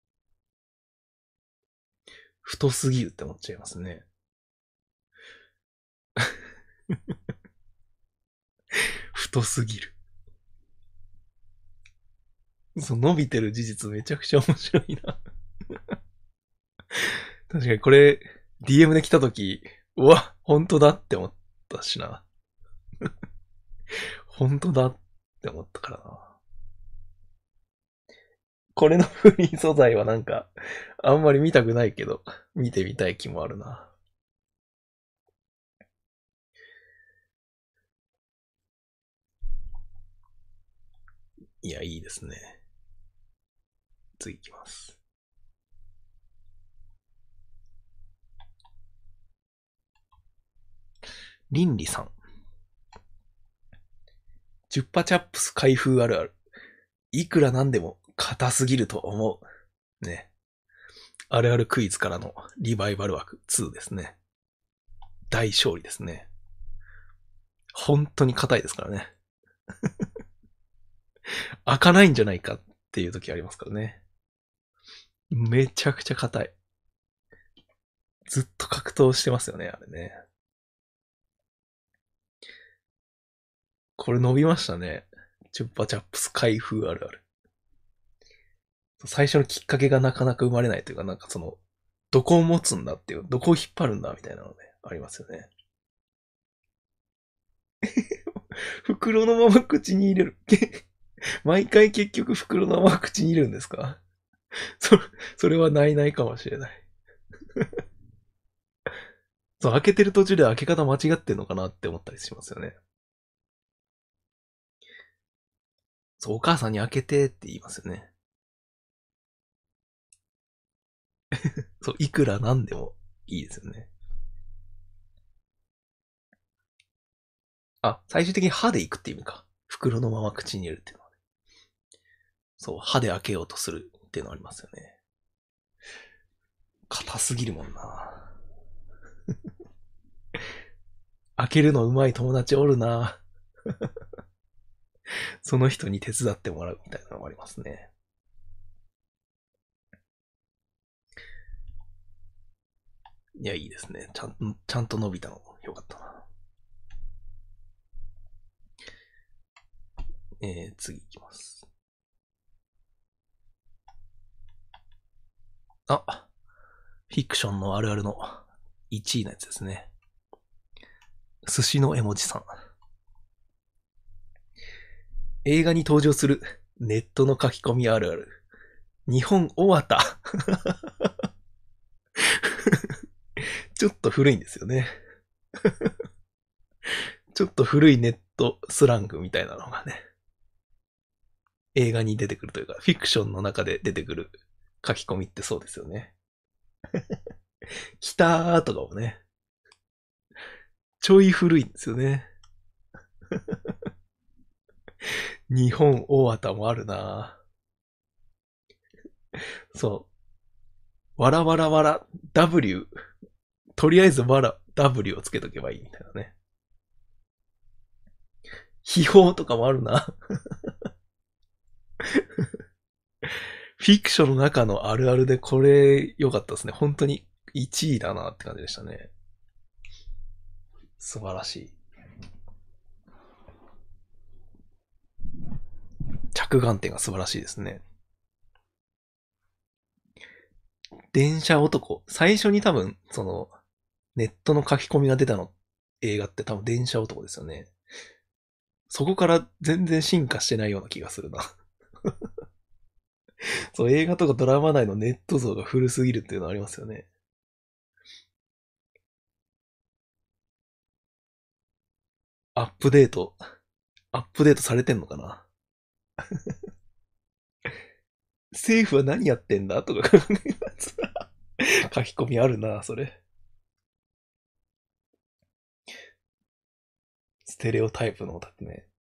太すぎるって思っちゃいますね。太すぎる。そう、伸びてる事実めちゃくちゃ面白いな。確かにこれ、DM で来たとき、うわ、本当だって思ったしな。本当だって思ったからな。これのフリー素材はなんか、あんまり見たくないけど、見てみたい気もあるな。いや、いいですね。次行きます。倫理さん。チュッパチャップス開封あるある。いくらなんでも硬すぎると思う。ね。あるあるクイズからのリバイバル枠2ですね。大勝利ですね。 本当に硬いですからね。開かないんじゃないかっていう時ありますからね。めちゃくちゃ硬い。ずっと格闘してますよね、あれね。これ伸びましたね。チュッパチャップス開封あるある。最初のきっかけがなかなか生まれないというか、なんかその、どこを持つんだっていう、どこを引っ張るんだみたいなのね、ありますよね。袋のまま口に入れる。毎回結局袋のまま口に入れるんですか？そそれはないないかもしれない。そう、開けてる途中で開け方間違ってんのかなって思ったりしますよね。そう、お母さんに開けてって言いますよね。そう、いくらなんでもいいですよね。あ、最終的に歯で行くって意味か。袋のまま口に入れるっていうのはね。そう、歯で開けようとするっていうのありますよね。硬すぎるもんな。開けるの上手い友達おるな。その人に手伝ってもらうみたいなのもありますね。いや、いいですね。ちゃんと伸びたの。よかったな。次いきます。あ、フィクションのあるあるの1位のやつですね。寿司の絵文字さん。映画に登場するネットの書き込みあるある。日本終わった。ちょっと古いんですよね。ちょっと古いネットスラングみたいなのがね、映画に出てくるというか、フィクションの中で出てくる書き込みってそうですよね。来たーとかもね、ちょい古いんですよね。日本大畑もあるな。そう。わらわらわら W。とりあえずわら W をつけとけばいいみたいなね。秘宝とかもあるな。フィクションの中のあるあるでこれ良かったですね。本当に1位だなって感じでしたね。素晴らしい。着眼点が素晴らしいですね。電車男。最初に多分、その、ネットの書き込みが出たの、映画って多分電車男ですよね。そこから全然進化してないような気がするな。そう、映画とかドラマ内のネット像が古すぎるっていうのありますよね。アップデート、アップデートされてんのかな？政府は何やってんだとか書き込みあるな、それ。ステレオタイプのだってね。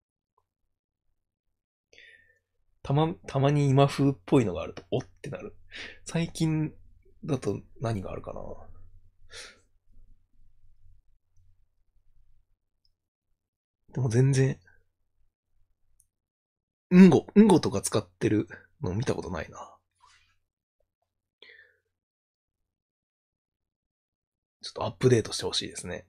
たまに今風っぽいのがあると、おってなる。最近だと何があるかな？でも全然、うんごとか使ってるの見たことないな。ちょっとアップデートしてほしいですね。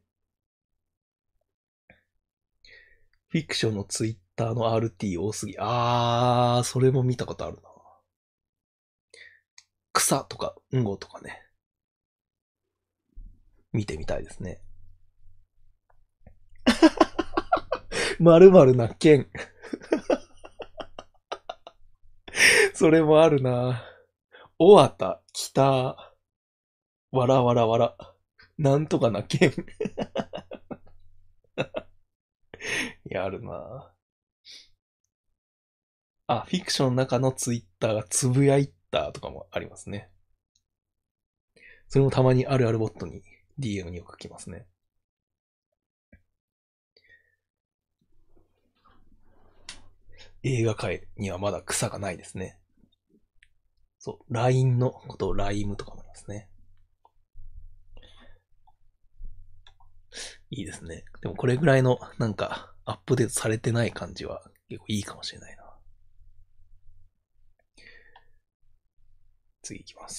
フィクションのツイッターの RT 多すぎ。それも見たことあるな。草とか、うんごとかね。見てみたいですね。〇〇な剣。それもあるな。おわた、きた、わらわらわら。なんとかな剣。いや、あるな。あ、フィクションの中のツイッターがつぶやいたとかもありますね。それもたまにあるあるボットに DM によく来ますね。映画界にはまだ草がないですね。そう、LINE のことを LINE とかもありますね。 いいですね。でもこれぐらいのなんかアップデートされてない感じは結構いいかもしれないな。次行きます。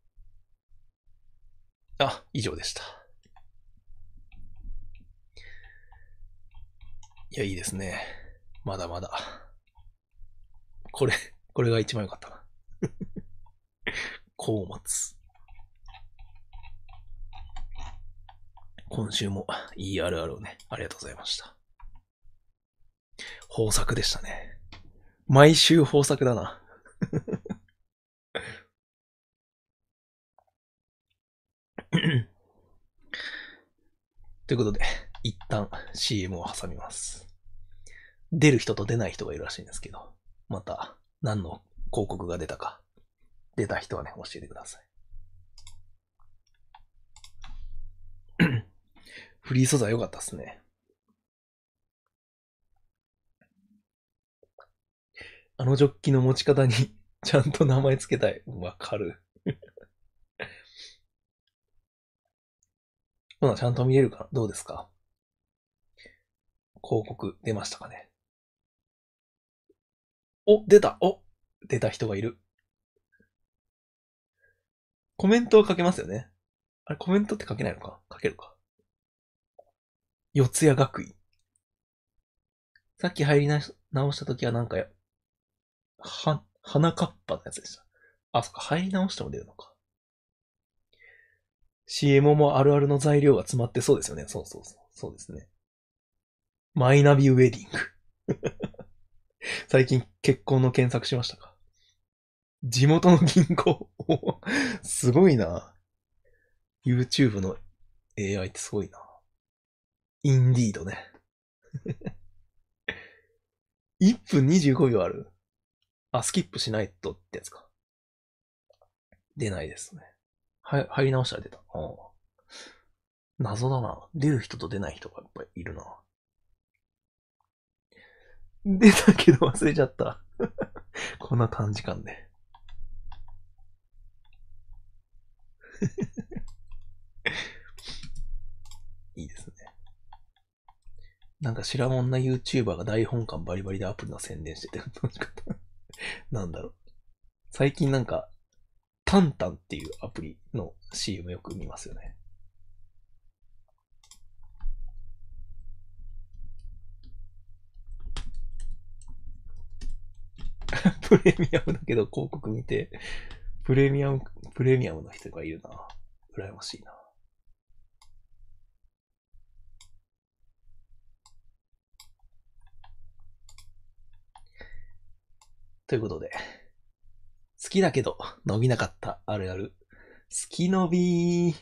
あ、以上でした。いや、いいですね。まだまだ。これが一番良かったな。コウモツ。今週もいいあるあるをね、ありがとうございました。豊作でしたね。毎週豊作だな。ということで、一旦 CM を挟みます。出る人と出ない人がいるらしいんですけど、また何の広告が出たか、出た人はね、教えてください。フリー素材良かったっすね。あのジョッキの持ち方にちゃんと名前つけたい。わかる。ほな、ちゃんと見れるかな？どうですか？広告出ましたかね？お、出た！出た人がいる。コメントを書けますよね。あれ、コメントって書けないのか？書けるか。四谷学院。さっき入り直した時はなんか、花かっぱのやつでした。あ、そっか、入り直しても出るのか。CM もあるあるの材料が詰まってそうですよね。そうそうそう。そうですね。マイナビウェディング。最近結婚の検索しましたか？地元の銀行。すごいな。YouTube の AI ってすごいな。インディードね。1分25秒ある。あ、スキップしないとってやつか。出ないですね。入り直したら出た。謎だな。出る人と出ない人がやっぱりいるな。出たけど忘れちゃった。こんな短時間で。いいですね。なんか知らん女 YouTuber が大本館バリバリでアプリの宣伝してて楽しかった。なんだろう。最近なんか、タンタンっていうアプリの CM よく見ますよね。プレミアムだけど広告見て、プレミアムの人がいるな。羨ましいな。ということで、好きだけど伸びなかったあるある。好き伸びー。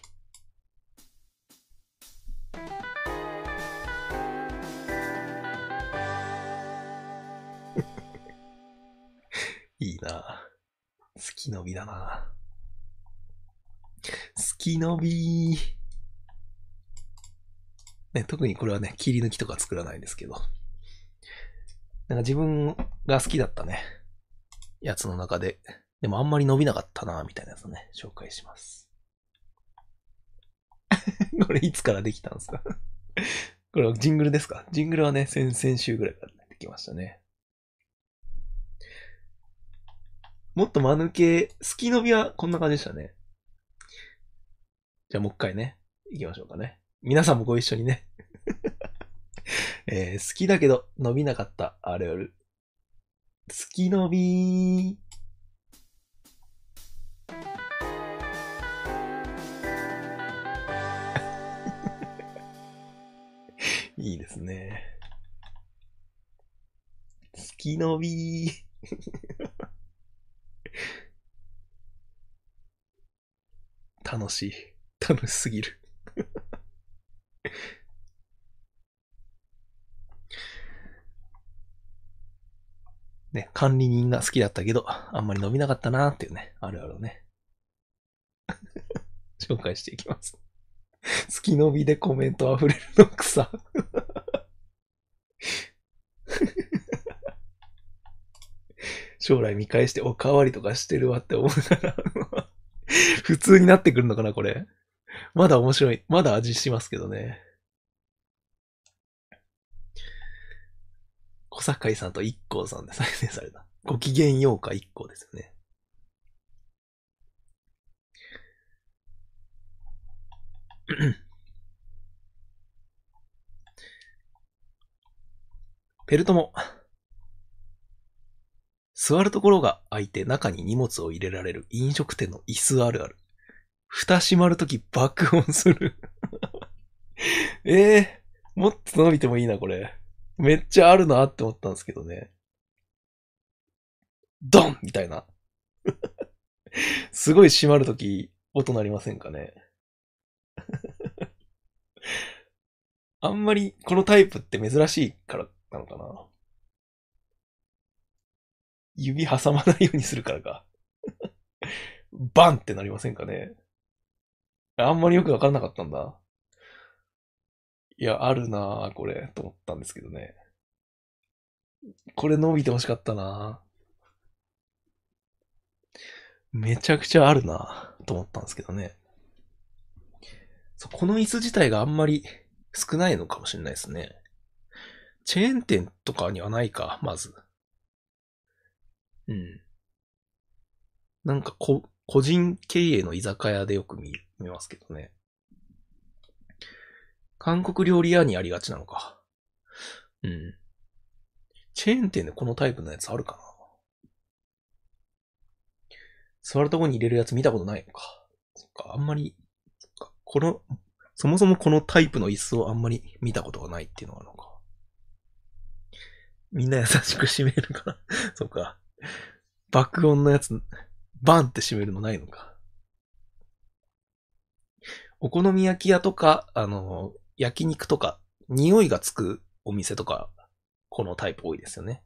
いいな。好き伸びだな。好き伸びー。ね、特にこれはね、切り抜きとか作らないんですけど。なんか自分が好きだったね、やつの中で、でもあんまり伸びなかったな、みたいなやつをね、紹介します。これいつからできたんですか？これはジングルですか？ジングルはね、先々週ぐらいからできましたね。もっと間抜け、好き伸びはこんな感じでしたね。じゃあもう一回ね、行きましょうかね。皆さんもご一緒にね。好きだけど伸びなかったあるある。好き伸びー。いいですね。好き伸びー。楽しい。楽しすぎる。ね、管理人が好きだったけど、あんまり伸びなかったなーっていうね、あるあるをね、紹介していきます。好き伸びでコメント溢れるの草。将来見返しておかわりとかしてるわって思うから、普通になってくるのかな、これ。まだ面白い。まだ味しますけどね。 小堺さんと一光さんで再生された。ごきげんようか一光ですよね。ペルトも、座るところが空いて中に荷物を入れられる飲食店の椅子あるある。蓋閉まるとき爆音する。もっと伸びてもいいな、これ。めっちゃあるなって思ったんですけどね。ドンみたいな。すごい閉まるとき音鳴りませんかね。あんまりこのタイプって珍しいからなのかな。指挟まないようにするからか。バンってなりませんかね。あんまりよくわからなかったんだ。いや、あるなぁ、これ、と思ったんですけどね。これ伸びてほしかったなぁ。めちゃくちゃあるなぁ、と思ったんですけどね。この椅子自体があんまり少ないのかもしれないですね。チェーン店とかにはないか、まず。うん。なんか個人経営の居酒屋でよく見ますけどね。韓国料理屋にありがちなのか。うん。チェーン店でこのタイプのやつあるかな。座るとこに入れるやつ見たことないのか。そっか、あんまり、そもそもこのタイプの椅子をあんまり見たことがないっていうのがあるのか。みんな優しく閉めるから。そっか。爆音のやつ、バンって閉めるのないのか。お好み焼き屋とか、焼肉とか、匂いがつくお店とか、このタイプ多いですよね。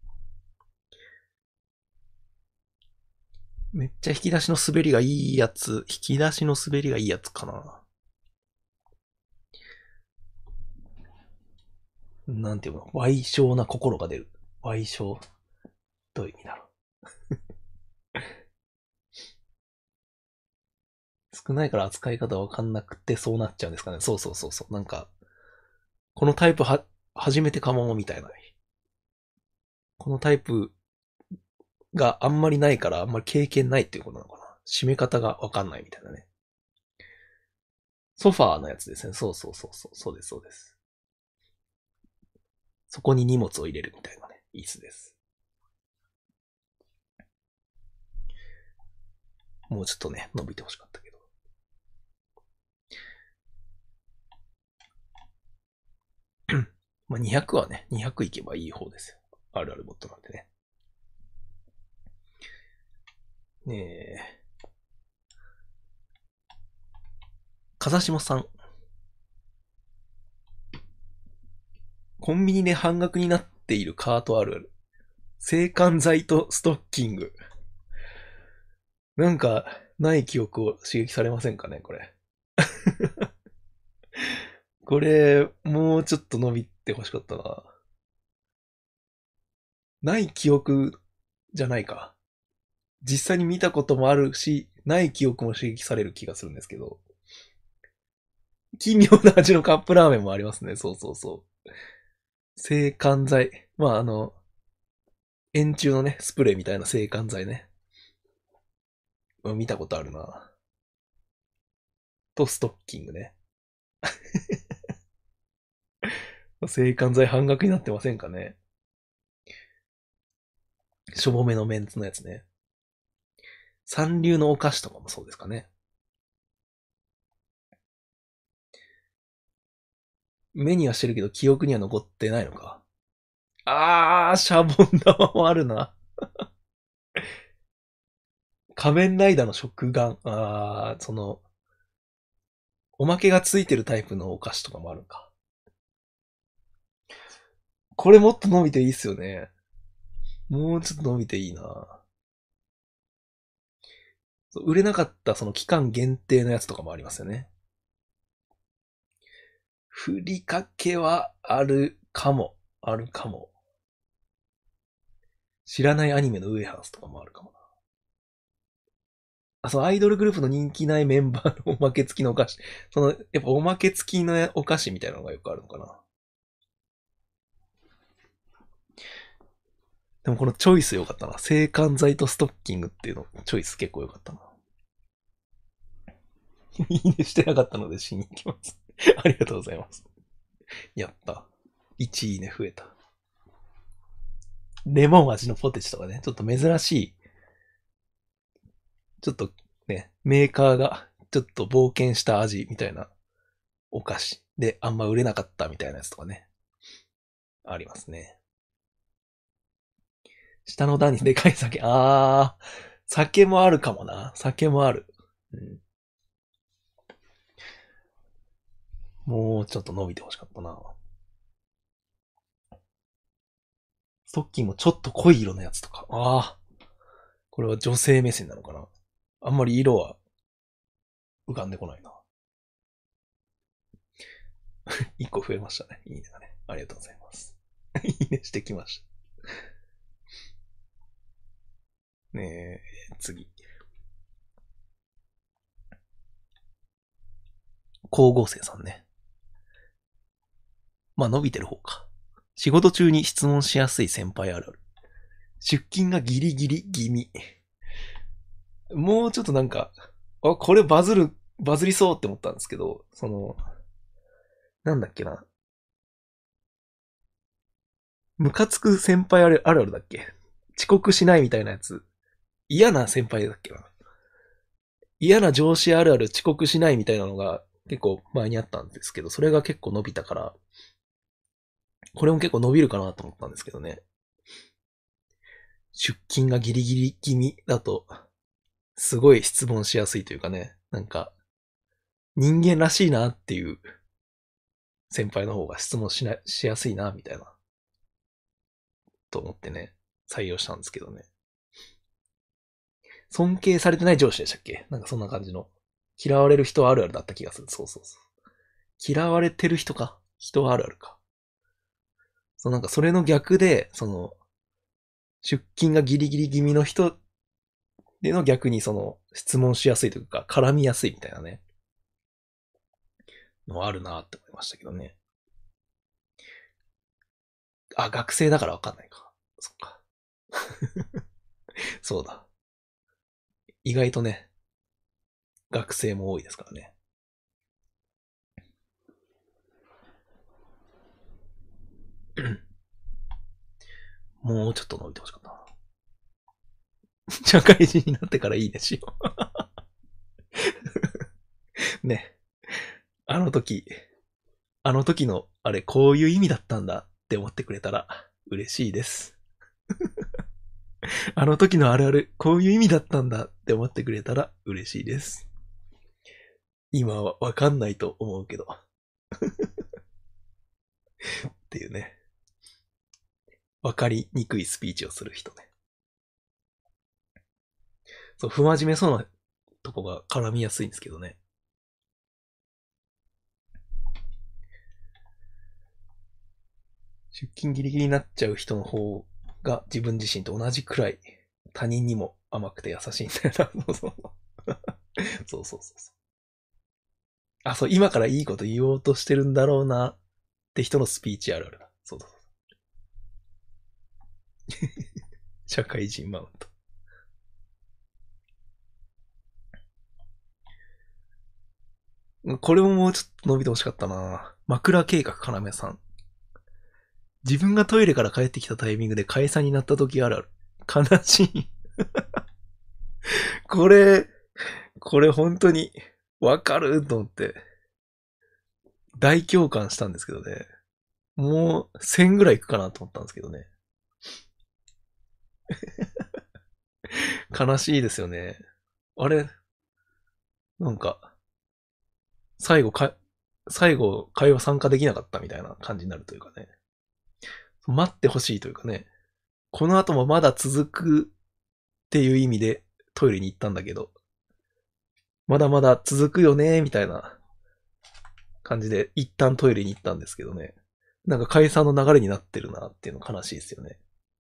めっちゃ引き出しの滑りがいいやつ、引き出しの滑りがいいやつかな。なんていうの、賠償な心が出る。賠償。どういう意味だろう。少ないから扱い方わかんなくてそうなっちゃうんですかね。そうそうそうそう。なんか、このタイプ初めてかもみたいな。このタイプがあんまりないからあんまり経験ないっていうことなのかな。締め方がわかんないみたいなね。ソファーのやつですね。そうそうそうそう。そうです、そうです。そこに荷物を入れるみたいなね。椅子です。もうちょっとね、伸びてほしかったけど。まあ、200はね、200いけばいい方ですよ。あるあるボットなんでね。ねえ。風下さん。コンビニで半額になっているカートあるある。制汗剤とストッキング。なんか、ない記憶を刺激されませんかね、これ。これ、もうちょっと伸びてほしかったな。ない記憶じゃないか。実際に見たこともあるし、ない記憶も刺激される気がするんですけど。奇妙な味のカップラーメンもありますね。そうそうそう。制汗剤。まあ、円柱のね、スプレーみたいな制汗剤ね。見たことあるな。と、ストッキングね。制汗剤半額になってませんかね。しょぼめのメンツのやつね。三流のお菓子とかもそうですかね。目にはしてるけど記憶には残ってないのか。シャボン玉もあるな。仮面ライダーの食玩。おまけがついてるタイプのお菓子とかもあるか。これもっと伸びていいっすよね。もうちょっと伸びていいな。売れなかったその期間限定のやつとかもありますよね。ふりかけはあるかも。あるかも。知らないアニメのウエハースとかもあるかもな。そのアイドルグループの人気ないメンバーのおまけ付きのお菓子。やっぱおまけ付きのお菓子みたいなのがよくあるのかな。 でもこのチョイス良かったな。制汗剤とストッキングっていうの、チョイス結構良かったな。いいねしてなかったのでしに行きます。ありがとうございます。やった。1いいね増えた。レモン味のポテチとかね、ちょっと珍しい。ちょっとね、メーカーがちょっと冒険した味みたいなお菓子であんま売れなかったみたいなやつとかね。ありますね。下の段にでかい酒。酒もあるかもな。酒もある。うん、もうちょっと伸びてほしかったな。ストッキングもちょっと濃い色のやつとか。これは女性目線なのかな。あんまり色は浮かんでこないな。1個増えましたね。いいねだね。ありがとうございます。いいねしてきました。ねえ、次。光合成さんね。まあ伸びてる方か。仕事中に質問しやすい先輩あるある。出勤がギリギリ気味。もうちょっとなんか、これバズりそうって思ったんですけど、なんだっけな。ムカつく先輩あるあるだっけ。遅刻しないみたいなやつ。嫌な先輩だっけな。嫌な上司あるある遅刻しないみたいなのが結構前にあったんですけど、それが結構伸びたから、これも結構伸びるかなと思ったんですけどね。出勤がギリギリ気味だと、すごい質問しやすいというかね、なんか、人間らしいなっていう先輩の方が質問しやすいな、みたいな、と思ってね、採用したんですけどね。尊敬されてない上司でしたっけ。なんかそんな感じの。嫌われる人あるあるだった気がする。そうそうそう。嫌われてる人か。人あるあるか。なんかそれの逆で、出勤がギリギリ気味の人での逆に質問しやすいというか、絡みやすいみたいなね、のあるなって思いましたけどね。学生だからわかんないか。そっか。そうだ。意外とね、学生も多いですからね。もうちょっと伸びてほしかったな。社会人になってからいいねしよう。ね。あの時、あの時の、あれ、こういう意味だったんだって思ってくれたら嬉しいです。あの時のあるある、こういう意味だったんだって思ってくれたら嬉しいです。今はわかんないと思うけど。っていうね。わかりにくいスピーチをする人ね。そう、不真面目そうなとこが絡みやすいんですけどね。出勤ギリギリになっちゃう人の方が自分自身と同じくらい他人にも甘くて優しいんだよな。そうそう。そうそうそう。そう、今からいいこと言おうとしてるんだろうなって人のスピーチあるあるだ。そうそう。社会人マウント。これももうちょっと伸びてほしかったな。枕計画要さん。自分がトイレから帰ってきたタイミングで解散になった時あるある。悲しい。これ、これ本当にわかると思って、大共感したんですけどね。もう1000ぐらいいくかなと思ったんですけどね。悲しいですよね。あれ、なんか、最後最後会話参加できなかったみたいな感じになるというかね。待ってほしいというかね。この後もまだ続くっていう意味でトイレに行ったんだけど、まだまだ続くよね、みたいな感じで一旦トイレに行ったんですけどね。なんか解散の流れになってるなっていうの悲しいですよね。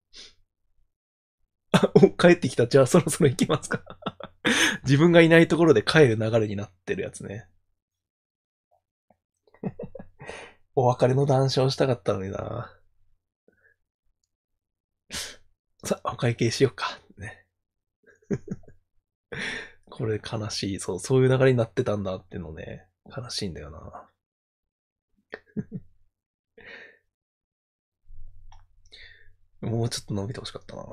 帰ってきた。じゃあそろそろ行きますか。自分がいないところで帰る流れになってるやつね。お別れの談笑したかったのにな。 さあ、お会計しようか。ね。これ悲しい。そういう流れになってたんだっていうのね、悲しいんだよな。もうちょっと伸びてほしかったな。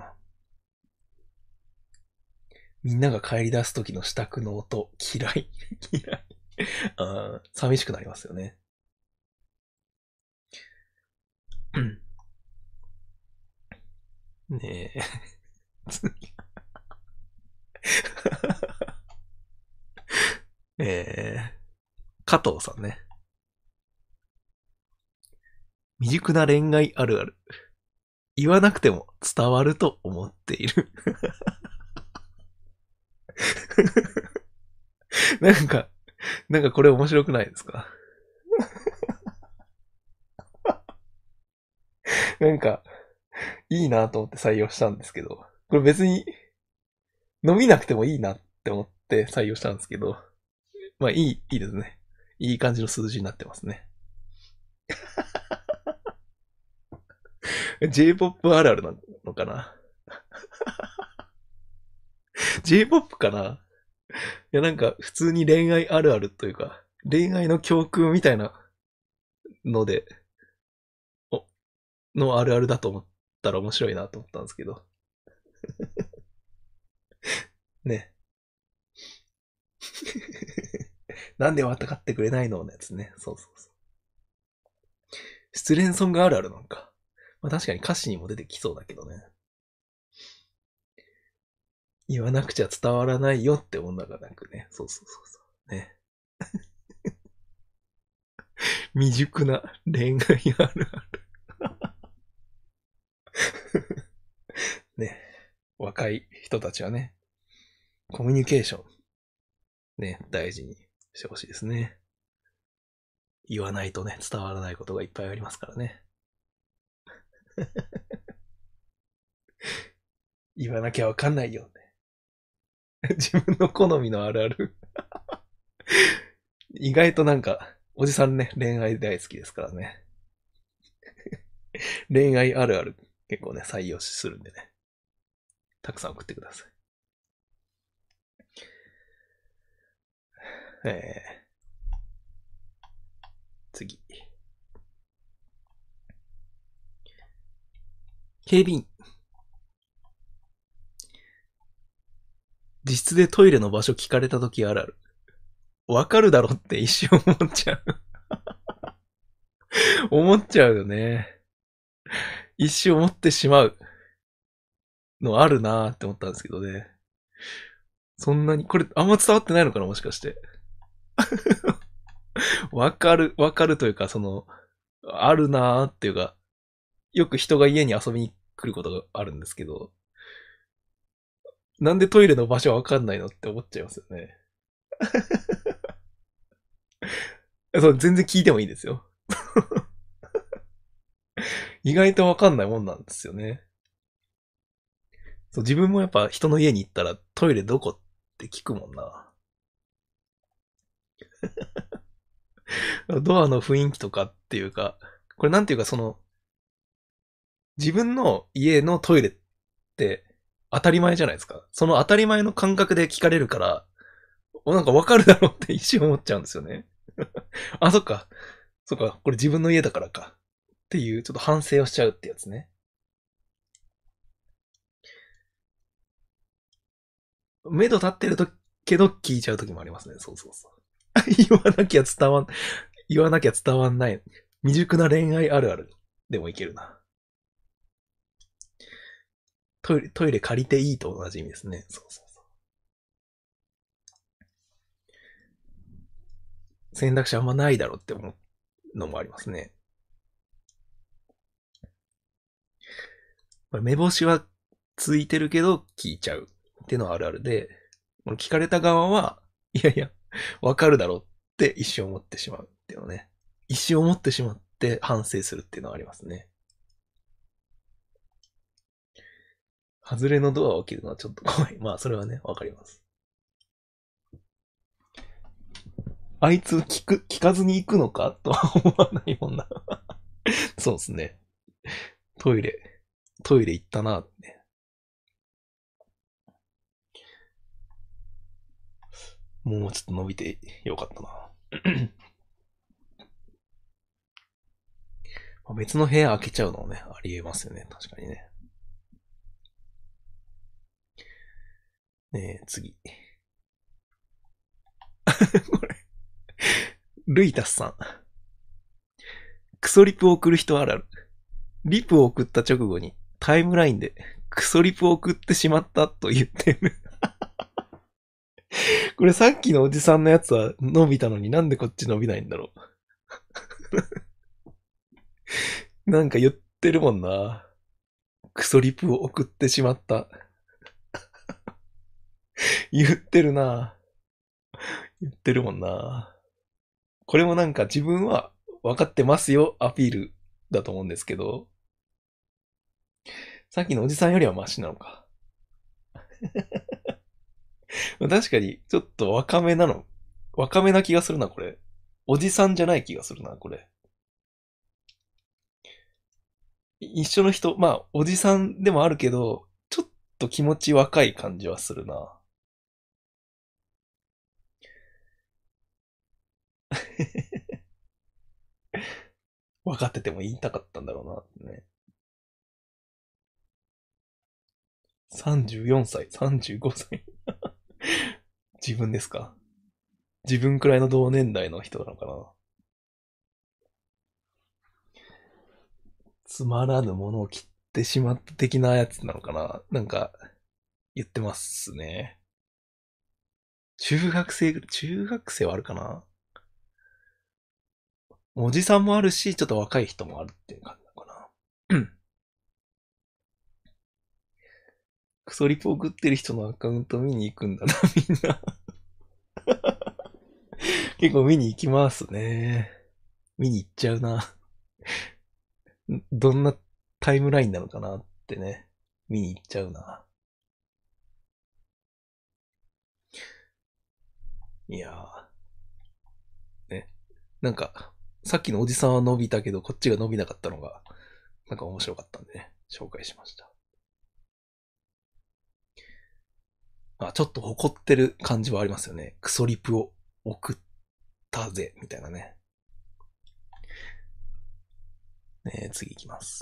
みんなが帰り出す時の支度の音、嫌い。嫌い。寂しくなりますよね。ねえ。加藤さんね。未熟な恋愛あるある。言わなくても伝わると思っている。なんか、これ面白くないですか？なんか、いいなと思って採用したんですけど、これ別に飲みなくてもいいなって思って採用したんですけど、まあいいですね。いい感じの数字になってますね。J-POP あるあるなのかな？ J-POP かな？いやなんか普通に恋愛あるあるというか、恋愛の教訓みたいなので、のあるあるだと思ったら面白いなと思ったんですけど。ね。なんでまた買ってくれないののやつね。そうそうそう。失恋ソングあるあるなんか。まあ確かに歌詞にも出てきそうだけどね。言わなくちゃ伝わらないよって女がなくね。そうそうそうそう。ね。未熟な恋愛あるある。ね。若い人たちはね、コミュニケーション、ね、大事にしてほしいですね。言わないとね、伝わらないことがいっぱいありますからね。言わなきゃわかんないよ、ね。自分の好みのあるある。意外となんか、おじさんね、恋愛大好きですからね。恋愛あるある結構ね、採用するんでね。たくさん送ってください。次。警備員。自室でトイレの場所聞かれた時あるある。わかるだろって一瞬思っちゃう。思っちゃうよね。一瞬思ってしまうのあるなーって思ったんですけどね。そんなに、これあんま伝わってないのかなもしかして。わかるというか、あるなーっていうか、よく人が家に遊びに来ることがあるんですけど、なんでトイレの場所わかんないのって思っちゃいますよね。全然聞いてもいいですよ。意外とわかんないもんなんですよね。自分もやっぱ人の家に行ったらトイレどこって聞くもんな。ドアの雰囲気とかっていうか、これなんていうか自分の家のトイレって当たり前じゃないですか。その当たり前の感覚で聞かれるから、なんかわかるだろうって一瞬思っちゃうんですよね。あ、そっか。そっか。これ自分の家だからか。っていうちょっと反省をしちゃうってやつね。目処立ってるとけど聞いちゃう時もありますね。そうそうそう。言わなきゃ伝わんない。未熟な恋愛あるあるでもいけるな。トイレ借りていいと同じ意味ですね。そうそうそう。選択肢あんまないだろうって思うのもありますね。目星はついてるけど聞いちゃうっていうのはあるあるで、聞かれた側は、いやいや、わかるだろうって一瞬思ってしまうっていうのね。一瞬思ってしまって反省するっていうのはありますね。外れのドアを切るのはちょっと怖い。まあ、それはね、わかります。あいつ聞かずに行くのかとは思わないもんな。そうですね。トイレ行ったなって。 もうちょっと伸びてよかったな。別の部屋開けちゃうのもね、ありえますよね。確かにね。ねえ、次。これ。ルイタスさん。クソリプを送る人あるある。リプを送った直後にタイムラインでクソリプを送ってしまったと言ってる。これさっきのおじさんのやつは伸びたのになんでこっち伸びないんだろう。なんか言ってるもんな。クソリプを送ってしまった。言ってるな。言ってるもんな。これもなんか自分は分かってますよアピールだと思うんですけど、さっきのおじさんよりはマシなのか。確かに、ちょっと若めなの。若めな気がするな、これ。おじさんじゃない気がするな、これ。一緒の人、まあ、おじさんでもあるけど、ちょっと気持ち若い感じはするな。分かってても言いたかったんだろうな、ね。34歳、35歳。自分ですか？自分くらいの同年代の人なのかな。つまらぬものを切ってしまった的なやつなのかな。なんか、言ってますね。中学生はあるかな。おじさんもあるし、ちょっと若い人もあるっていう感じなのかな。クソリプ送ってる人のアカウント見に行くんだな、みんな。結構見に行きますね。見に行っちゃうな。どんなタイムラインなのかなってね。見に行っちゃうな。いやー。ね。なんか、さっきのおじさんは伸びたけど、こっちが伸びなかったのが、なんか面白かったんでね、紹介しました。あ、ちょっと誇ってる感じはありますよね。クソリプを送ったぜ、みたいなね。次行きます。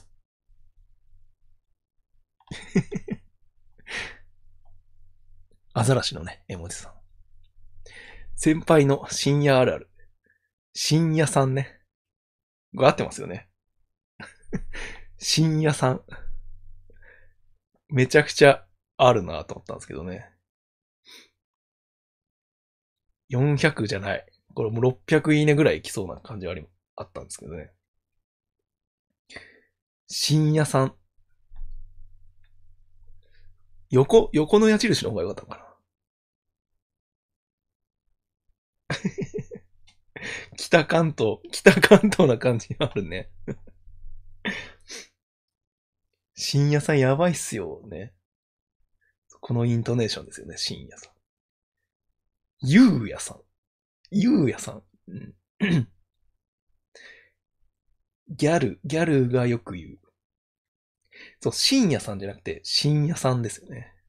アザラシのね、絵文字さん。先輩の深夜あるある。深夜さんね。これ合ってますよね。深夜さん。めちゃくちゃあるなと思ったんですけどね。400じゃない。これもう600いいねぐらいいきそうな感じはあったんですけどね。深夜さん。横の矢印の方が良かったのかな。北関東な感じがあるね。深夜さんやばいっすよね。このイントネーションですよね、深夜さん。ゆうやさん。ゆうやさん。うん、ギャルがよく言う。そう、深夜さんじゃなくて、深夜さんですよね。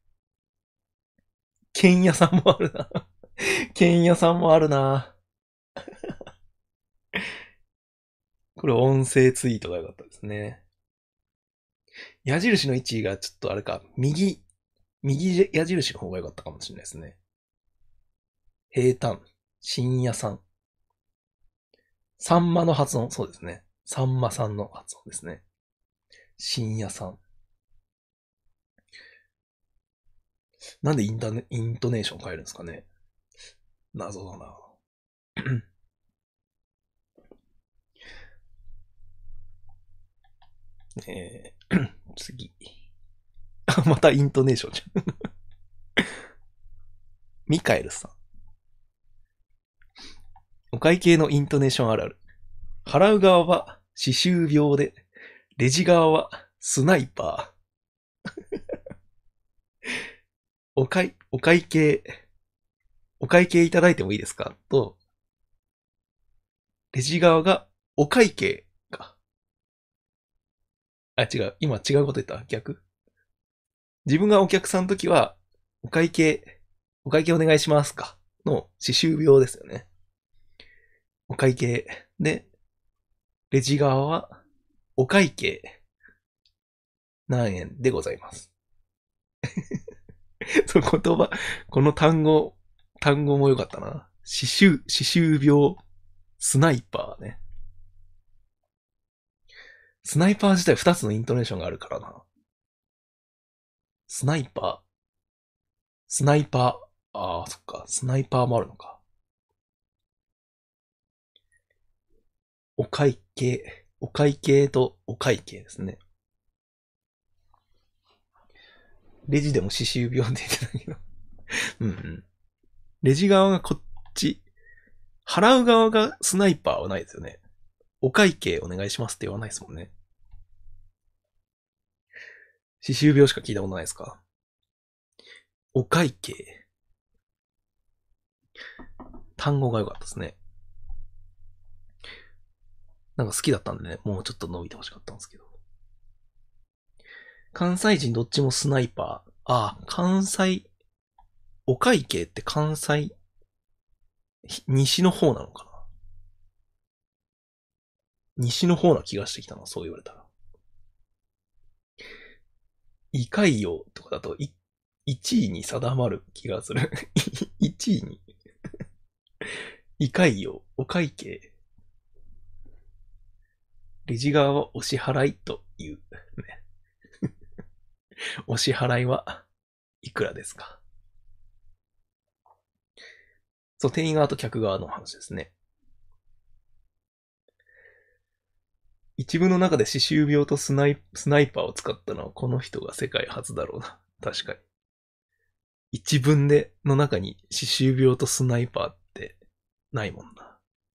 剣屋さんもあるな。剣屋さんもあるな。これ音声ツイートが良かったですね。矢印の位置がちょっとあれか、右矢印の方が良かったかもしれないですね。平坦、深夜さん。サンマの発音、そうですね。さんまさんの発音ですね。深夜さん。なんでイントネーション変えるんですかね。謎だな。次。またイントネーションじゃん。ミカエルさん。お会計のイントネーションあるある。払う側は歯周病で、レジ側はスナイパー。お会計、お会計いただいてもいいですかと、レジ側がお会計か。あ、違う。今違うこと言った。逆。自分がお客さんの時は、お会計お願いしますかの歯周病ですよね。お会計で、レジ側はお会計何円でございます。その言葉、この単語も良かったな。歯周病、スナイパーね。スナイパー自体2つのイントネーションがあるからな。スナイパー。ああ、そっか。スナイパーもあるのか。お会計とお会計ですね。レジでも歯周病って言ってたけど。うんうん。レジ側がこっち。払う側がスナイパーはないですよね。お会計お願いしますって言わないですもんね。歯周病しか聞いたことないですか？お会計。単語が良かったですね。なんか好きだったんでね、もうちょっと伸びてほしかったんですけど。関西人どっちもスナイパー。ああ、関西、お会計って関西、西の方なのかな？西の方な気がしてきたな、そう言われたら。胃潰瘍とかだと、1位に定まる気がする。1位に。胃潰瘍、お会計。レジ側はお支払いという。ね、お支払いはいくらですか？そう、店員側と客側の話ですね。一部の中で歯周病とスナイパーを使ったのはこの人が世界初だろうな。確かに。一文の中に歯周病とスナイパーってないもんな。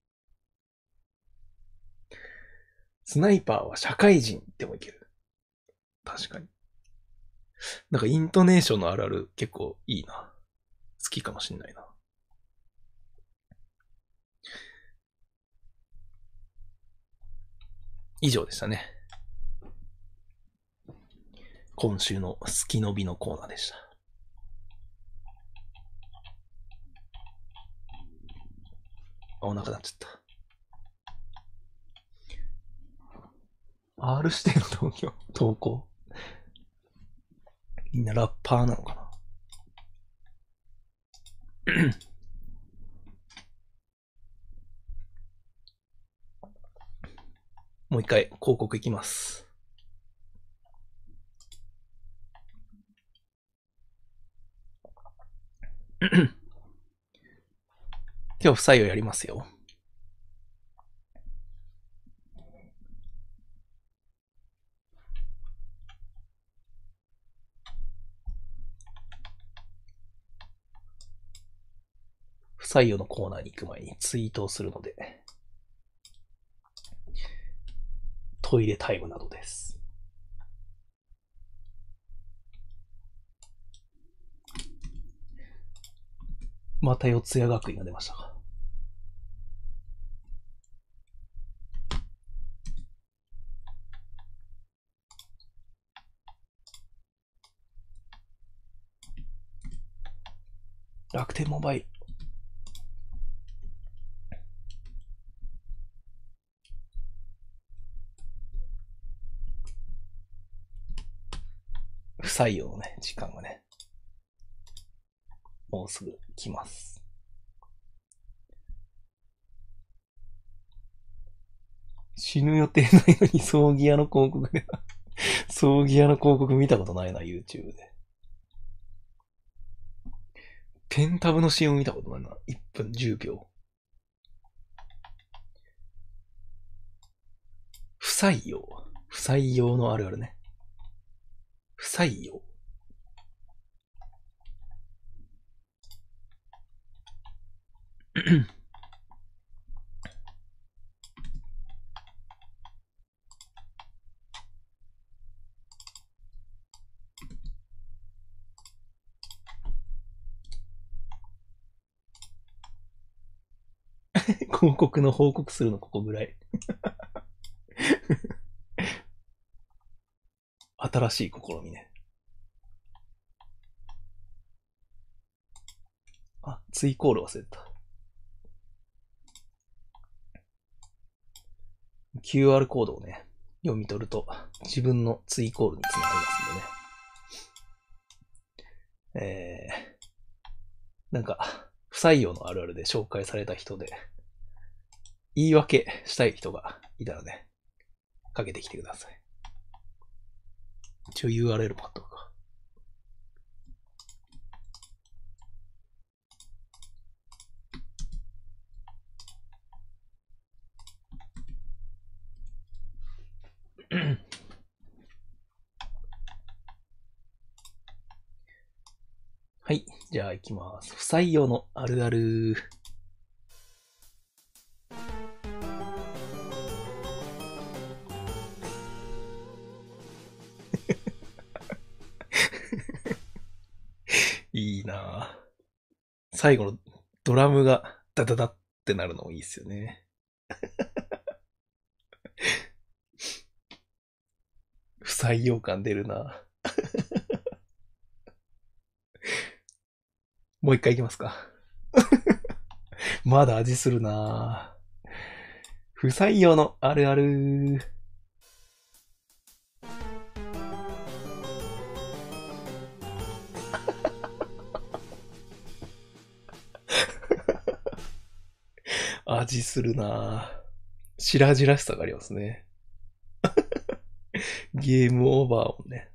スナイパーは社会人ってもいける。確かに。なんかイントネーションのあるある結構いいな。好きかもしんないな。以上でしたね。今週の好きのびのコーナーでした。あ、お腹なっちゃった。R 指定の投稿。みんなラッパーなのかな。もう一回広告いきます。今日不採用やりますよ。不採用のコーナーに行く前にツイートをするので、トイレタイムなどです。また四谷学院が出ましたか。楽天モバイル。不採用のね、時間がね、もうすぐ来ます。死ぬ予定ないのに葬儀屋の広告で葬儀屋の広告見たことないな、YouTube で。ペンタブの CM 見たことないな。1分10秒。不採用。不採用のあるあるね。不採用。広告の報告するのここぐらい。新しい試みね。 あ、ツイコール忘れた。QR コードをね、読み取ると自分のツイコールにつながりますんでね。なんか、不採用のあるあるで紹介された人で、言い訳したい人がいたらね、かけてきてください。一応 URL もあったのか。はい。じゃあ行きます。不採用のあるある。いいなぁ。最後のドラムがダダダってなるのもいいですよね。不採用感出るなぁ。もう一回いきますか。まだ味するなぁ。不採用のあるある。味するなぁ。白々しさがありますね。ゲームオーバーをね。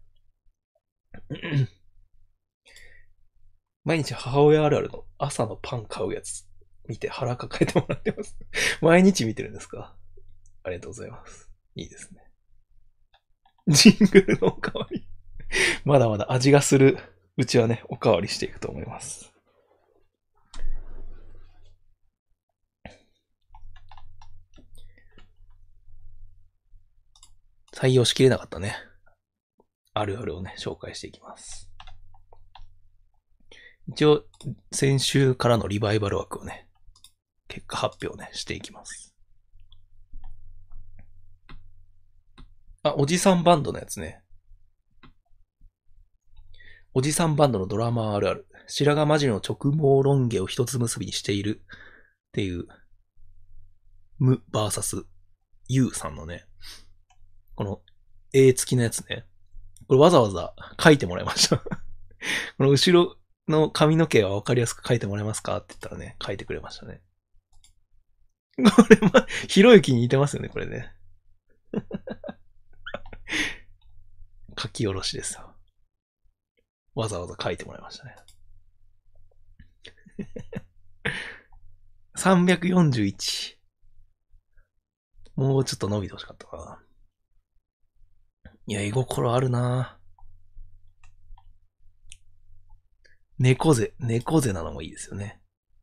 毎日母親あるあるの朝のパン買うやつ見て腹抱えてもらってます。毎日見てるんですか？ありがとうございます。いいですね。ジングルのおかわり。まだまだ味がするうちはね、おかわりしていくと思います。採用しきれなかったね。あるあるをね、紹介していきます。一応、先週からのリバイバル枠をね、結果発表ね、していきます。あ、おじさんバンドのやつね。おじさんバンドのドラマーあるある。白髪混じりの直毛ロン毛を一つ結びにしているっていう、ム VS ユウさんのね、この絵付きのやつね。これわざわざ書いてもらいました。この後ろの髪の毛はわかりやすく書いてもらえますかって言ったらね、書いてくれましたね。これ、ひろゆきに似てますよね、これね。書き下ろしですよ。わざわざ書いてもらいましたね。341。もうちょっと伸びてほしかったかな。いや、絵心あるな。猫背なのもいいですよね。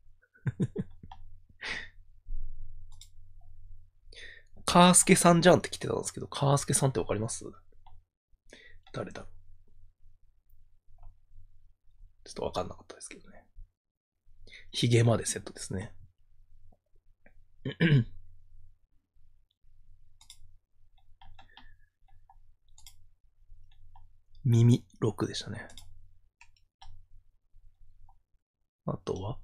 カースケさんじゃんって来てたんですけど、カースケさんってわかります？誰だろう？ちょっとわかんなかったですけどね。ヒゲまでセットですね。耳6でしたね。あとは、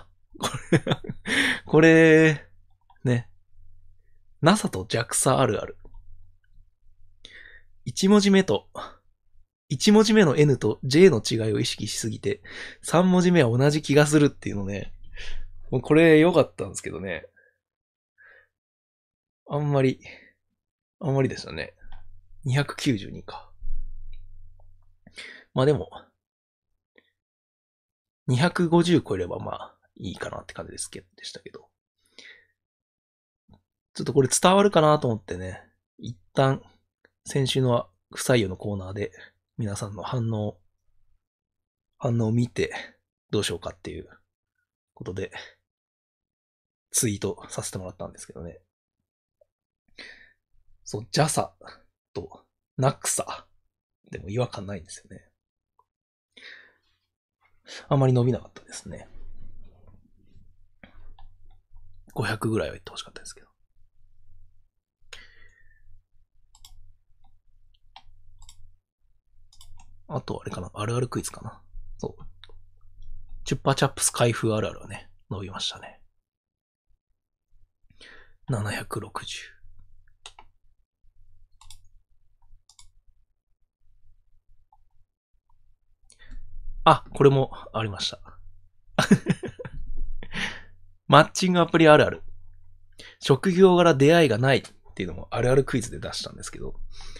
これ、ね。NASA と JAXA あるある。1文字目と、1文字目の N と J の違いを意識しすぎて、3文字目は同じ気がするっていうのね。もうこれ良かったんですけどね。あんまりでしたね。292か。まあでも、250超えればまあいいかなって感じでしたけど。ちょっとこれ伝わるかなと思ってね、一旦先週の不採用のコーナーで皆さんの反応を見てどうしようかっていうことでツイートさせてもらったんですけどね。そう、JASA と NAXA でも違和感ないんですよね。あんまり伸びなかったですね。500ぐらいは言ってほしかったですけど。あとあれかな、あるあるクイズかな。そう。 チュッパチャップス開封あるあるはね、伸びましたね。760。あ、これもありました。マッチングアプリあるある。職業柄出会いがないっていうのもあるあるクイズで出したんですけど、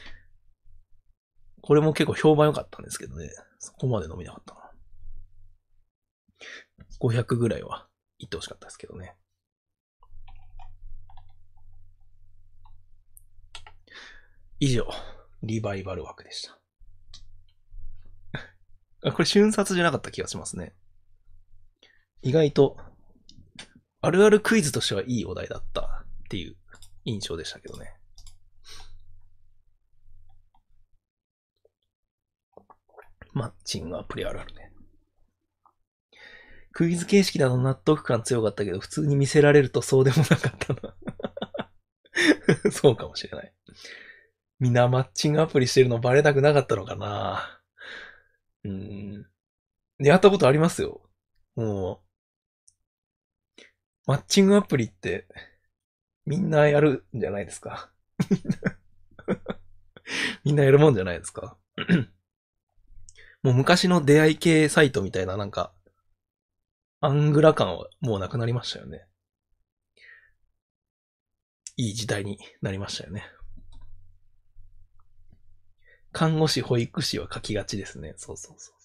これも結構評判良かったんですけどね、そこまで伸びなかったな。500ぐらいは言ってほしかったですけどね。以上、リバイバル枠でした。これ瞬殺じゃなかった気がしますね。意外と、あるあるクイズとしてはいいお題だったっていう印象でしたけどね。マッチングアプリあるあるね。クイズ形式だと納得感強かったけど、普通に見せられるとそうでもなかったな。そうかもしれない。みんなマッチングアプリしてるのバレたくなかったのかな。やったことありますよ。もう、マッチングアプリってみんなやるんじゃないですか。みんなやるもんじゃないですか。もう昔の出会い系サイトみたいななんか、アングラ感はもうなくなりましたよね。いい時代になりましたよね。看護師、保育士は書きがちですね。そうそうそう。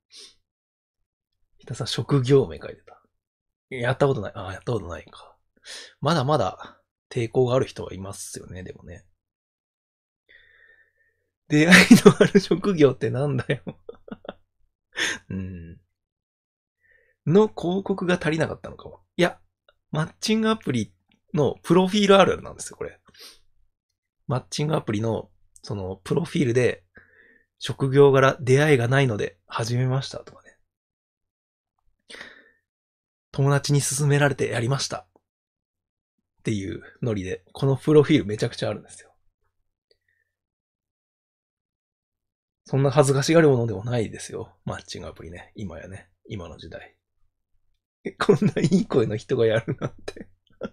ひたすら職業名書いてた。やったことない。ああ、やったことないか。まだまだ抵抗がある人はいますよね、でもね。出会いのある職業ってなんだよ。の広告が足りなかったのかも。いや、マッチングアプリのプロフィールあるあるなんですよ、これ。マッチングアプリの、その、プロフィールで、職業柄出会いがないので、始めましたとかね。友達に勧められてやりました。っていうノリで、このプロフィールめちゃくちゃあるんですよ。そんな恥ずかしがるものでもないですよ。マッチングアプリね。今やね。今の時代。こんないい声の人がやるなんて。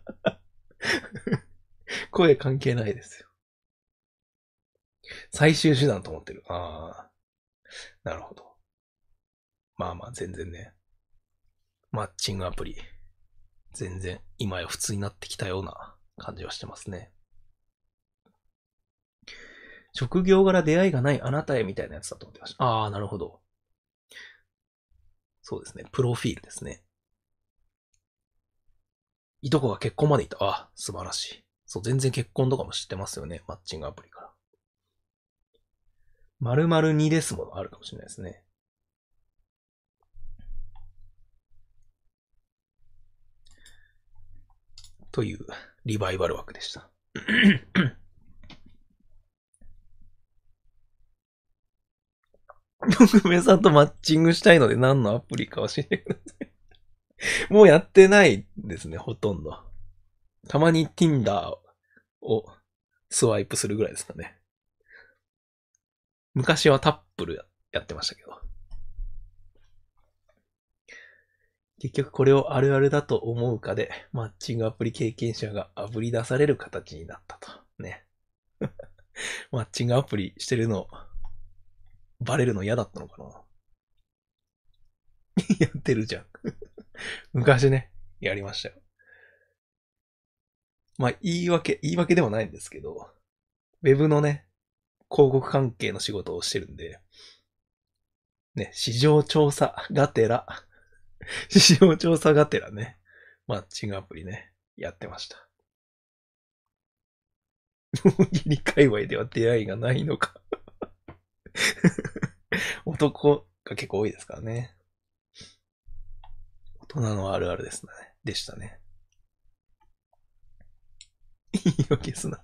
声関係ないですよ。最終手段と思ってる。ああ、なるほど。まあまあ、全然ね。マッチングアプリ。全然、今や普通になってきたような感じはしてますね。職業柄出会いがないあなたへみたいなやつだと思ってました。ああ、なるほど。そうですね。プロフィールですね。いとこが結婚まで行った。あ、素晴らしい。そう、全然結婚とかも知ってますよね。マッチングアプリから。〇〇2ですものあるかもしれないですね。というリバイバル枠でした。僕、めさんとマッチングしたいので何のアプリか教えてください。もうやってないですね、ほとんど。たまに Tinder をスワイプするぐらいですかね。昔はタップルやってましたけど。結局これをあるあるだと思うかで、マッチングアプリ経験者が炙り出される形になったと。ね。マッチングアプリしてるの、バレるの嫌だったのかな。やってるじゃん。昔ね、やりましたよ。まあ、言い訳でもないんですけど、ウェブのね、広告関係の仕事をしてるんで、ね、市場調査がてら、市場調査がてらね、マッチングアプリね、やってました。大喜利界隈では出会いがないのか。男が結構多いですからね。大人のあるあるですね。でしたね。言い訳すな。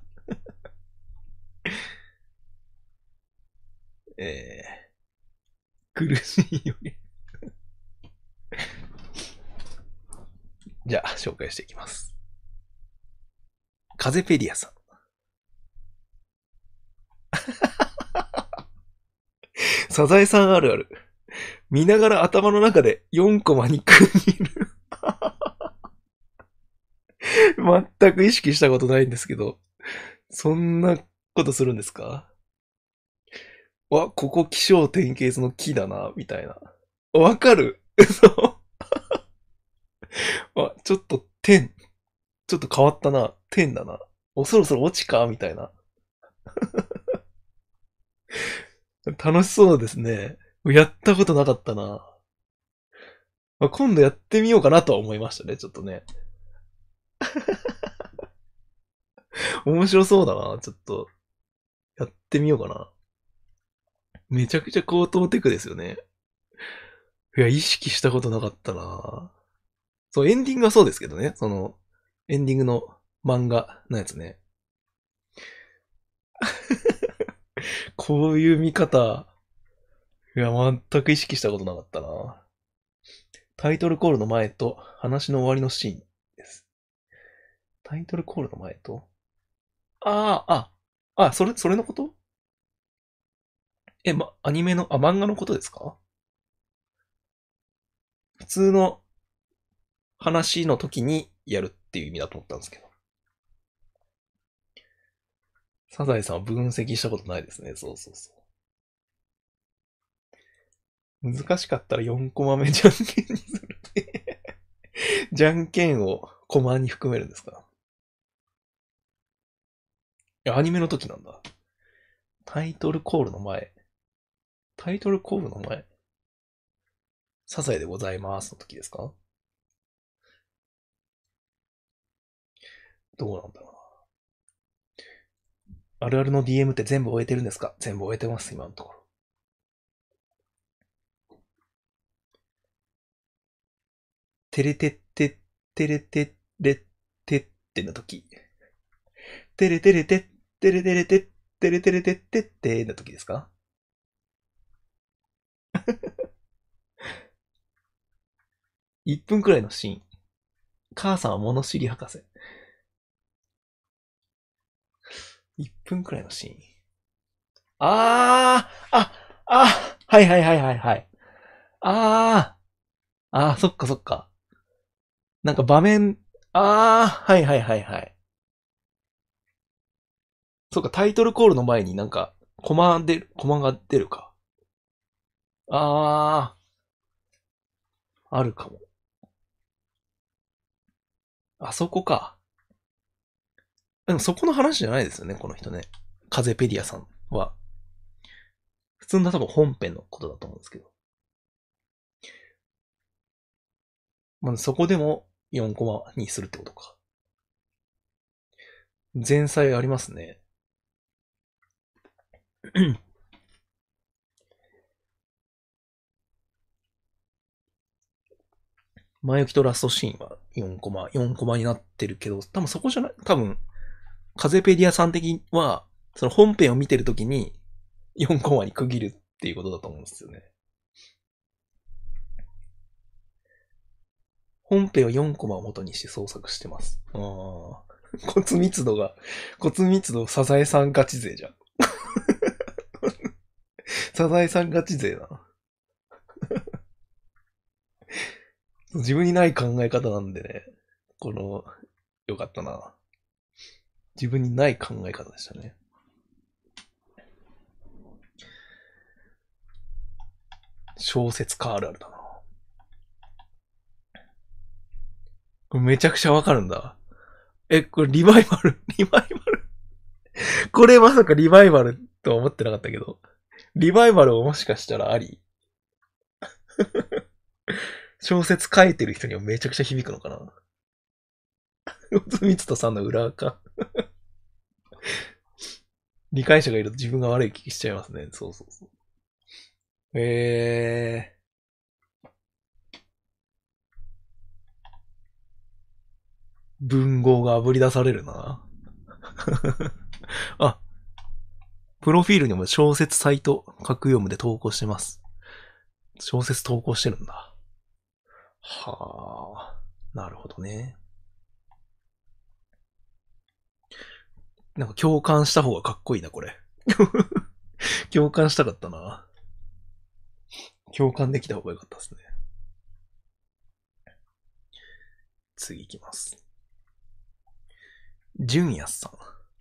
苦しいよね。じゃあ、紹介していきます。カゼペディアさん。サザエさんあるある。 見ながら頭の中で4コマに区切る。全く意識したことないんですけど、そんなことするんですか？わ、ここ気象点結の木だな、みたいな。わかる。そう。あ、ちょっと点、ちょっと変わったな。点だな。そろそろ落ちかみたいな。楽しそうですね。やったことなかったな。今度やってみようかなとは思いましたね、ちょっとね。面白そうだな、ちょっと。やってみようかな。めちゃくちゃ高等テクですよね。いや、意識したことなかったな。そう、エンディングはそうですけどね。エンディングの漫画のやつね。こういう見方、いや、全く意識したことなかったな。タイトルコールの前と話の終わりのシーンです。タイトルコールの前とそれのこと？アニメの、漫画のことですか？普通の話の時にやるっていう意味だと思ったんですけど。サザエさんは分析したことないですね。そうそうそう。難しかったら4コマ目じゃんけんにするって。じゃんけんをコマに含めるんですか？いや、アニメの時なんだ。タイトルコールの前。タイトルコールの前。サザエでございますの時ですか？どうなんだろうな。あるあるの DM って全部終えてるんですか？全部終えてます、今のところ。テレテッテ、テレテレッテッテの時。テレテレテッ、テレテレテッ、テレテレテッテッテの時ですか？1分くらいのシーン。母さんは物知り博士。1分くらいのシーン。はいはいはいはいはい。あそっかそっか。なんか場面、はいはいはいはい。そっか、タイトルコールの前になんか、コマが出るか。ああるかも。あそこか。でもそこの話じゃないですよね、この人ね。風ペディアさんは。普通の多分本編のことだと思うんですけど。まあ、そこでも4コマにするってことか。前菜ありますね。前置きとラストシーンは4コマになってるけど、多分そこじゃない、多分、風ペディアさん的には、その本編を見てるときに4コマに区切るっていうことだと思うんですよね。本編を4コマを元にして創作してます。骨密度サザエさんガチ勢じゃん。サザエさんガチ勢だな。自分にない考え方なんでね。よかったな。自分にない考え方でしたね。小説家あるあるだな。これめちゃくちゃわかるんだ。これリバイバルリバイバルこれまさかリバイバルとは思ってなかったけど。リバイバルをもしかしたらあり小説書いてる人にはめちゃくちゃ響くのかな。みつとさんの裏垢。理解者がいると自分が悪い気しちゃいますね。そうそうそう。文豪が炙り出されるな。あ、プロフィールにも小説サイト格読むで投稿してます。小説投稿してるんだ。はあ、なるほどね。なんか共感した方がかっこいいな、これ。共感したかったな。 共感できた方が良かったですね。次行きます。純也さん。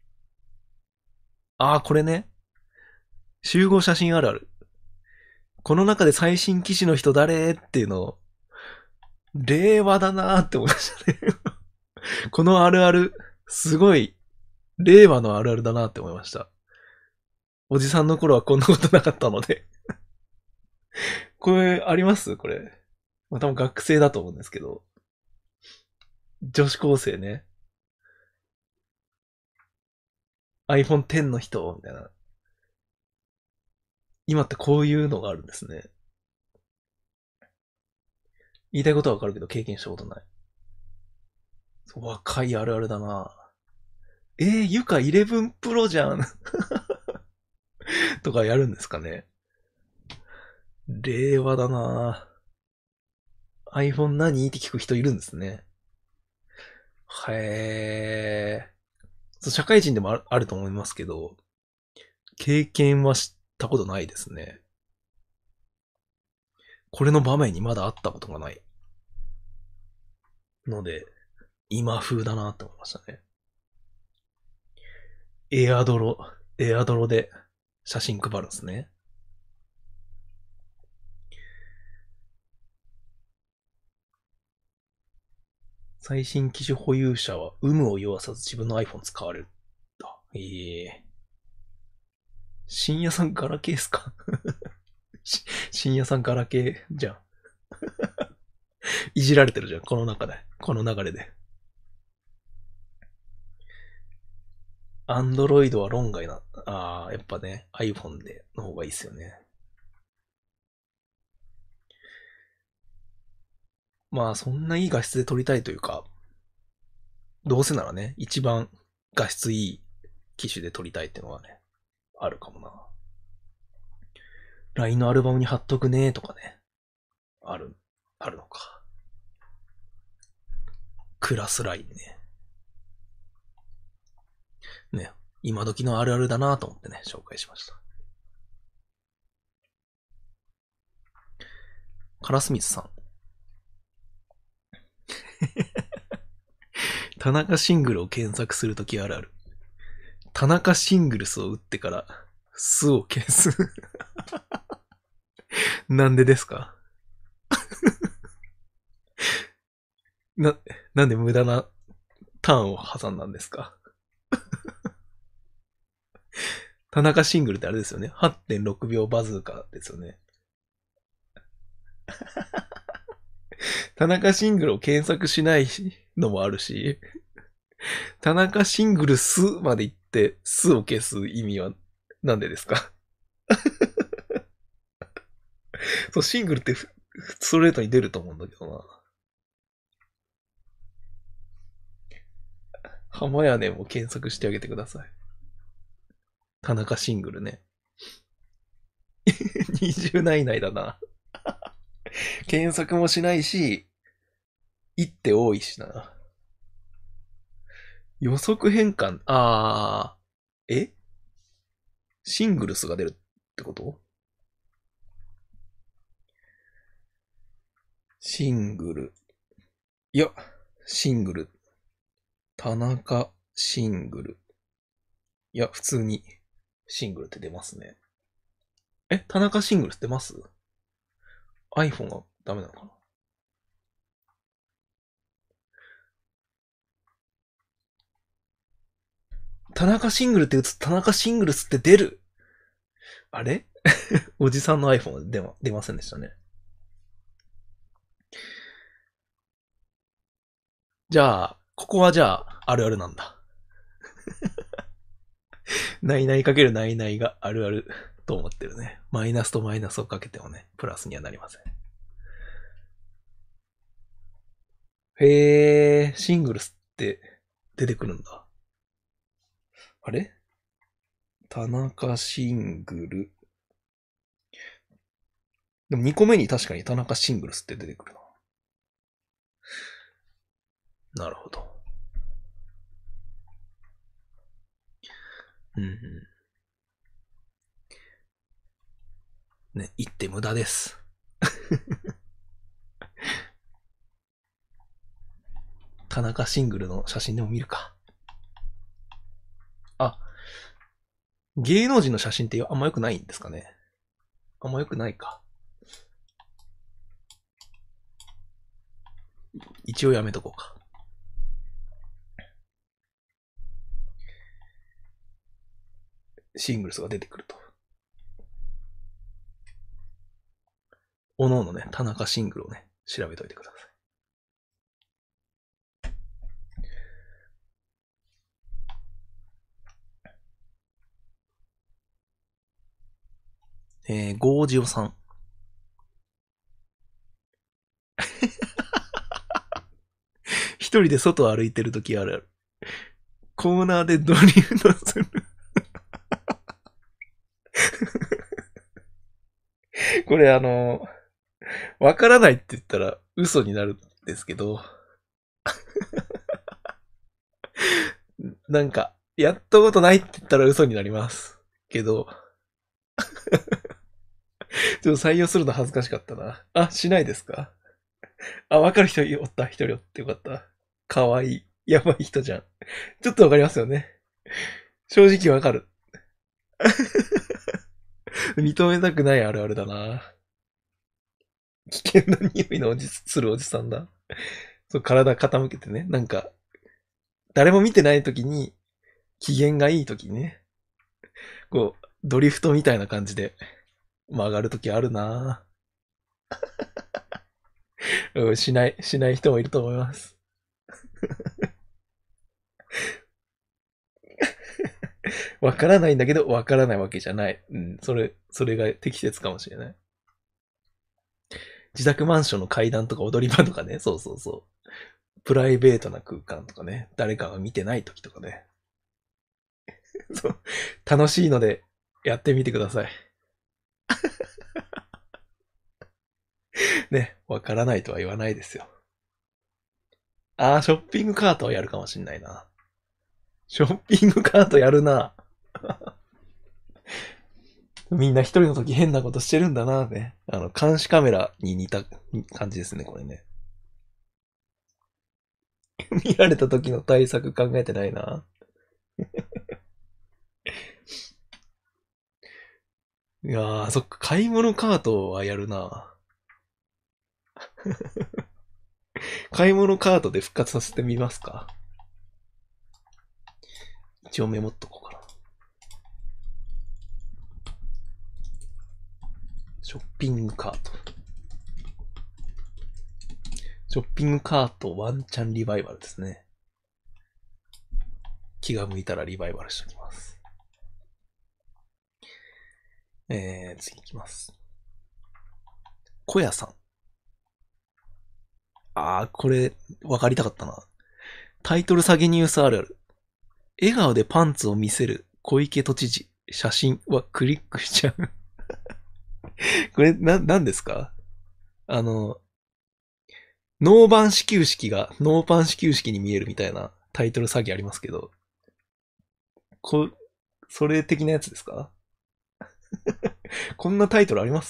これね。集合写真あるある。この中で最新機種の人誰っていうのを、令和だなーって思いましたね。このあるある、すごい、令和のあるあるだなって思いました。おじさんの頃はこんなことなかったので。これ、ありますこれ。多分学生だと思うんですけど。女子高生ね。iPhone X の人、みたいな。今ってこういうのがあるんですね。言いたいことはわかるけど経験したことない。若いあるあるだな。ゆか11 Pro じゃんとかやるんですかね。令和だな。iPhone 何って聞く人いるんですね。へー。社会人でもあると思いますけど、経験はしたことないですね。これの場面にまだあったことがない。ので、今風だなって思いましたね。エアドロで写真配るんですね。最新機種保有者は有無を言わさず自分の iPhone 使われる。深夜さんガラケーっすか深夜さんガラケーじゃん。いじられてるじゃん、この中で。この流れで。アンドロイドは論外な。やっぱね、iPhone での方がいいっすよね。まあ、そんないい画質で撮りたいというか、どうせならね、一番画質いい機種で撮りたいっていうのはね、あるかもな。LINE のアルバムに貼っとくねとかね。あるのか。クラス LINE ね。ね、今時のあるあるだなと思ってね、紹介しました。カラスミツさん。田中シングルを検索するときあるある。田中シングルスを打ってから、巣を消す。なんでですかなんで無駄なターンを挟んだんですか田中シングルってあれですよね。8.6 秒バズーカですよね。田中シングルを検索しないのもあるし、田中シングルスまで行って、スを消す意味はなんでですかそう、シングルってストレートに出ると思うんだけどな。浜屋根も検索してあげてください。田中シングルね。20内以内だな。検索もしないし、一手多いしな。予測変換、シングルスが出るってこと？シングル。いや、シングル。田中シングル。いや、普通にシングルって出ますね。田中シングルって出ます？ iPhone がダメなのかな？田中シングルって打つと田中シングルスって出る？あれおじさんの iPhone 出ませんでしたね。じゃあ、ここはじゃあ、あるあるなんだ。ないないかけるないないがあるあると思ってるね。マイナスとマイナスをかけてもね、プラスにはなりません。へシングルスって出てくるんだ。あれ田中シングル。でも2個目に確かに田中シングルスって出てくるな。なるほど。うんうん。ね、言って無駄です。 田中シングルの写真でも見るか。あ、芸能人の写真ってあんま良くないんですかね。あんま良くないか。一応やめとこうか。シングルスが出てくると。おのおのね、田中シングルをね、調べといてください。ゴージオさん。一人で外を歩いてるときあるある。コーナーでドリフトする。これわからないって言ったら嘘になるんですけど、なんか、やったことないって言ったら嘘になります。けど、ちょっと採用するの恥ずかしかったな。あ、しないですか？あ、わかる人おった、一人おってよかった。かわいい。やばい人じゃん。ちょっとわかりますよね。正直わかる。認めたくないあるあるだな。危険な匂いのするおじさんだ。そう、体傾けてね。なんか、誰も見てない時に、機嫌がいい時にね、こう、ドリフトみたいな感じで曲がる時あるな。うん、しない人もいると思います。わからないんだけど、わからないわけじゃない。うん、それが適切かもしれない。自宅マンションの階段とか踊り場とかね、そうそうそう。プライベートな空間とかね、誰かが見てない時とかね。そう。楽しいので、やってみてください。ね、わからないとは言わないですよ。あー、ショッピングカートはやるかもしんないな。ショッピングカートやるな。みんな一人の時変なことしてるんだなね。監視カメラに似た感じですね、これね。見られた時の対策考えてないな。いやー、そっか、買い物カートはやるな。買い物カートで復活させてみますか？一応メモっとこうかな。ショッピングカート。ショッピングカートワンチャンリバイバルですね。気が向いたらリバイバルしておきます。次いきます。小屋さん。これ、わかりたかったな。タイトル下げニュースあるある。笑顔でパンツを見せる小池都知事。写真はクリックしちゃう。これ、なんですか？ノーバン始球式がノーパン始球式に見えるみたいなタイトル詐欺ありますけど、それ的なやつですか？こんなタイトルあります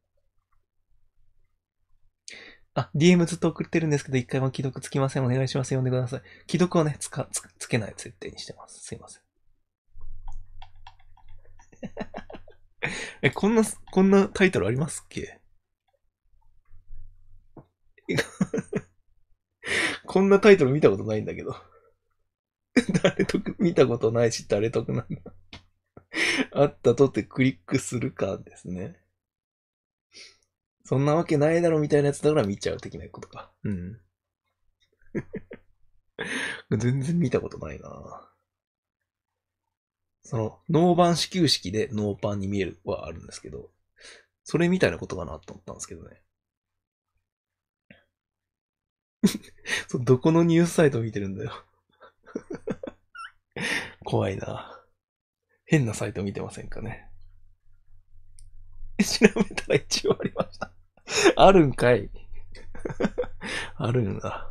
？DM ずっと送ってるんですけど、一回も既読つきません。お願いします。読んでください。既読はね、つけない設定にしてます。すいません。こんなタイトルありますっけ？こんなタイトル見たことないんだけど。誰得見たことないし、誰得なんだ。あったとってクリックするかですね。そんなわけないだろみたいなやつだから見ちゃう的なことか。うん。全然見たことないな。ノーバン始球式でノーパンに見えるはあるんですけど、それみたいなことかなと思ったんですけどね。どこのニュースサイト見てるんだよ。怖いな。変なサイト見てませんかね。調べたら一応ありました。あるんかい。あるんだ。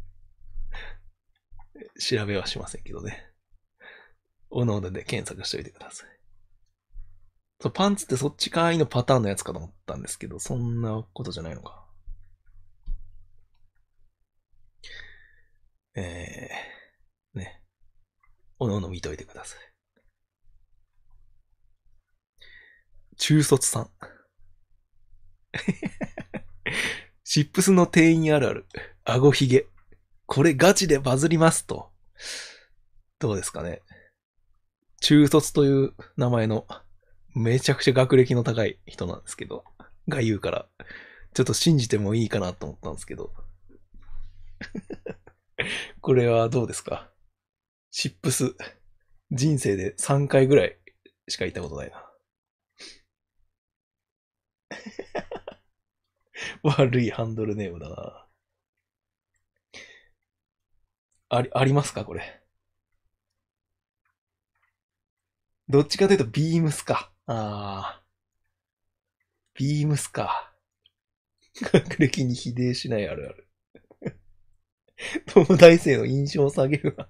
調べはしませんけどね。おのおので検索しておいてください。 そう、パンツってそっちかいのパターンのやつかと思ったんですけど、そんなことじゃないのか。ね。おのおの見といてください。中卒さん。シップスの店員あるある。顎ひげ。これガチでバズりますと。どうですかね。中卒という名前のめちゃくちゃ学歴の高い人なんですけど、が言うから、ちょっと信じてもいいかなと思ったんですけど。これはどうですか？シップス、人生で3回ぐらいしか行ったことないな。悪いハンドルネームだな。ありますかこれ。どっちかというとビームスか。ビームスか。学歴に比例しないあるある。東大生の印象を下げるな。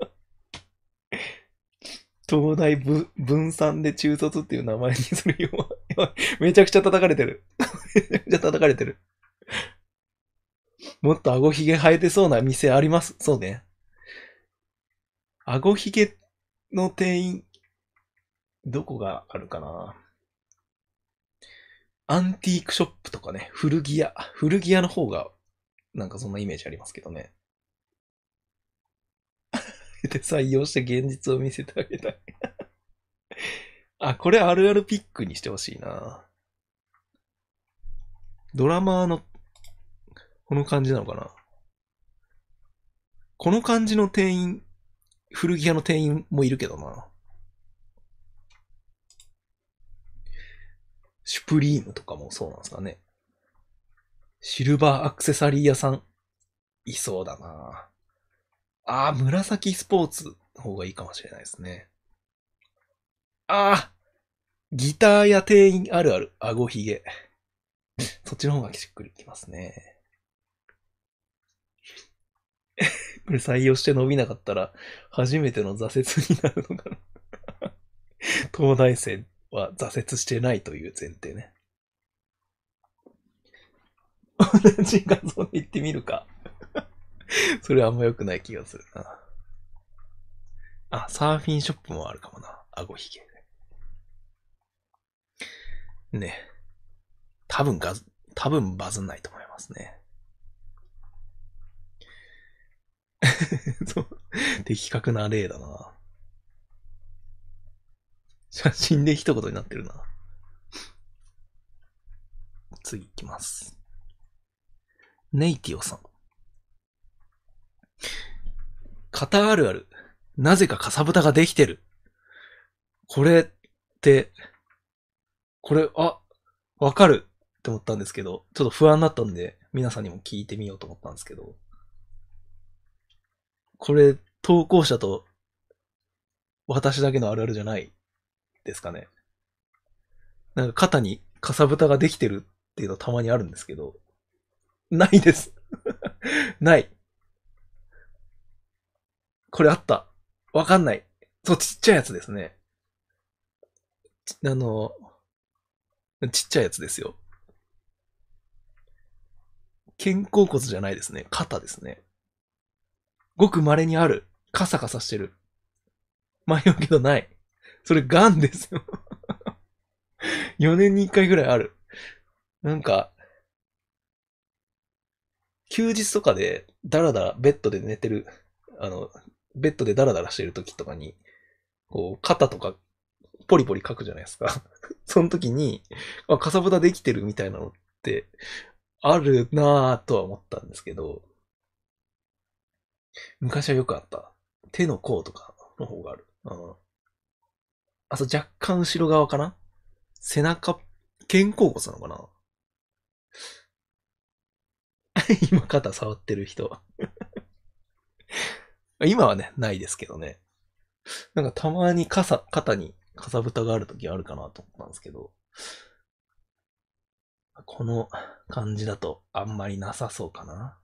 東大分散で中卒っていう名前にするよ。めちゃくちゃ叩かれてる。めちゃくちゃ叩かれてる。もっと顎ひげ生えてそうな店あります。そうね。顎ひげの店員、どこがあるかな。アンティークショップとかね、古着屋。古着屋の方が、なんかそんなイメージありますけどね。で、採用して現実を見せてあげたい。あ、これあるあるピックにしてほしいな。ドラマーの、この感じなのかな。この感じの店員、古着屋の店員もいるけどな。シュプリームとかもそうなんですかね。シルバーアクセサリー屋さん、いそうだな。紫スポーツの方がいいかもしれないですね。ギターや店員あるある、顎ひげ。そっちの方がしっくりきますね。これ採用して伸びなかったら、初めての挫折になるのかな。東大生は挫折してないという前提ね。同じ画像で言ってみるか。それはあんま良くない気がするな。サーフィンショップもあるかもな。顎ひげ。ね。多分バズんないと思いますね。そう。的確な例だな。写真で一言になってるな。次行きます。ネイティオさん。型あるある。なぜかかさぶたができてる。これって、わかるって思ったんですけど、ちょっと不安だったんで、皆さんにも聞いてみようと思ったんですけど、これ、投稿者と私だけのあるあるじゃないですかね。なんか肩にかさぶたができてるっていうのたまにあるんですけど、ないです。ない。これあった。わかんない。そう、ちっちゃいやつですね。あの、ちっちゃいやつですよ。肩甲骨じゃないですね。肩ですね。ごく稀にある。カサカサしてる。迷うけどない。それガンですよ。4年に1回ぐらいある。なんか、休日とかで、だらだらベッドで寝てる、あの、ベッドでダラダラしてる時とかに、こう、肩とかポリポリ書くじゃないですか。その時に、かさぶたできてるみたいなのって、あるなぁとは思ったんですけど、昔はよくあった。手の甲とかの方がある。そう、若干後ろ側かな。背中、肩甲骨なのかな。今肩触ってる人。今はね、ないですけどね。なんかたまに肩にかさぶたがある時あるかなと思ったんですけど、この感じだとあんまりなさそうかな。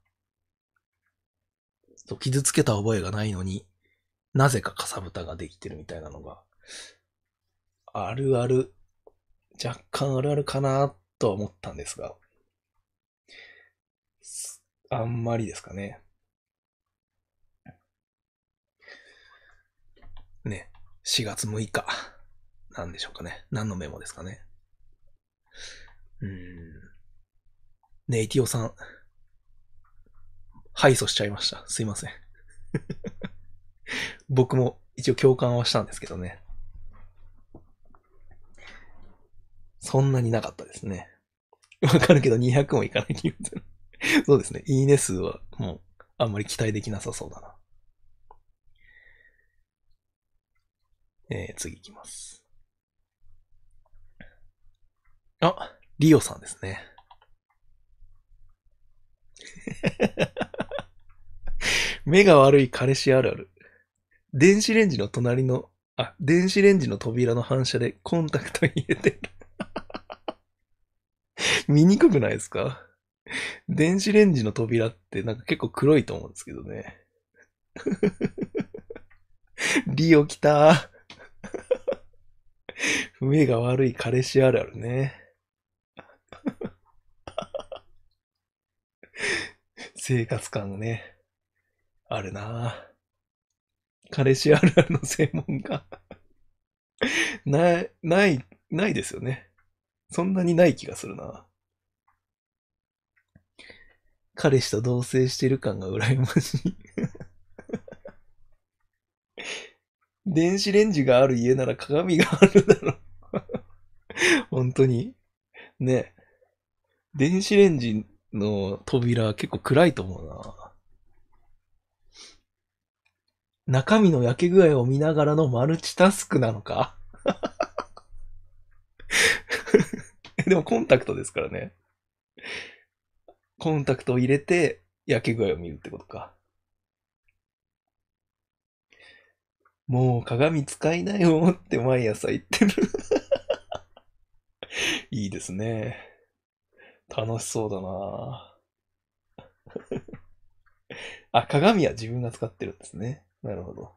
そう、傷つけた覚えがないのに、なぜかかさぶたができてるみたいなのが、あるある若干あるあるかなとは思ったんですが、あんまりですかね。ね。4月6日。なんでしょうかね。何のメモですかね。ネイティオさん、敗訴しちゃいました。すいません。僕も一応共感はしたんですけどね。そんなになかったですね。わかるけど200もいかない気がする。そうですね。いいね数はもうあんまり期待できなさそうだな。次いきます。あ、リオさんですね。目が悪い彼氏あるある。電子レンジの隣の、電子レンジの扉の反射でコンタクト入れてる。見にくくないですか？電子レンジの扉ってなんか結構黒いと思うんですけどね。リオ来た。目が悪い彼氏あるあるね。生活感ね。あるな。彼氏あるあるの専門家。ないですよね。そんなにない気がするな。彼氏と同棲してる感が羨ましい。電子レンジがある家なら鏡があるだろう。本当に。ね。電子レンジの扉結構暗いと思うな。中身の焼け具合を見ながらのマルチタスクなのか？でもコンタクトですからね。コンタクトを入れて焼け具合を見るってことか。もう鏡使いなよって毎朝言ってる。いいですね。楽しそうだな。鏡は自分が使ってるんですね。なるほど。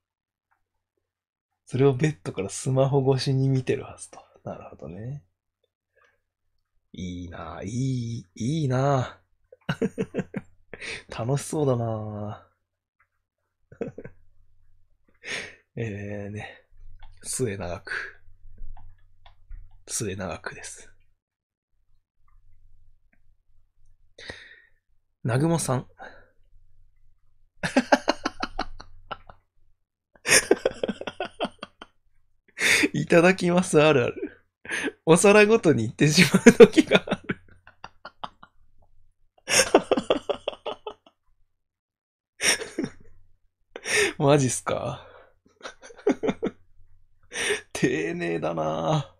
それをベッドからスマホ越しに見てるはずと。なるほどね。いいな、いいな。楽しそうだな。ね。末永く。末永くです。なぐもさん。いただきますあるある。お皿ごとに行ってしまう時がある。マジっすか？丁寧だな。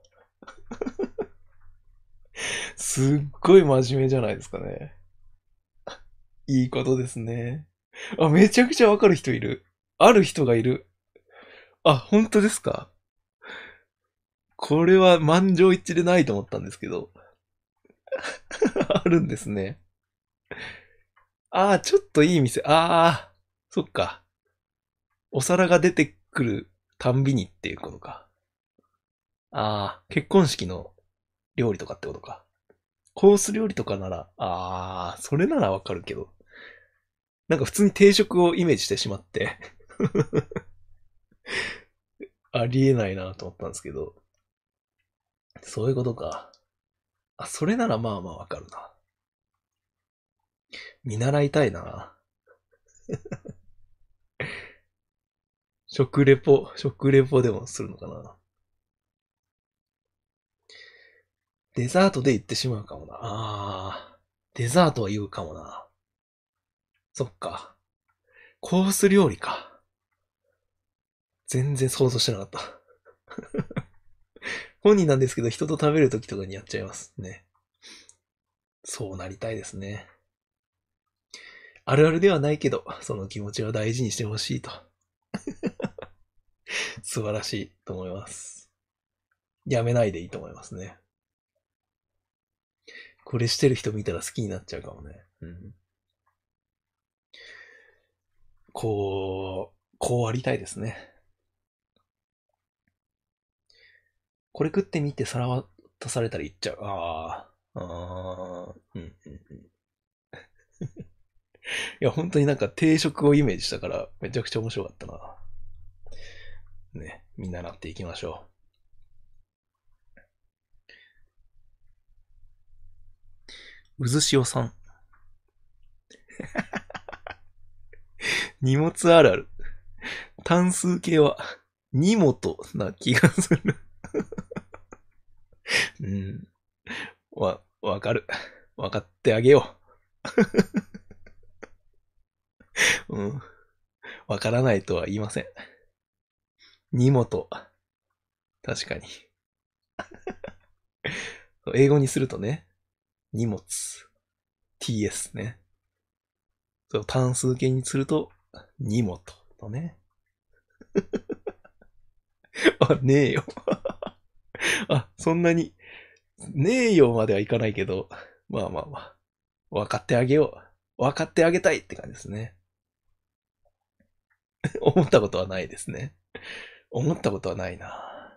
すっごい真面目じゃないですかね。いいことですね。めちゃくちゃわかる人いる。ある人がいる。本当ですか？これは満場一致でないと思ったんですけど。あるんですね。ちょっといい店。そっか。お皿が出てくるたんびにっていうことか。結婚式の料理とかってことか。コース料理とかなら、それならわかるけど。なんか普通に定食をイメージしてしまってありえないなと思ったんですけど。そういうことか。それならまあまあわかるな。見習いたいな。食レポでもするのかな。デザートで言ってしまうかもな。デザートは言うかもな。そっか。コース料理か。全然想像してなかった。本人なんですけど、人と食べるときとかにやっちゃいますね。そうなりたいですね。あるあるではないけど、その気持ちは大事にしてほしいと。素晴らしいと思います。やめないでいいと思いますね。これしてる人見たら好きになっちゃうかもね。うん。こうありたいですね。これ食ってみて皿は足されたら言っちゃう。うんうんうん。いや、本当になんか定食をイメージしたから、めちゃくちゃ面白かったな。ね、みんななっていきましょう。うずしおさん。荷物あるある。単数形は、荷物な気がする。うん。わかる。わかってあげよう。うん。わからないとは言いません。荷物。確かに。英語にするとね、荷物。ts ね。そう、単数形にすると、荷物とね。あ、ねえよ。あ、そんなに、ねえよまではいかないけど、まあまあまあ。分かってあげよう。分かってあげたいって感じですね。思ったことはないですね。思ったことはないな。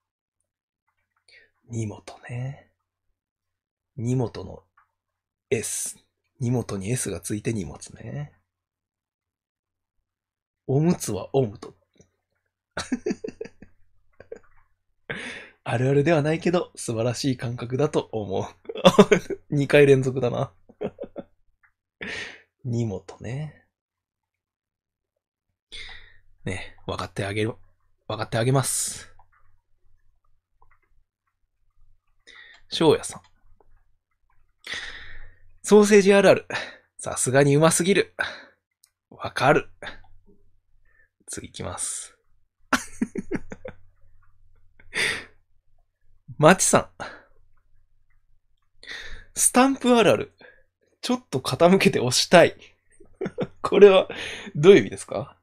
荷物ね。荷物の S。荷物に S がついて荷物ね。おむつはおむと。あるあるではないけど、素晴らしい感覚だと思う。2回連続だな。荷物ね。ね、分かってあげる。分かってあげます。翔也さん。ソーセージあるある。さすがにうますぎる。わかる。次行きます。マチさん。スタンプあるある。ちょっと傾けて押したい。これは、どういう意味ですか？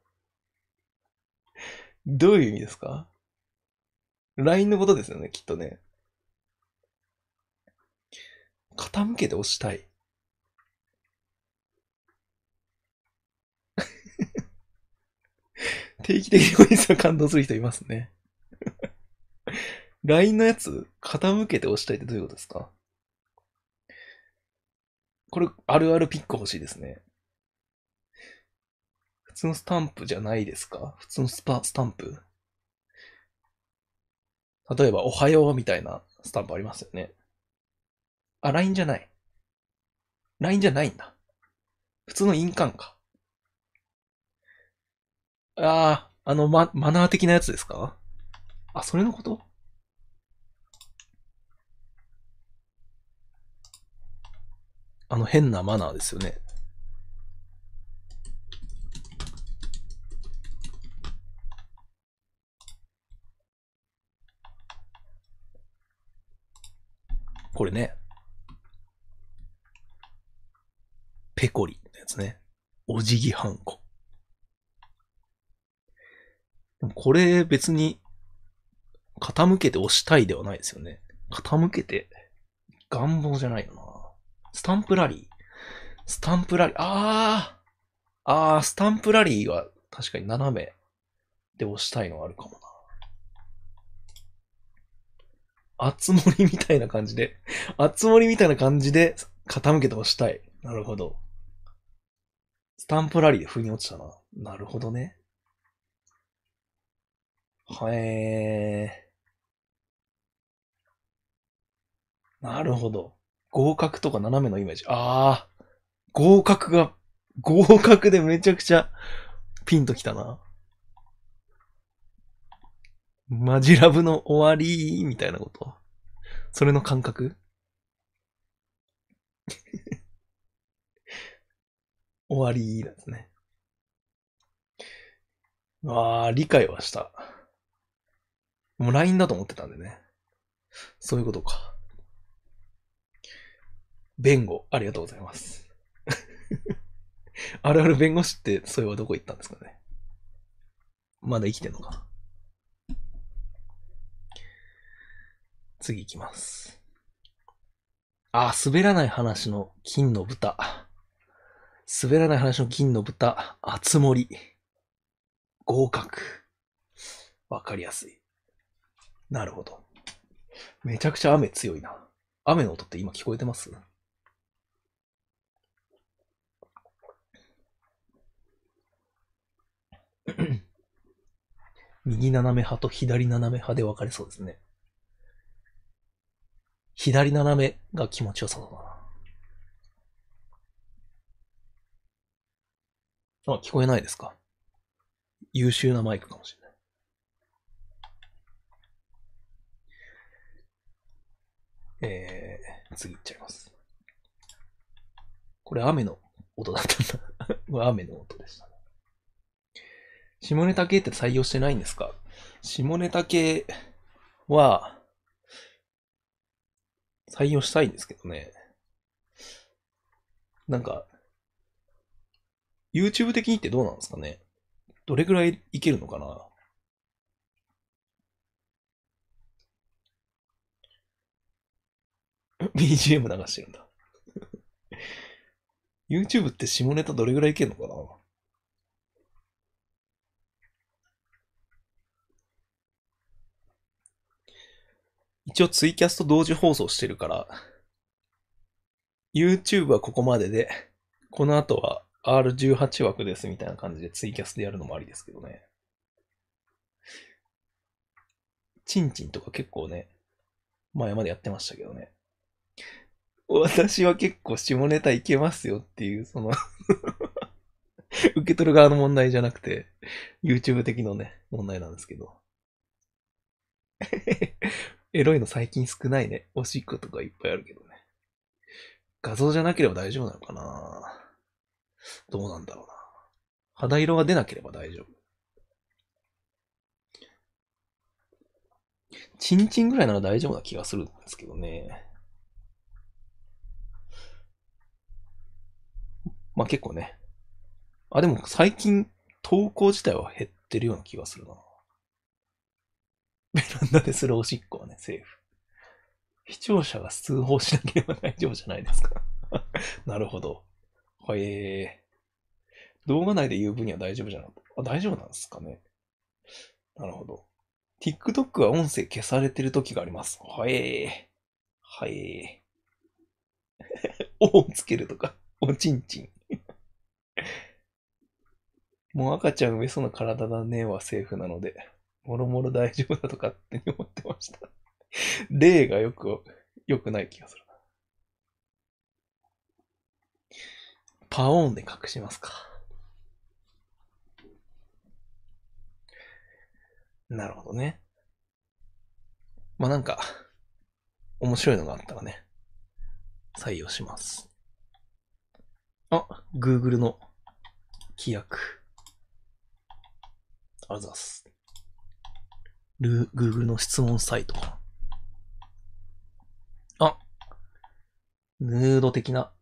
どういう意味ですか？ LINE のことですよね、きっとね。傾けて押したい。定期的におじさん感動する人いますね。LINE のやつ、傾けて押したいってどういうことですか？これ、あるあるピック欲しいですね。普通のスタンプじゃないですか？普通のスタンプ例えば、おはようみたいなスタンプありますよね。あ、LINE じゃない。LINE じゃないんだ。普通の印鑑か。マナー的なやつですか？あ、それのこと？変なマナーですよね。これね。ペコリのやつね。お辞儀ハンコ。でもこれ別に傾けて押したいではないですよね。傾けて願望じゃないよな。スタンプラリー。スタンプラリー。スタンプラリーは確かに斜めで押したいのはあるかもな。あつ森みたいな感じで、あつ森みたいな感じで傾けて押したい。なるほど。スタンプラリーで腑に落ちたな。なるほどね。なるほど。合格とか斜めのイメージ。合格が、合格でめちゃくちゃピンときたな。マジラブの終わりみたいなこと。それの感覚？終わりですね。理解はした。もう LINE だと思ってたんでね。そういうことか。弁護、ありがとうございます。あるある弁護士って、それはどこ行ったんですかね。まだ生きてんのかな。次行きます。滑らない話の金の豚。滑らない話の金の豚、あつ森。合格。わかりやすい。なるほど。 めちゃくちゃ雨強いな。雨の音って今聞こえてます？右斜め派と左斜め派で分かれそうですね。左斜めが気持ちよさそうだな。あ、聞こえないですか？優秀なマイクかもしれない。次いっちゃいます。これ雨の音だったんだ。これ雨の音でしたね。下ネタ系って採用してないんですか？下ネタ系は採用したいんですけどね。なんか、YouTube 的にってどうなんですかね？どれくらいいけるのかな？ BGM 流してるんだ。YouTube って下ネタどれくらいいけるのかな？一応ツイキャスと同時放送してるから、YouTube はここまでで、この後は R18 枠ですみたいな感じでツイキャスでやるのもありですけどね。チンチンとか結構ね、前までやってましたけどね。私は結構下ネタいけますよっていう、受け取る側の問題じゃなくて、YouTube 的のね、問題なんですけど。エロいの最近少ないね。おしっことかいっぱいあるけどね。画像じゃなければ大丈夫なのかな？どうなんだろうな。肌色が出なければ大丈夫。チンチンぐらいなら大丈夫な気がするんですけどね。まあ結構ね。あ、でも最近投稿自体は減ってるような気がするな。ベランダでするおしっこはね、セーフ。視聴者が通報しなければ大丈夫じゃないですか。なるほど。動画内で言う分には大丈夫じゃなくて。あ、大丈夫なんですかね。なるほど。TikTok は音声消されてる時があります。おをつけるとか。おちんちん。もう赤ちゃん上そうな体だねはセーフなので、もろもろ大丈夫だと勝手に思ってました。例がよくない気がする。パオーンで隠しますか。なるほどね。まあなんか、面白いのがあったらね、採用します。あ、Google の規約。ありがとうございます。Google の質問サイト。あ、ヌード的な、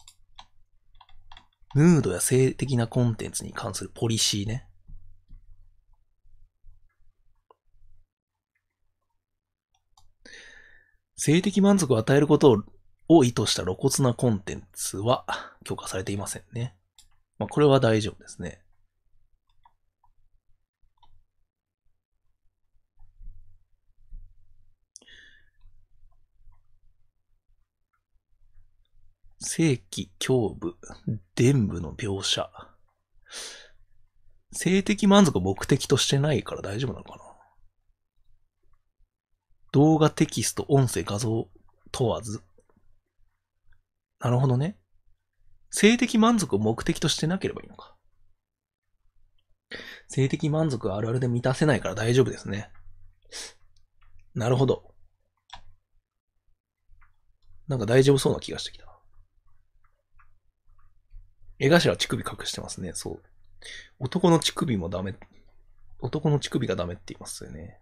ヌードや性的なコンテンツに関するポリシーね。性的満足を与えることを意図した露骨なコンテンツは許可されていませんね。まあ、これは大丈夫ですね。性器、胸部、臀部の描写。性的満足を目的としてないから大丈夫なのかな？動画、テキスト、音声、画像問わず。なるほどね。性的満足を目的としてなければいいのか。性的満足はあるあるで満たせないから大丈夫ですね。なるほど。なんか大丈夫そうな気がしてきた。絵頭は乳首隠してますね。そう。男の乳首もダメ。男の乳首がダメって言いますよね。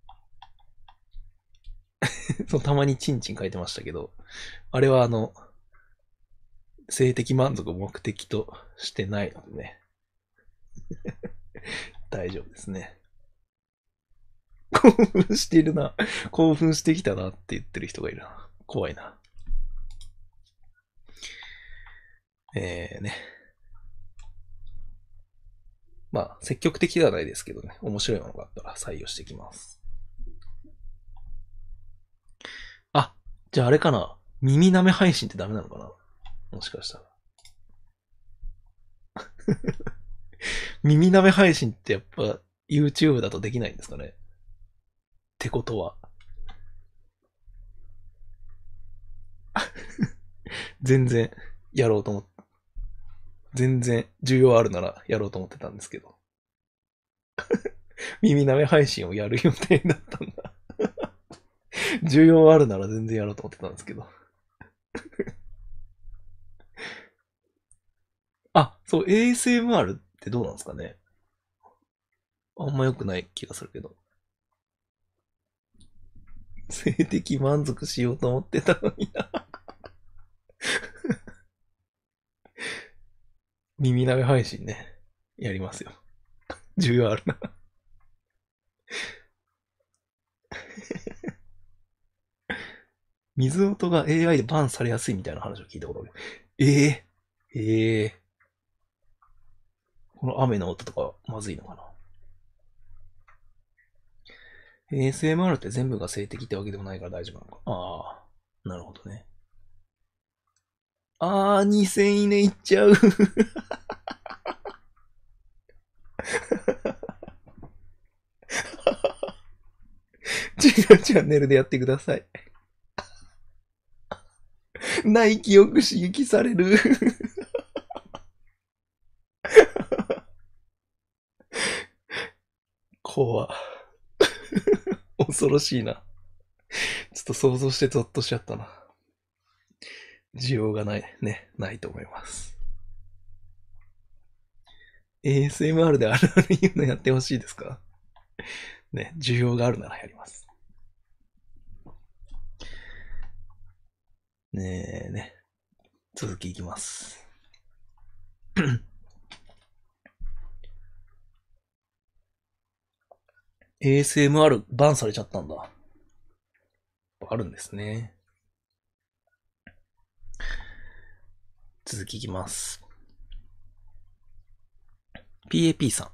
そう、たまにチンチン書いてましたけど、あれは性的満足を目的としてないのでね。大丈夫ですね。興奮してるな。興奮してきたなって言ってる人がいるな。怖いな。ね。まあ、積極的ではないですけどね。面白いものがあったら採用していきます。 じゃああれかな、耳舐め配信ってダメなのかな、もしかしたら。耳舐め配信ってやっぱ YouTube だとできないんですかねってことは。全然やろうと思って、全然需要あるならやろうと思ってたんですけど。耳舐め配信をやる予定だったんだ。需要あるなら全然やろうと思ってたんですけど。あ、そう、ASMR ってどうなんですかね。あんま良くない気がするけど。性的満足しようと思ってたのにな。耳舐め配信ね。やりますよ。需要あるな。水音が AI でバンされやすいみたいな話を聞いたことある。ええこの雨の音とかまずいのかな。ASMR って全部が性的ってわけでもないから大丈夫なのか。ああ、なるほどね。あー、2000いいねいっちゃう。違うチャンネルでやってください。内気よく刺激される。怖恐ろしいな。ちょっと想像してゾッとしちゃったな。需要がない、ね、ないと思います。ASMR であるある言うのやってほしいですかね、需要があるならやります。ねえね。続きいきます。ASMR バンされちゃったんだ。あるんですね。続きいきます。PAP さん。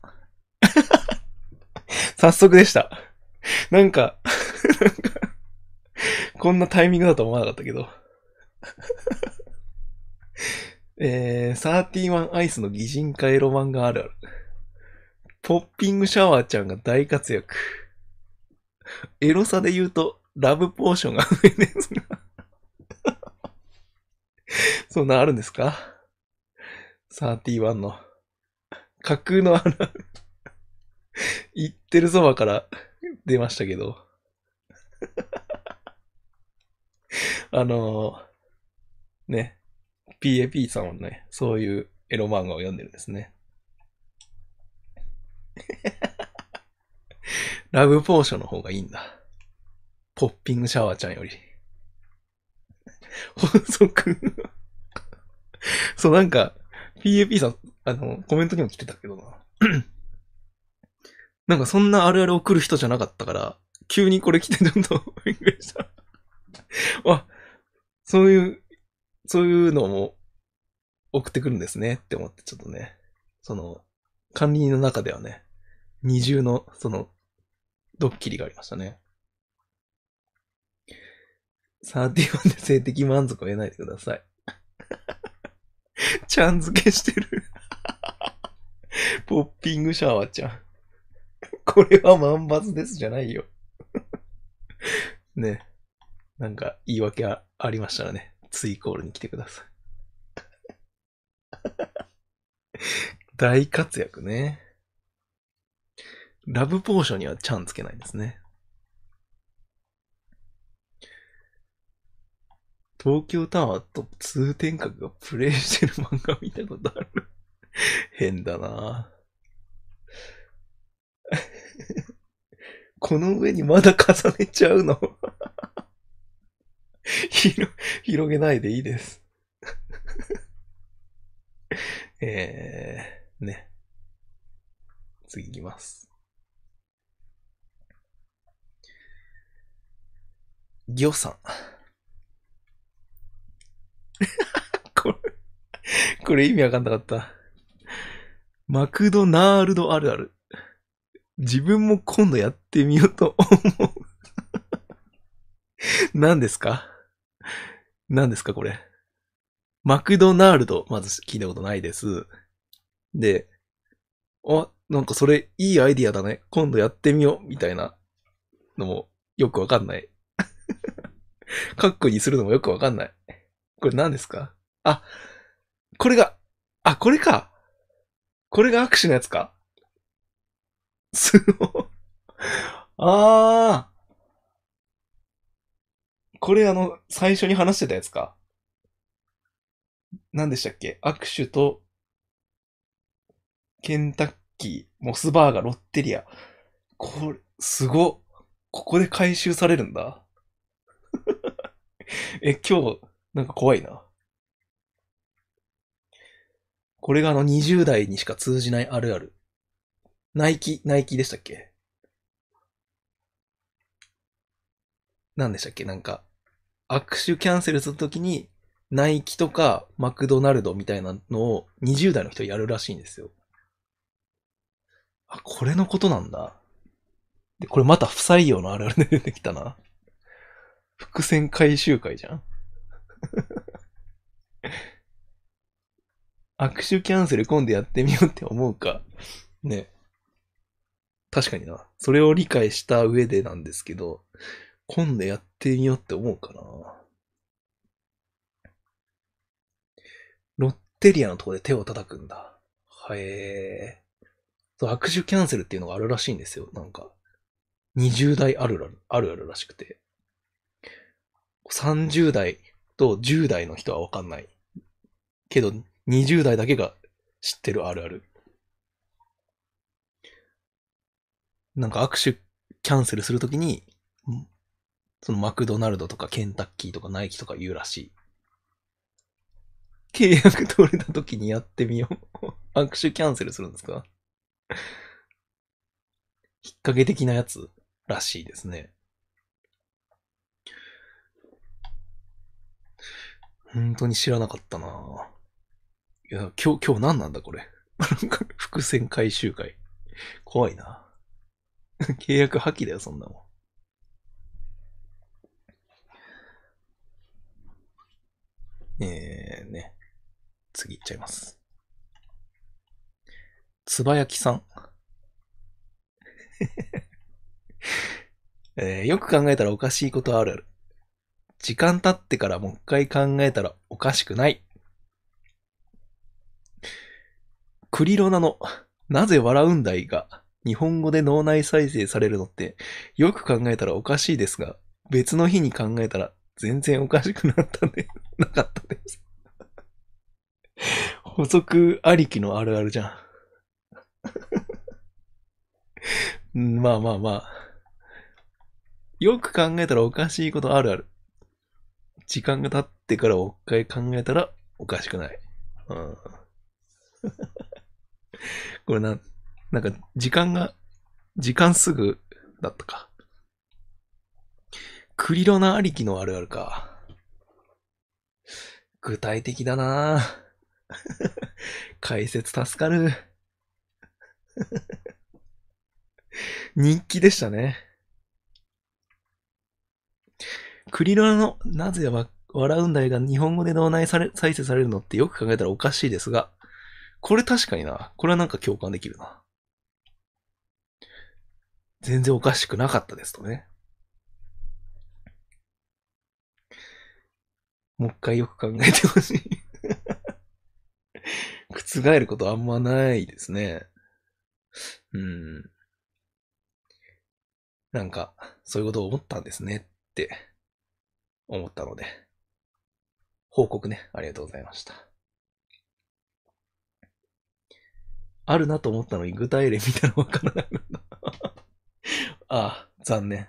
早速でした。なんかこんなタイミングだと思わなかったけど。31アイスの擬人化エロ漫画あるある。ポッピングシャワーちゃんが大活躍。エロさで言うと、ラブポーションが上ですが。そんなあるんですか ?31 の。架空のあるある。言ってるそばから出ましたけど。ね。PAP さんはね、そういうエロ漫画を読んでるんですね。ラブポーションの方がいいんだ。ポッピングシャワーちゃんより。法則そう、なんか、PAP さん、コメントにも来てたけどな。なんかそんなあるある送る人じゃなかったから、急にこれ来てちょっとびっくりした。あ、そういうのも送ってくるんですねって思ってちょっとね、管理人の中ではね、二重の、ドッキリがありましたね。31で性的満足を得ないでください。ちゃん付けしてる。ポッピングシャワーちゃん。これは万抜ですじゃないよ。ね。なんか言い訳ありましたらね、ツイコールに来てください。大活躍ね。ラブポーションにはちゃんつけないんですね。東京タワーと通天閣がプレイしてる漫画見たことある。変だなこの上にまだ重ねちゃうの広げないでいいです。ね。次行きます。ギョさん。これ意味わかんなかった。マクドナルドあるある。自分も今度やってみようと思う。何ですか何ですかこれ。マクドナルド、まず聞いたことないです。で、なんかそれいいアイディアだね。今度やってみよう、みたいなのもよくわかんない。カッコにするのもよくわかんない。これ何ですか？あ、これが、これか。これが握手のやつか。すごい。あこれ最初に話してたやつか。何でしたっけ？握手とケンタッキー、モスバーガー、ロッテリア。これ、すごっ。ここで回収されるんだ。今日、なんか怖いな。これが20代にしか通じないあるある。ナイキでしたっけ？何でしたっけ？なんか、握手キャンセルするときに、ナイキとかマクドナルドみたいなのを20代の人やるらしいんですよ。これのことなんだ。で、これまた不採用のあるあるで出てきたな。伏線回収会じゃん。握手キャンセル今度やってみようって思うか。ね。確かにな。それを理解した上でなんですけど、今度やってみようって思うかな。ロッテリアのとこで手を叩くんだ。へえ。そう、握手キャンセルっていうのがあるらしいんですよ。なんか、20代あるあるらしくて。30代と10代の人はわかんない。けど、20代だけが知ってるあるある。なんか握手キャンセルするときに、そのマクドナルドとかケンタッキーとかナイキとか言うらしい。契約取れたときにやってみよう。握手キャンセルするんですか？引っ掛け的なやつらしいですね。本当に知らなかったな。いや、今日何なんだこれ。伏線回収会。怖いな。契約破棄だよ、そんなもん。ね。次いっちゃいます。つばやきさん。よく考えたらおかしいことあるある。時間経ってからもう一回考えたらおかしくない。クリロナのなぜ笑うんだいが日本語で脳内再生されるのってよく考えたらおかしいですが、別の日に考えたら全然おかしくなったね。なかったです。補足ありきのあるあるじゃん。まあまあまあ。よく考えたらおかしいことあるある。時間が経ってからもう一回考えたらおかしくない。うん、これなんか時間すぐだったか。クリロナありきのあるあるか。具体的だな解説助かる。人気でしたね。クリロナのなぜ笑うんだいが日本語で脳内再生されるのってよく考えたらおかしいですが、これ確かにな。これはなんか共感できるな。全然おかしくなかったですとね。もう一回よく考えてほしい。覆ることあんまないですね。うん。なんか、そういうことを思ったんですねって思ったので、報告ね、ありがとうございました。あるなと思ったのに具体例見たらわからないのだ。ああ、残念。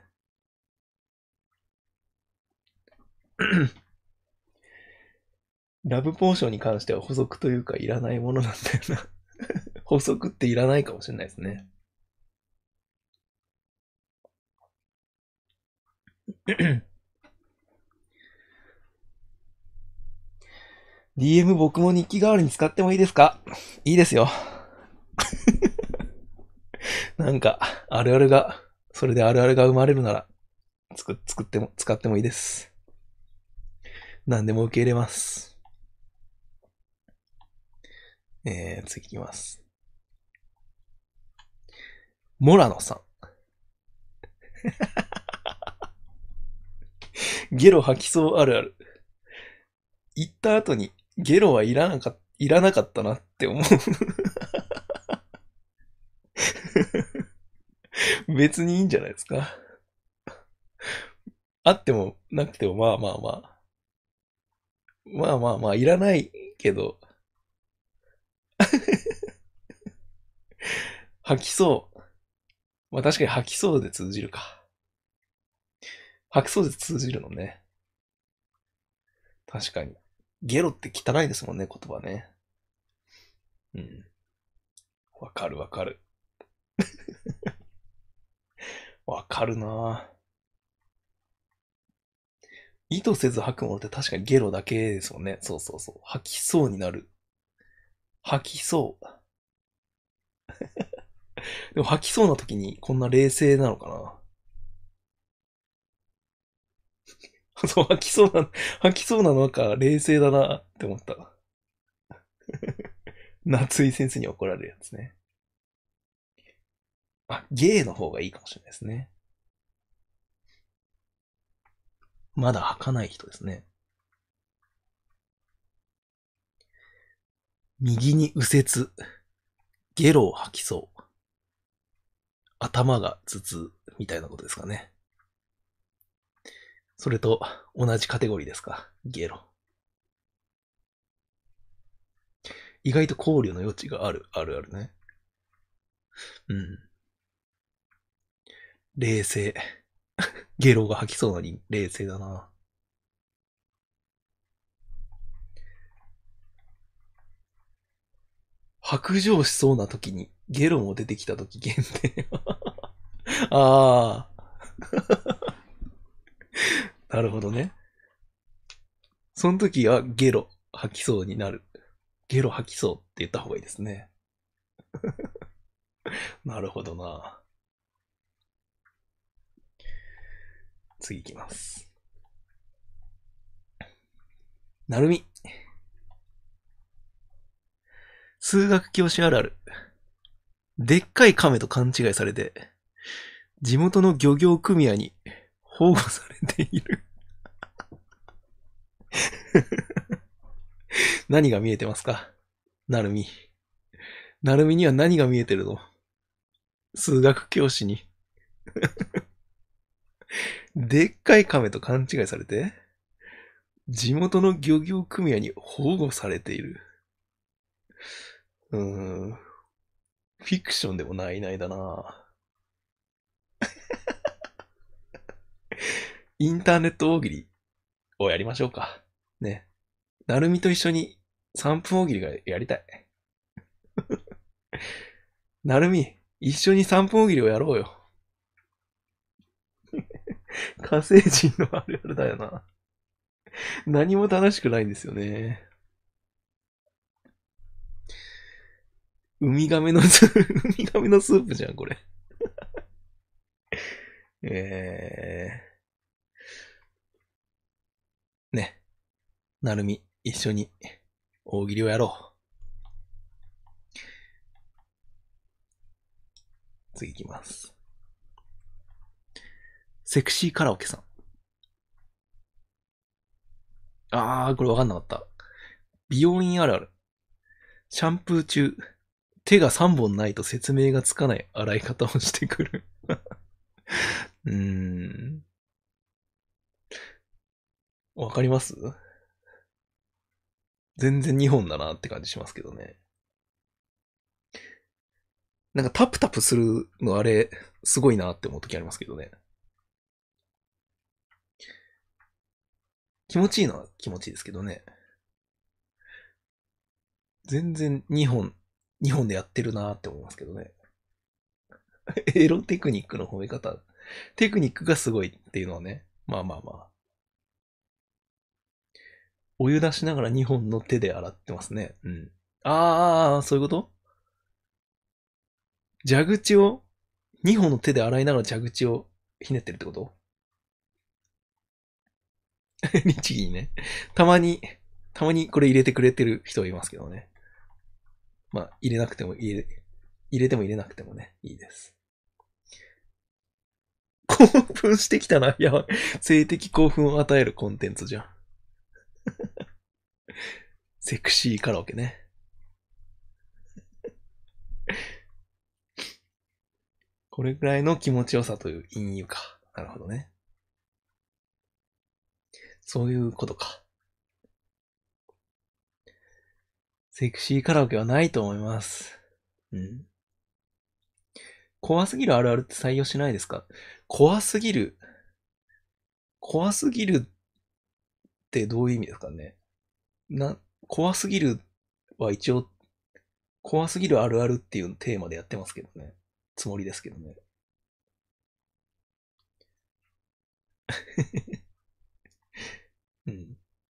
ラブポーションに関しては補足というかいらないものなんだよな。補足っていらないかもしれないですね。DM 僕も日記代わりに使ってもいいですか？いいですよ。なんか、あるあるが、それであるあるが生まれるなら、使ってもいいです。 何でも受け入れます。次いきます。モラノさん。ゲロ吐きそうあるある。行った後にゲロいらなかったなって思う。別にいいんじゃないですか。あってもなくてもまあまあまあ。まあまあまあ、いらないけど、吐きそう。まあ確かに吐きそうで通じるか。吐きそうで通じるのね。確かに。ゲロって汚いですもんね、言葉ね。うん。わかるわかる。わかるなぁ。意図せず吐くものって確かにゲロだけですもんね。そうそうそう。吐きそうになる。吐きそう。でも吐きそうな時にこんな冷静なのかな。そう、吐きそうなのか冷静だなって思った。夏井先生に怒られるやつね。あ、ゲイの方がいいかもしれないですね。まだ吐かない人ですね。右に右折。ゲロを吐きそう。頭が頭痛。みたいなことですかね。それと同じカテゴリーですか。ゲロ。意外と考慮の余地がある。あるあるね。うん。冷静。ゲロが吐きそうなに冷静だな。白状しそうな時にゲロも出てきた時限定。ああ、なるほどね。その時はゲロ吐きそうになる。ゲロ吐きそうって言った方がいいですね。なるほどな。次行きます。なるみ。数学教師あるある。でっかい亀と勘違いされて、地元の漁業組合に保護されている。何が見えてますか？なるみ。なるみには何が見えてるの？数学教師に。でっかい亀と勘違いされて、地元の漁業組合に保護されている。うーん。フィクションでもないないだな。インターネット大喜利をやりましょうか。ね。なるみと一緒に3分大喜利がやりたい。なるみ、一緒に3分大喜利をやろうよ。火星人のあるあるだよな。何も楽しくないんですよね。ウミガメのスープ、ウミガメのスープじゃん、これ。ね。なるみ、一緒に大喜利をやろう。次行きます。セクシーカラオケさん。これわかんなかった。美容院あるある。シャンプー中、手が3本ないと説明がつかない洗い方をしてくる。うーん。わかります？全然2本だなって感じしますけどね。なんかタプタプするのあれ、すごいなって思う時ありますけどね。気持ちいいのは気持ちいいですけどね。全然2本でやってるなって思いますけどね。エロテクニックの褒め方。テクニックがすごいっていうのはね。まあまあまあ。お湯出しながら2本の手で洗ってますね。うん。そういうこと？蛇口を2本の手で洗いながら蛇口をひねってるってこと？ 律儀にね。たまにこれ入れてくれてる人いますけどね。まあ、入れなくても入れても入れなくてもね、いいです。興奮してきたな。いや、性的興奮を与えるコンテンツじゃん。セクシーカラオケね。これぐらいの気持ちよさという隠喩か。なるほどね。そういうことか。セクシーカラオケはないと思います。うん。怖すぎるあるあるって採用しないですか？怖すぎる。怖すぎるってどういう意味ですかね？怖すぎるは一応、怖すぎるあるあるっていうテーマでやってますけどね。つもりですけどね。うん。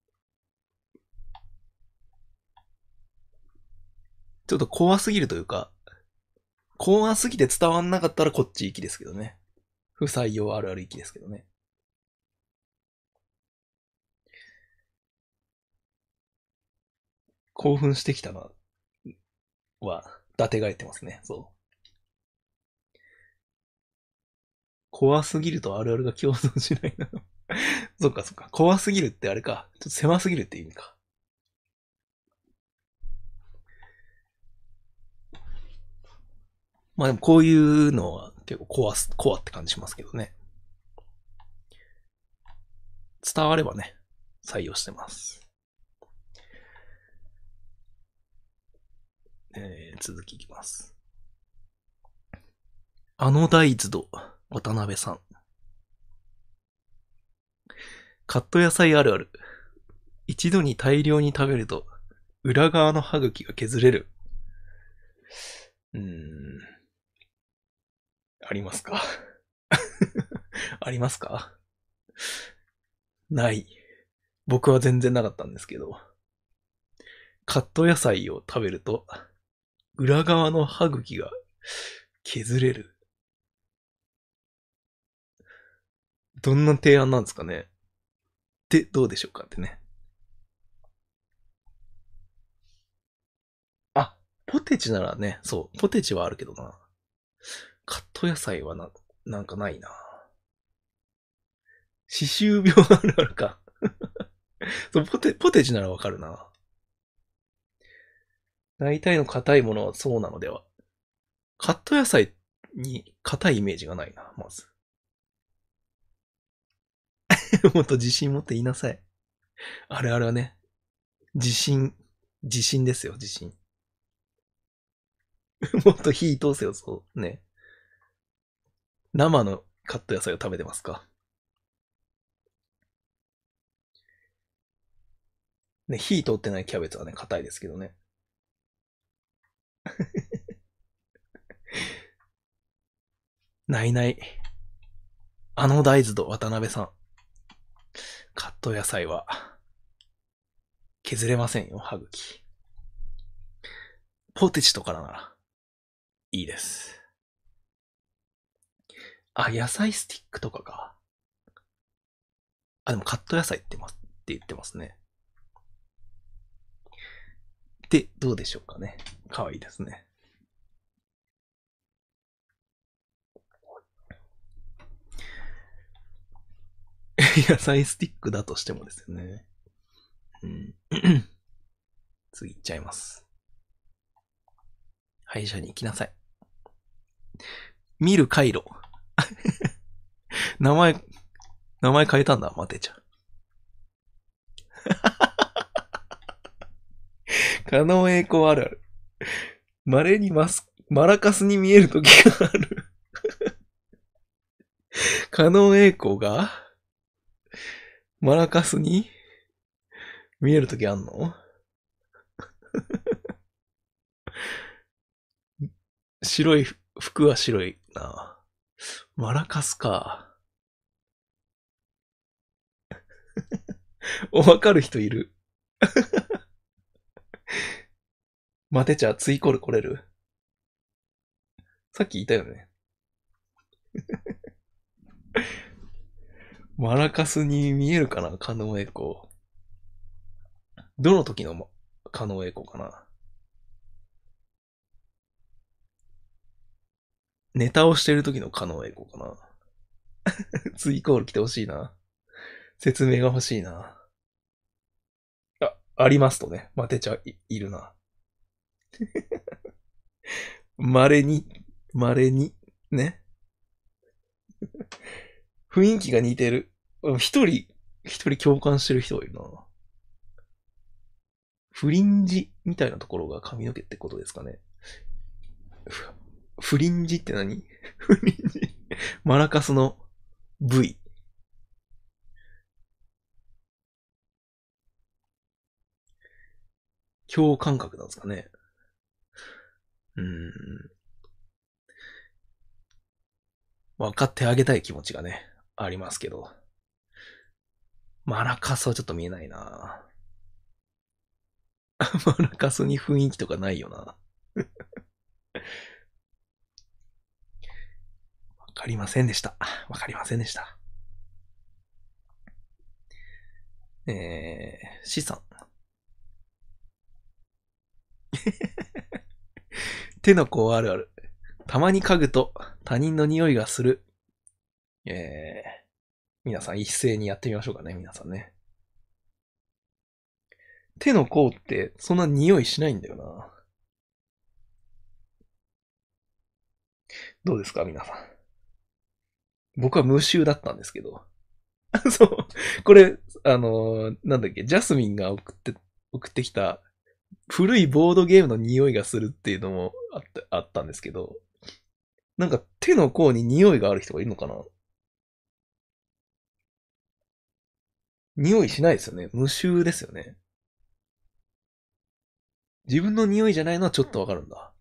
ちょっと怖すぎるというか、怖すぎて伝わんなかったらこっち行きですけどね。不採用あるある行きですけどね。興奮してきたな、は、伊達が言ってますね。そう。怖すぎるとあるあるが共存しないな。そっかそっか。怖すぎるってあれか。ちょっと狭すぎるって意味か。まあでもこういうのは結構怖って感じしますけどね。伝わればね、採用してます。続きいきます。あの大豆と渡辺さん。カット野菜あるある。一度に大量に食べると、裏側の歯茎が削れる。うーん、ありますか？ありますか？ない。僕は全然なかったんですけど、カット野菜を食べると、裏側の歯茎が削れる。どんな提案なんですかね？ってどうでしょうかってね。あ、ポテチならね、そう、ポテチはあるけどな。カット野菜はなんかないな。歯周病あるあるか。そう、ポテチならわかるな。大体の硬いものはそうなのでは。カット野菜に硬いイメージがないな、まず。もっと自信持って言いなさい。あれあれはね、自信、自信ですよ、自信。もっと火通せよ、そう。ね。生のカット野菜を食べてますか？ね、火通ってないキャベツはね、硬いですけどね。ないない。あの大豆と渡辺さん。カット野菜は削れませんよ、歯茎。ポテチとかならいいです。あ、野菜スティックとかか。あ、でもカット野菜って言ってますね。で、どうでしょうかね。かわいいですね。野菜スティックだとしてもですよね。うん。次行っちゃいます。歯医者に行きなさい。見る回路。名前、名前変えたんだ、待てちゃん。可能栄光あるある。稀にマラカスに見える時がある。可能栄光がマラカスに見える時あんの？白い、服は白いな。マラカスか。わかる人いる？待てちゃ、ツイコール来れる？さっき言ったよね。 マラカスに見えるかな、狩野英孝。どの時の狩野英孝かな。ネタをしてる時の狩野英孝かな。ツイコール来てほしいな。説明が欲しいな。ありますとね。マテ茶いるな。稀に、稀に、ね。雰囲気が似てる。一人共感してる人がいるな。フリンジみたいなところが髪の毛ってことですかね。フリンジって何？フリンジ。マラカスの V。共感覚なんですかね。分かってあげたい気持ちがね、ありますけど。マラカスはちょっと見えないな。マラカスに雰囲気とかないよな。わかりませんでした。わかりませんでした。資産。手の甲あるある。たまに嗅ぐと他人の匂いがする。皆さん一斉にやってみましょうかね、皆さんね。手の甲ってそんな匂いしないんだよな。どうですか、皆さん。僕は無臭だったんですけど。そう。これ、なんだっけ、ジャスミンが送ってきた古いボードゲームの匂いがするっていうのもあったんですけど、なんか手の甲に匂いがある人がいるのかな？匂いしないですよね。無臭ですよね。自分の匂いじゃないのはちょっとわかるんだ。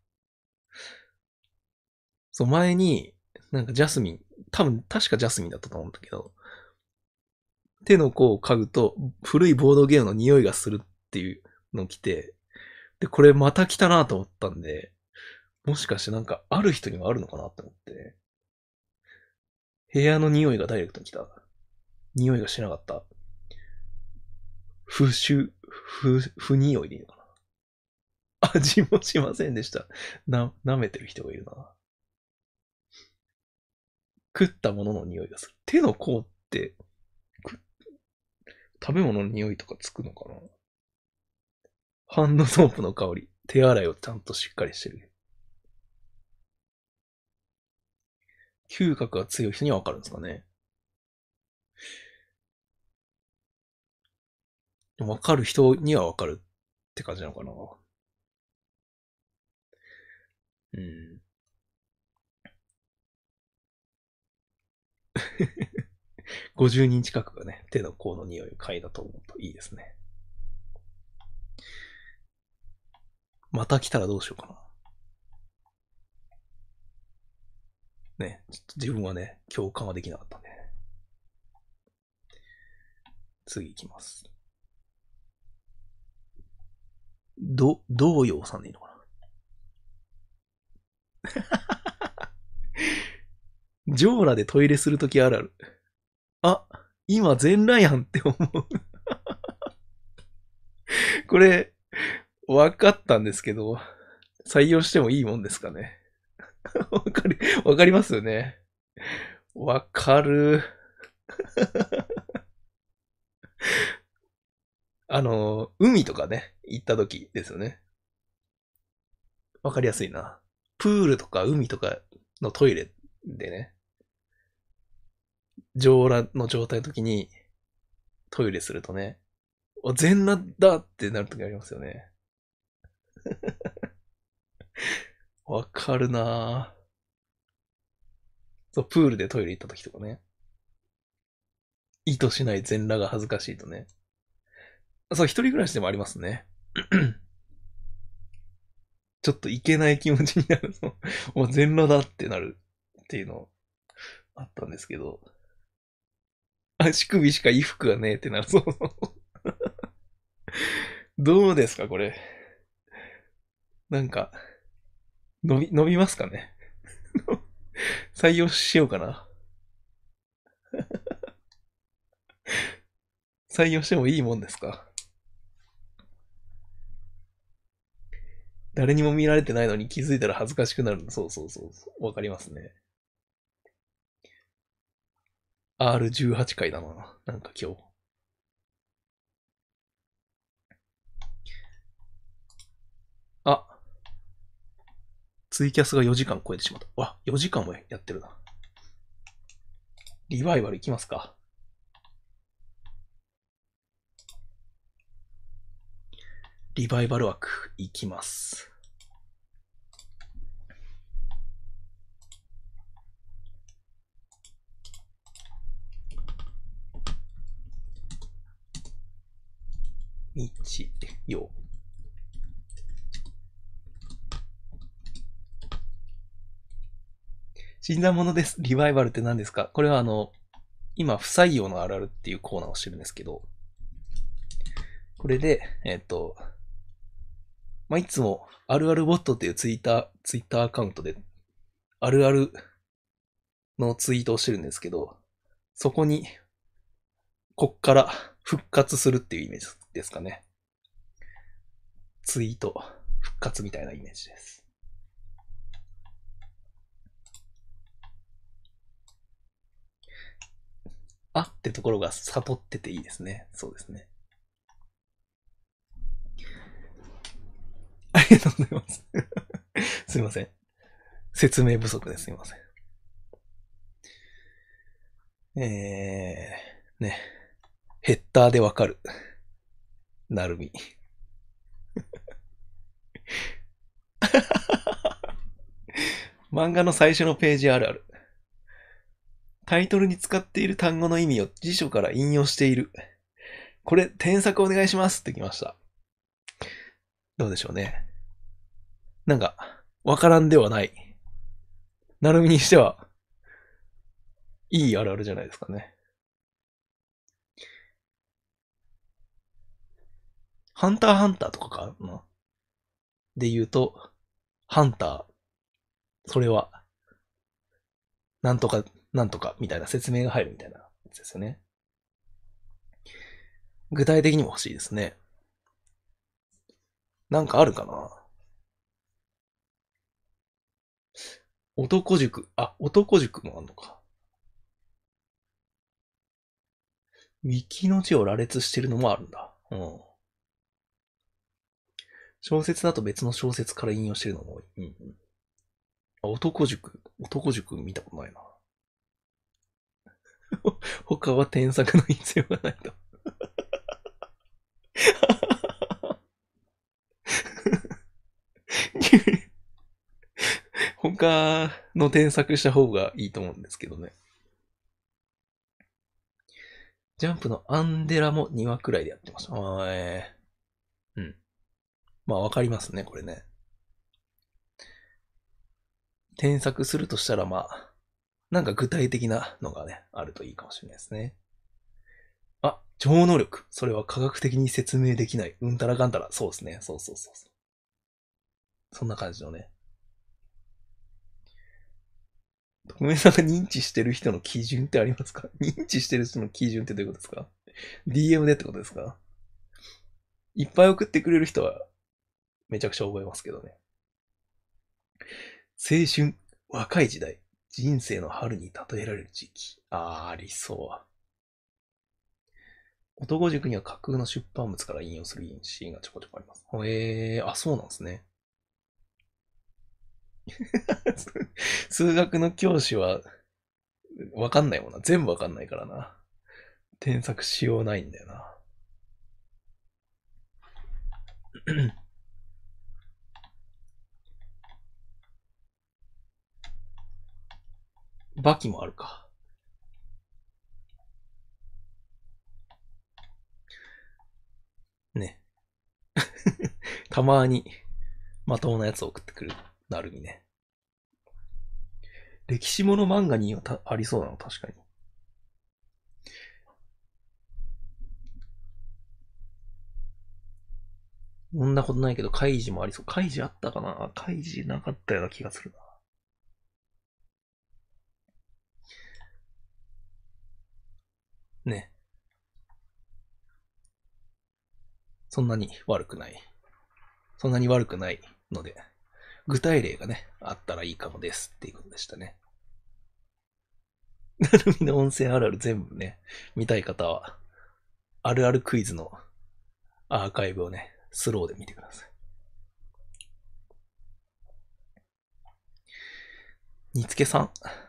そう、前に、なんかジャスミン、確かジャスミンだったと思うんだけど、手の甲を嗅ぐと古いボードゲームの匂いがするっていうのを来て、で、これまた来たなと思ったんで、もしかしてなんかある人にはあるのかなって思って、部屋の匂いがダイレクトに来た。匂いがしなかった。不匂いでいいのかな。味もしませんでした。舐めてる人がいるな。食ったものの匂いがする。手の甲って、食べ物の匂いとかつくのかな？ハンドソープの香り。手洗いをちゃんとしっかりしてる。嗅覚が強い人にはわかるんですかね。わかる人にはわかるって感じなのかな。うん。50人近くがね、手の甲の匂いを嗅いだと思うといいですね。また来たらどうしようかな。ね、ちょっと自分はね、共感はできなかったんで、ね。次行きます。童謡さんでいいのかな。ジョーラでトイレするときあるある。あ、今全裸やんって思う。これ、分かったんですけど、採用してもいいもんですかね。わかりますよね。わかる。海とかね、行った時ですよね。わかりやすいな。プールとか海とかのトイレでね、上裸の状態の時にトイレするとね、全裸だってなる時ありますよね。わかるなぁ。そう、プールでトイレ行った時とかね。意図しない全裸が恥ずかしいとね。そう、一人暮らしでもありますね。ちょっといけない気持ちになるの。もう全裸だってなるっていうのあったんですけど。足首しか衣服がねえってなる。そう。どうですか、これ。なんか、伸びますかね。採用しようかな。 採用してもいいもんですか？誰にも見られてないのに気づいたら恥ずかしくなるの。そうそうそうそう。わかりますね。R18 回だな。なんか今日。あ、ツイキャスが4時間超えてしまった。わ、4時間もやってるな。リバイバルいきますか。リバイバル枠いきます。日曜。死んだものです。リバイバルって何ですか？これは今、不採用のあるあるっていうコーナーをしてるんですけど、これで、まあ、いつも、あるあるボットっていうツイッターアカウントで、あるあるのツイートをしてるんですけど、そこに、こっから復活するっていうイメージですかね。ツイート、復活みたいなイメージです。あってところが悟ってていいですね。そうですね。ありがとうございます。すいません。説明不足ですいません。ね。ヘッダーでわかる。なるみ。漫画の最初のページあるある。タイトルに使っている単語の意味を辞書から引用している。これ、添削お願いしますってきました。どうでしょうね。なんか、わからんではない。なるみにしては、いいあるあるじゃないですかね。ハンターハンターとかかなで言うと、ハンター、それは、なんとか、なんとか、みたいな説明が入るみたいなやつですよね。具体的にも欲しいですね。なんかあるかな？男塾。あ、男塾もあんのか。ウィキの字を羅列してるのもあるんだ。うん。小説だと別の小説から引用してるのも多い。うんうん。男塾見たことないな。他は添削の必要がないと。他の添削した方がいいと思うんですけどね。ジャンプのアンデラも2話くらいでやってました。うん。まあわかりますね、これね。添削するとしたらまあ、なんか具体的なのがね、あるといいかもしれないですね。あ、超能力。それは科学的に説明できない。うんたらかんたら。そうですね。そうそうそうそう。そんな感じのね。徳明さんが認知してる人の基準ってありますか？認知してる人の基準ってどういうことですか？ DM でってことですか？いっぱい送ってくれる人はめちゃくちゃ覚えますけどね。青春、若い時代、人生の春に例えられる時期。ありそう。男塾には架空の出版物から引用するシーンがちょこちょこあります。そうなんですね。数学の教師はわかんないもんな。全部わかんないからな。添削しようないんだよな。バキもあるか。ね。たまにまともなやつを送ってくる。なるみね。歴史もの漫画にはありそうなの、確かに。そんなことないけど、カイジもありそう。カイジあったかな？カイジなかったような気がするな。ね。 そんなに悪くない。そんなに悪くないので、具体例がね、あったらいいかもですっていうことでしたね。なるみの温泉あるある全部ね、見たい方は、あるあるクイズのアーカイブをね、スローで見てください。煮つけさん。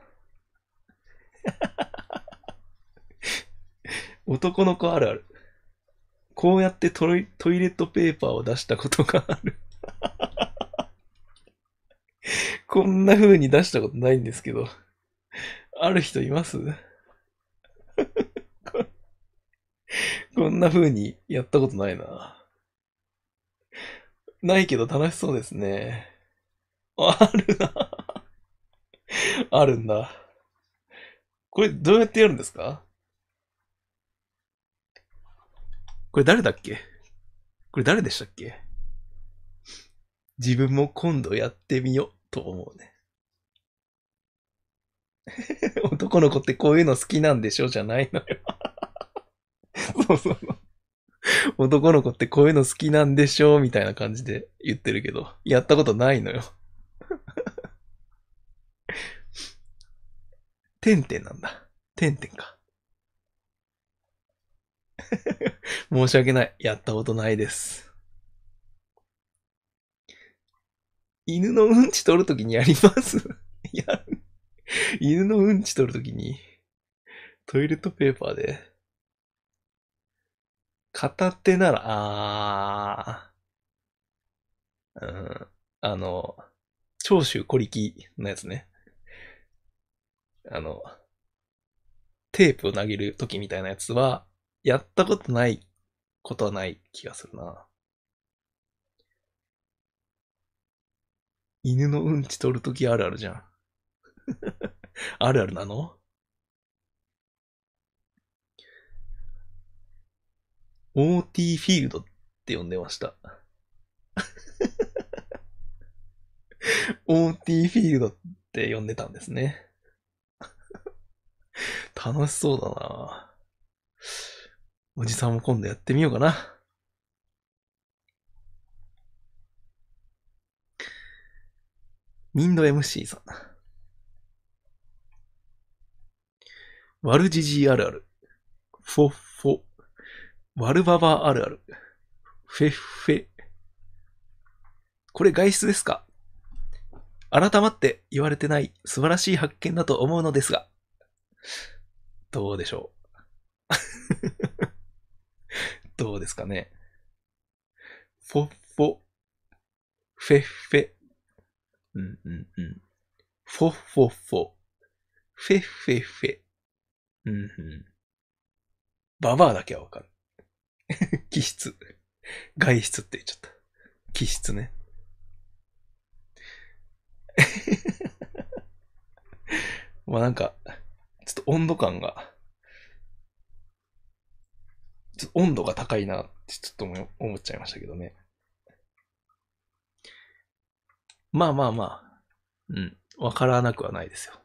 男の子あるある。こうやってトイレットペーパーを出したことがある。こんな風に出したことないんですけど。ある人いますこんな風にやったことないな。ないけど楽しそうですね。あるな。あるんだ。これどうやってやるんですか？これ誰だっけ？これ誰でしたっけ？自分も今度やってみようと思うね。男の子ってこういうの好きなんでしょじゃないのよ。そうそう。男の子ってこういうの好きなんでしょみたいな感じで言ってるけど、やったことないのよ。てんてんなんだ。てんてんか。申し訳ない。やったことないです。犬のうんち取るときにやりますいや、犬のうんち取るときに、トイレットペーパーで、片手なら、うん、長州小力のやつね。あの、テープを投げるときみたいなやつは、やったことないことはない気がするな。犬のうんち取るときあるあるじゃん。あるあるなの？オーティーフィールドって呼んでました。オーティーフィールドって呼んでたんですね。楽しそうだな。おじさんも今度やってみようかな。ミンド MC さん。ワルジジあるある。フォッフォ。ワルババあるある。フェッフェ。これ外出ですか？改まって言われてない素晴らしい発見だと思うのですが、どうでしょう？どうですかね？フォッフォ、フェッフェ。うんうんうん。フォッフォッフォ、フェッフェッフェ。うんうん。ババアだけはわかる。気質。外出って言っちゃった。気質ね。まあなんか、ちょっと温度感が、ちょっと温度が高いなってちょっと思っちゃいましたけどね。まあまあまあ、うん。わからなくはないですよ。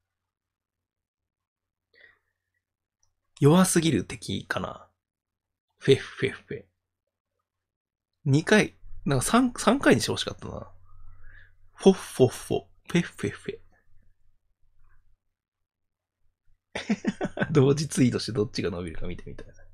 弱すぎる敵かな。フェッフェッフェ。2回、なんか3回にしてほしかったな。フォッフォッフォ、フェッフェッフェ。同時ツイートしてどっちが伸びるか見てみたいな。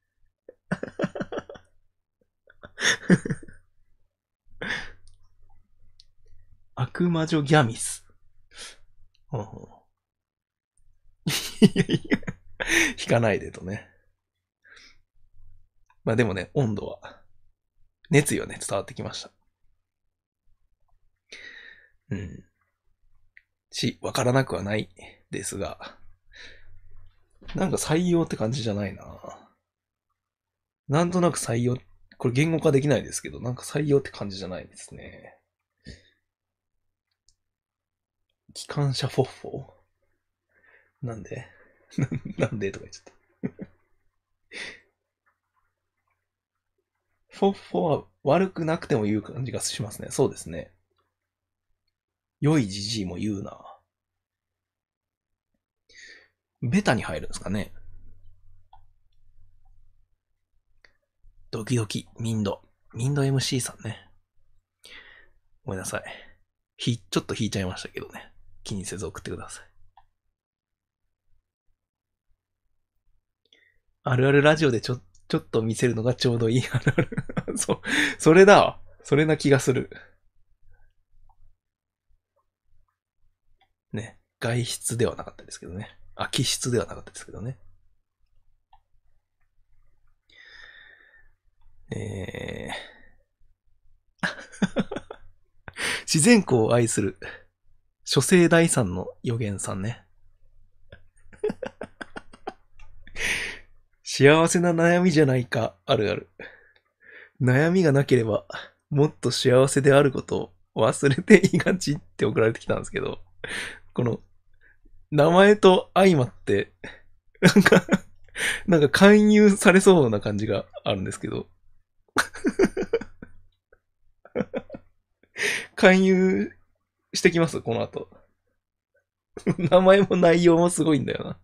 悪魔女ギャミス。ほうほういやいや、引かないでとね。まあでもね、温度は、熱意はね、伝わってきました。うん。わからなくはないですが、なんか採用って感じじゃないな。なんとなく採用、これ言語化できないですけど、なんか採用って感じじゃないですね。機関車フォッフォーなんでなんでとか言っちゃった。フォッフォーは悪くなくても言う感じがしますね。そうですね。良いじじいも言うな。ベタに入るんですかね。 ドキドキ、ミンド MC さんね。ごめんなさい。ちょっと引いちゃいましたけどね。気にせず送ってください。あるあるラジオでちょっと見せるのがちょうどいいあるある。それだわ。それな気がする。ね。外出ではなかったですけどね。気質ではなかったですけどね。自然光を愛する諸生第三の予言さんね。幸せな悩みじゃないか、あるある。悩みがなければ、もっと幸せであることを忘れていがちって送られてきたんですけど、この、名前と相まって、なんか勧誘されそうな感じがあるんですけど、勧誘してきますこの後。名前も内容もすごいんだよな。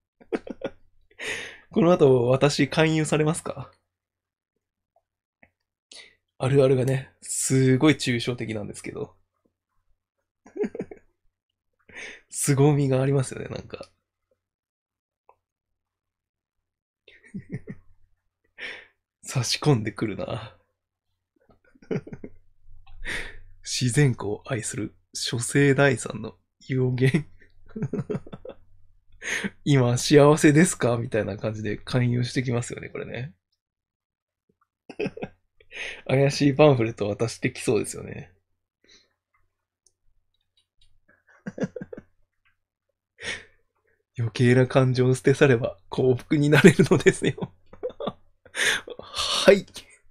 この後、私勧誘されますか？あるあるがね、すごい抽象的なんですけど、凄みがありますよね、なんか。差し込んでくるな。自然光を愛する諸生第三の予言。今幸せですかみたいな感じで勧誘してきますよね、これね。怪しいパンフレット渡してきそうですよね。余計な感情を捨て去れば幸福になれるのですよ。はい。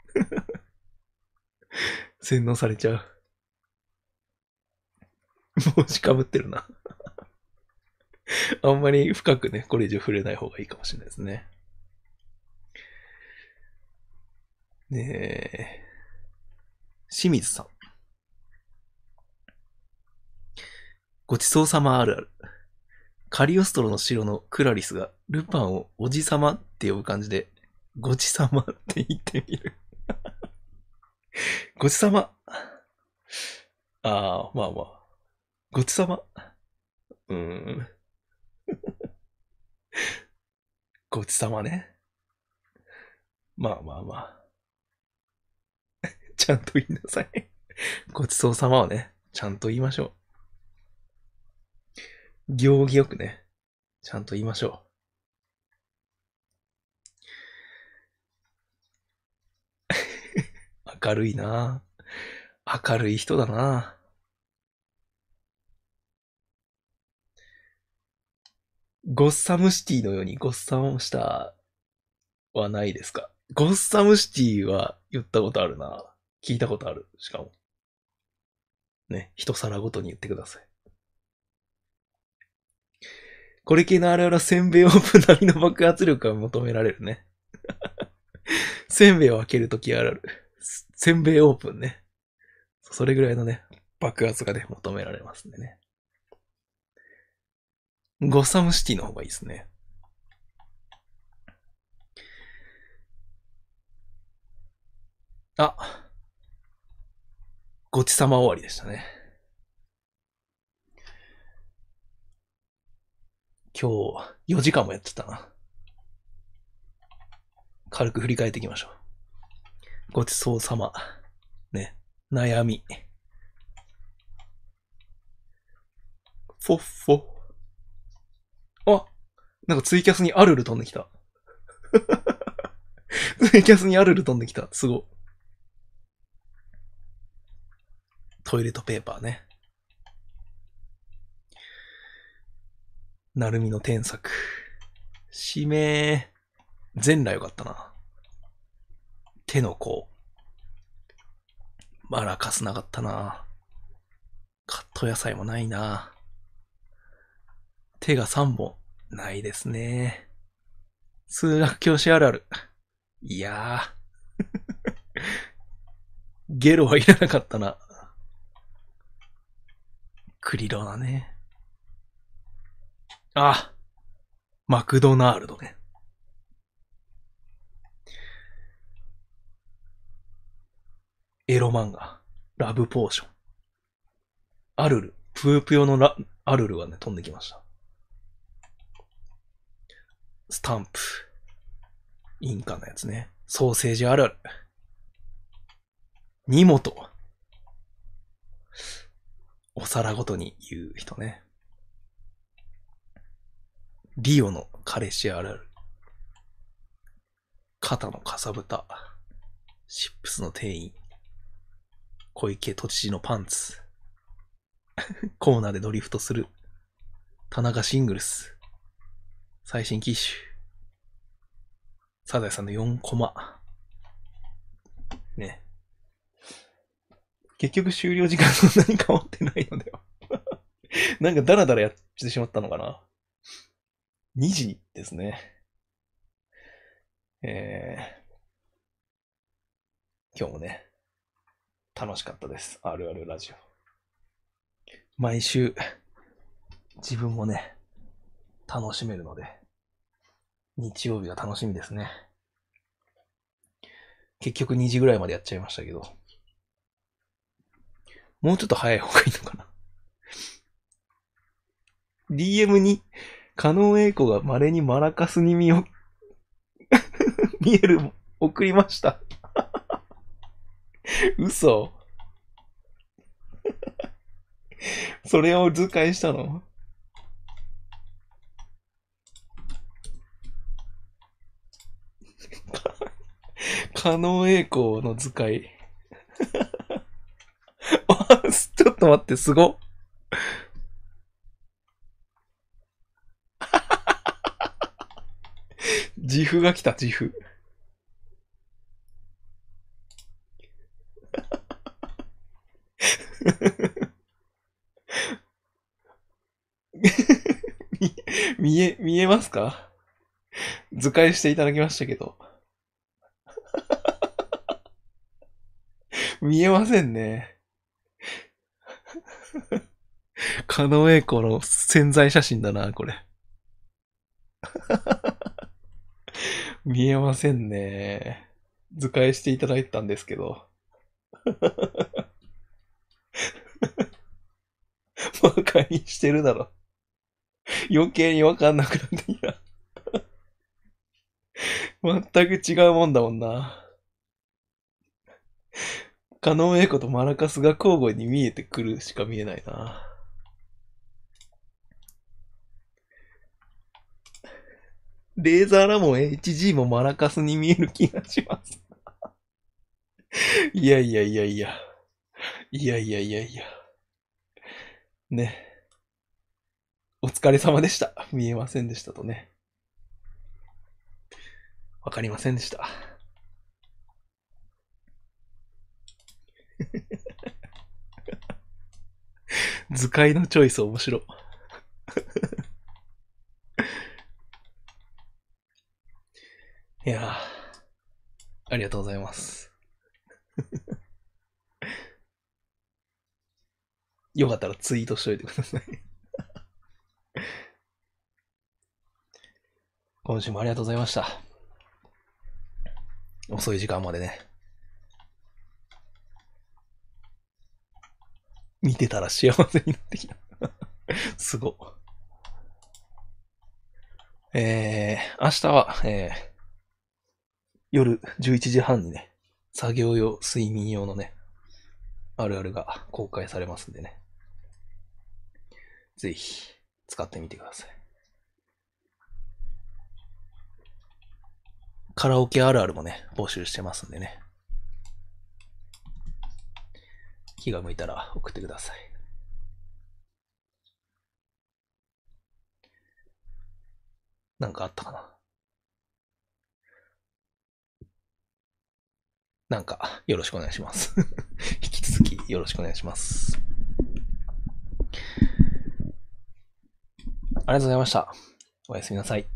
洗脳されちゃう。帽子かぶってるな。あんまり深くね、これ以上触れない方がいいかもしれないですね。ねえ。清水さん。ごちそうさまあるある。カリオストロの城のクラリスがルパンをおじさまって呼ぶ感じで、ごちさまって言ってみる。ごちさま。まあまあ。ごちさま。ごちさまね。まあまあまあ。ちゃんと言いなさい。ごちそうさまはね、ちゃんと言いましょう。行儀よくね、ちゃんと言いましょう。明るいな明るい人だなゴッサムシティのようにゴッサムしたはないですか？ゴッサムシティは言ったことあるな。聞いたことある。しかも。ね、一皿ごとに言ってください。これ系のあれはせんべいオープン並みの爆発力が求められるね。せんべいを開けるときある。せんべいオープンね。それぐらいのね、爆発がね、求められますんでね。ゴッサムシティの方がいいですね。ごちさま終わりでしたね。今日、4時間もやってたな。軽く振り返っていきましょう。ごちそうさま。ね。悩み。フォッフォ。なんかツイキャスにアルル飛んできた。ツイキャスにアルル飛んできた。すご。トイレットペーパーね。なるみの添削。指名。全裸よかったな。手の甲。マラカスなかったな。カット野菜もないな。手が3本。ないですね。数学教師あるある。いやゲロはいらなかったな。クリロナね。マクドナルドね。 エロ漫画。ラブポーション。アルル。ぷよぷよのアルルがね、飛んできました。スタンプ。インカのやつね。ソーセージあるある。ニモト。お皿ごとに言う人ね。リオの彼氏あるある。肩のかさぶた。シップスの店員。小池都知事のパンツ。コーナーでドリフトする。田中シングルス。最新機種。サザエさんの4コマ。ね。結局終了時間そんなに変わってないのでは。なんかダラダラやってしまったのかな。2時ですね。今日もね、楽しかったです。あるあるラジオ。毎週、自分もね、楽しめるので、日曜日が楽しみですね。結局2時ぐらいまでやっちゃいましたけど、もうちょっと早い方がいいのかな。DM に、加納栄子が稀にマラカスに見える、送りました。嘘。それを図解したの？加納栄子の図解。ちょっと待って、すご。自負が来た、自負。見えますか？図解していただきましたけど。見えませんね。狩野英孝の潜在写真だな、これ。見えませんね。図解していただいたんですけど。馬鹿にしてるだろ。余計にわかんなくなってきた。全く違うもんだもんな。狩野英孝とマラカスが交互に見えてくるしか見えないな。レーザーラモン HG もマラカスに見える気がします。いやいやいやいや。いやいやいやいや。ね。お疲れ様でした。見えませんでしたとね。わかりませんでした。図解のチョイス面白い。いやー、ありがとうございます。よかったらツイートしといてください。今週もありがとうございました。遅い時間までね。見てたら幸せになってきた。すご。明日は、夜11時半にね、作業用、睡眠用のね、あるあるが公開されますんでね。ぜひ、使ってみてください。カラオケあるあるもね、募集してますんでね。気が向いたら送ってください。なんかあったかな？なんか、よろしくお願いします。引き続きよろしくお願いします。ありがとうございました。おやすみなさい。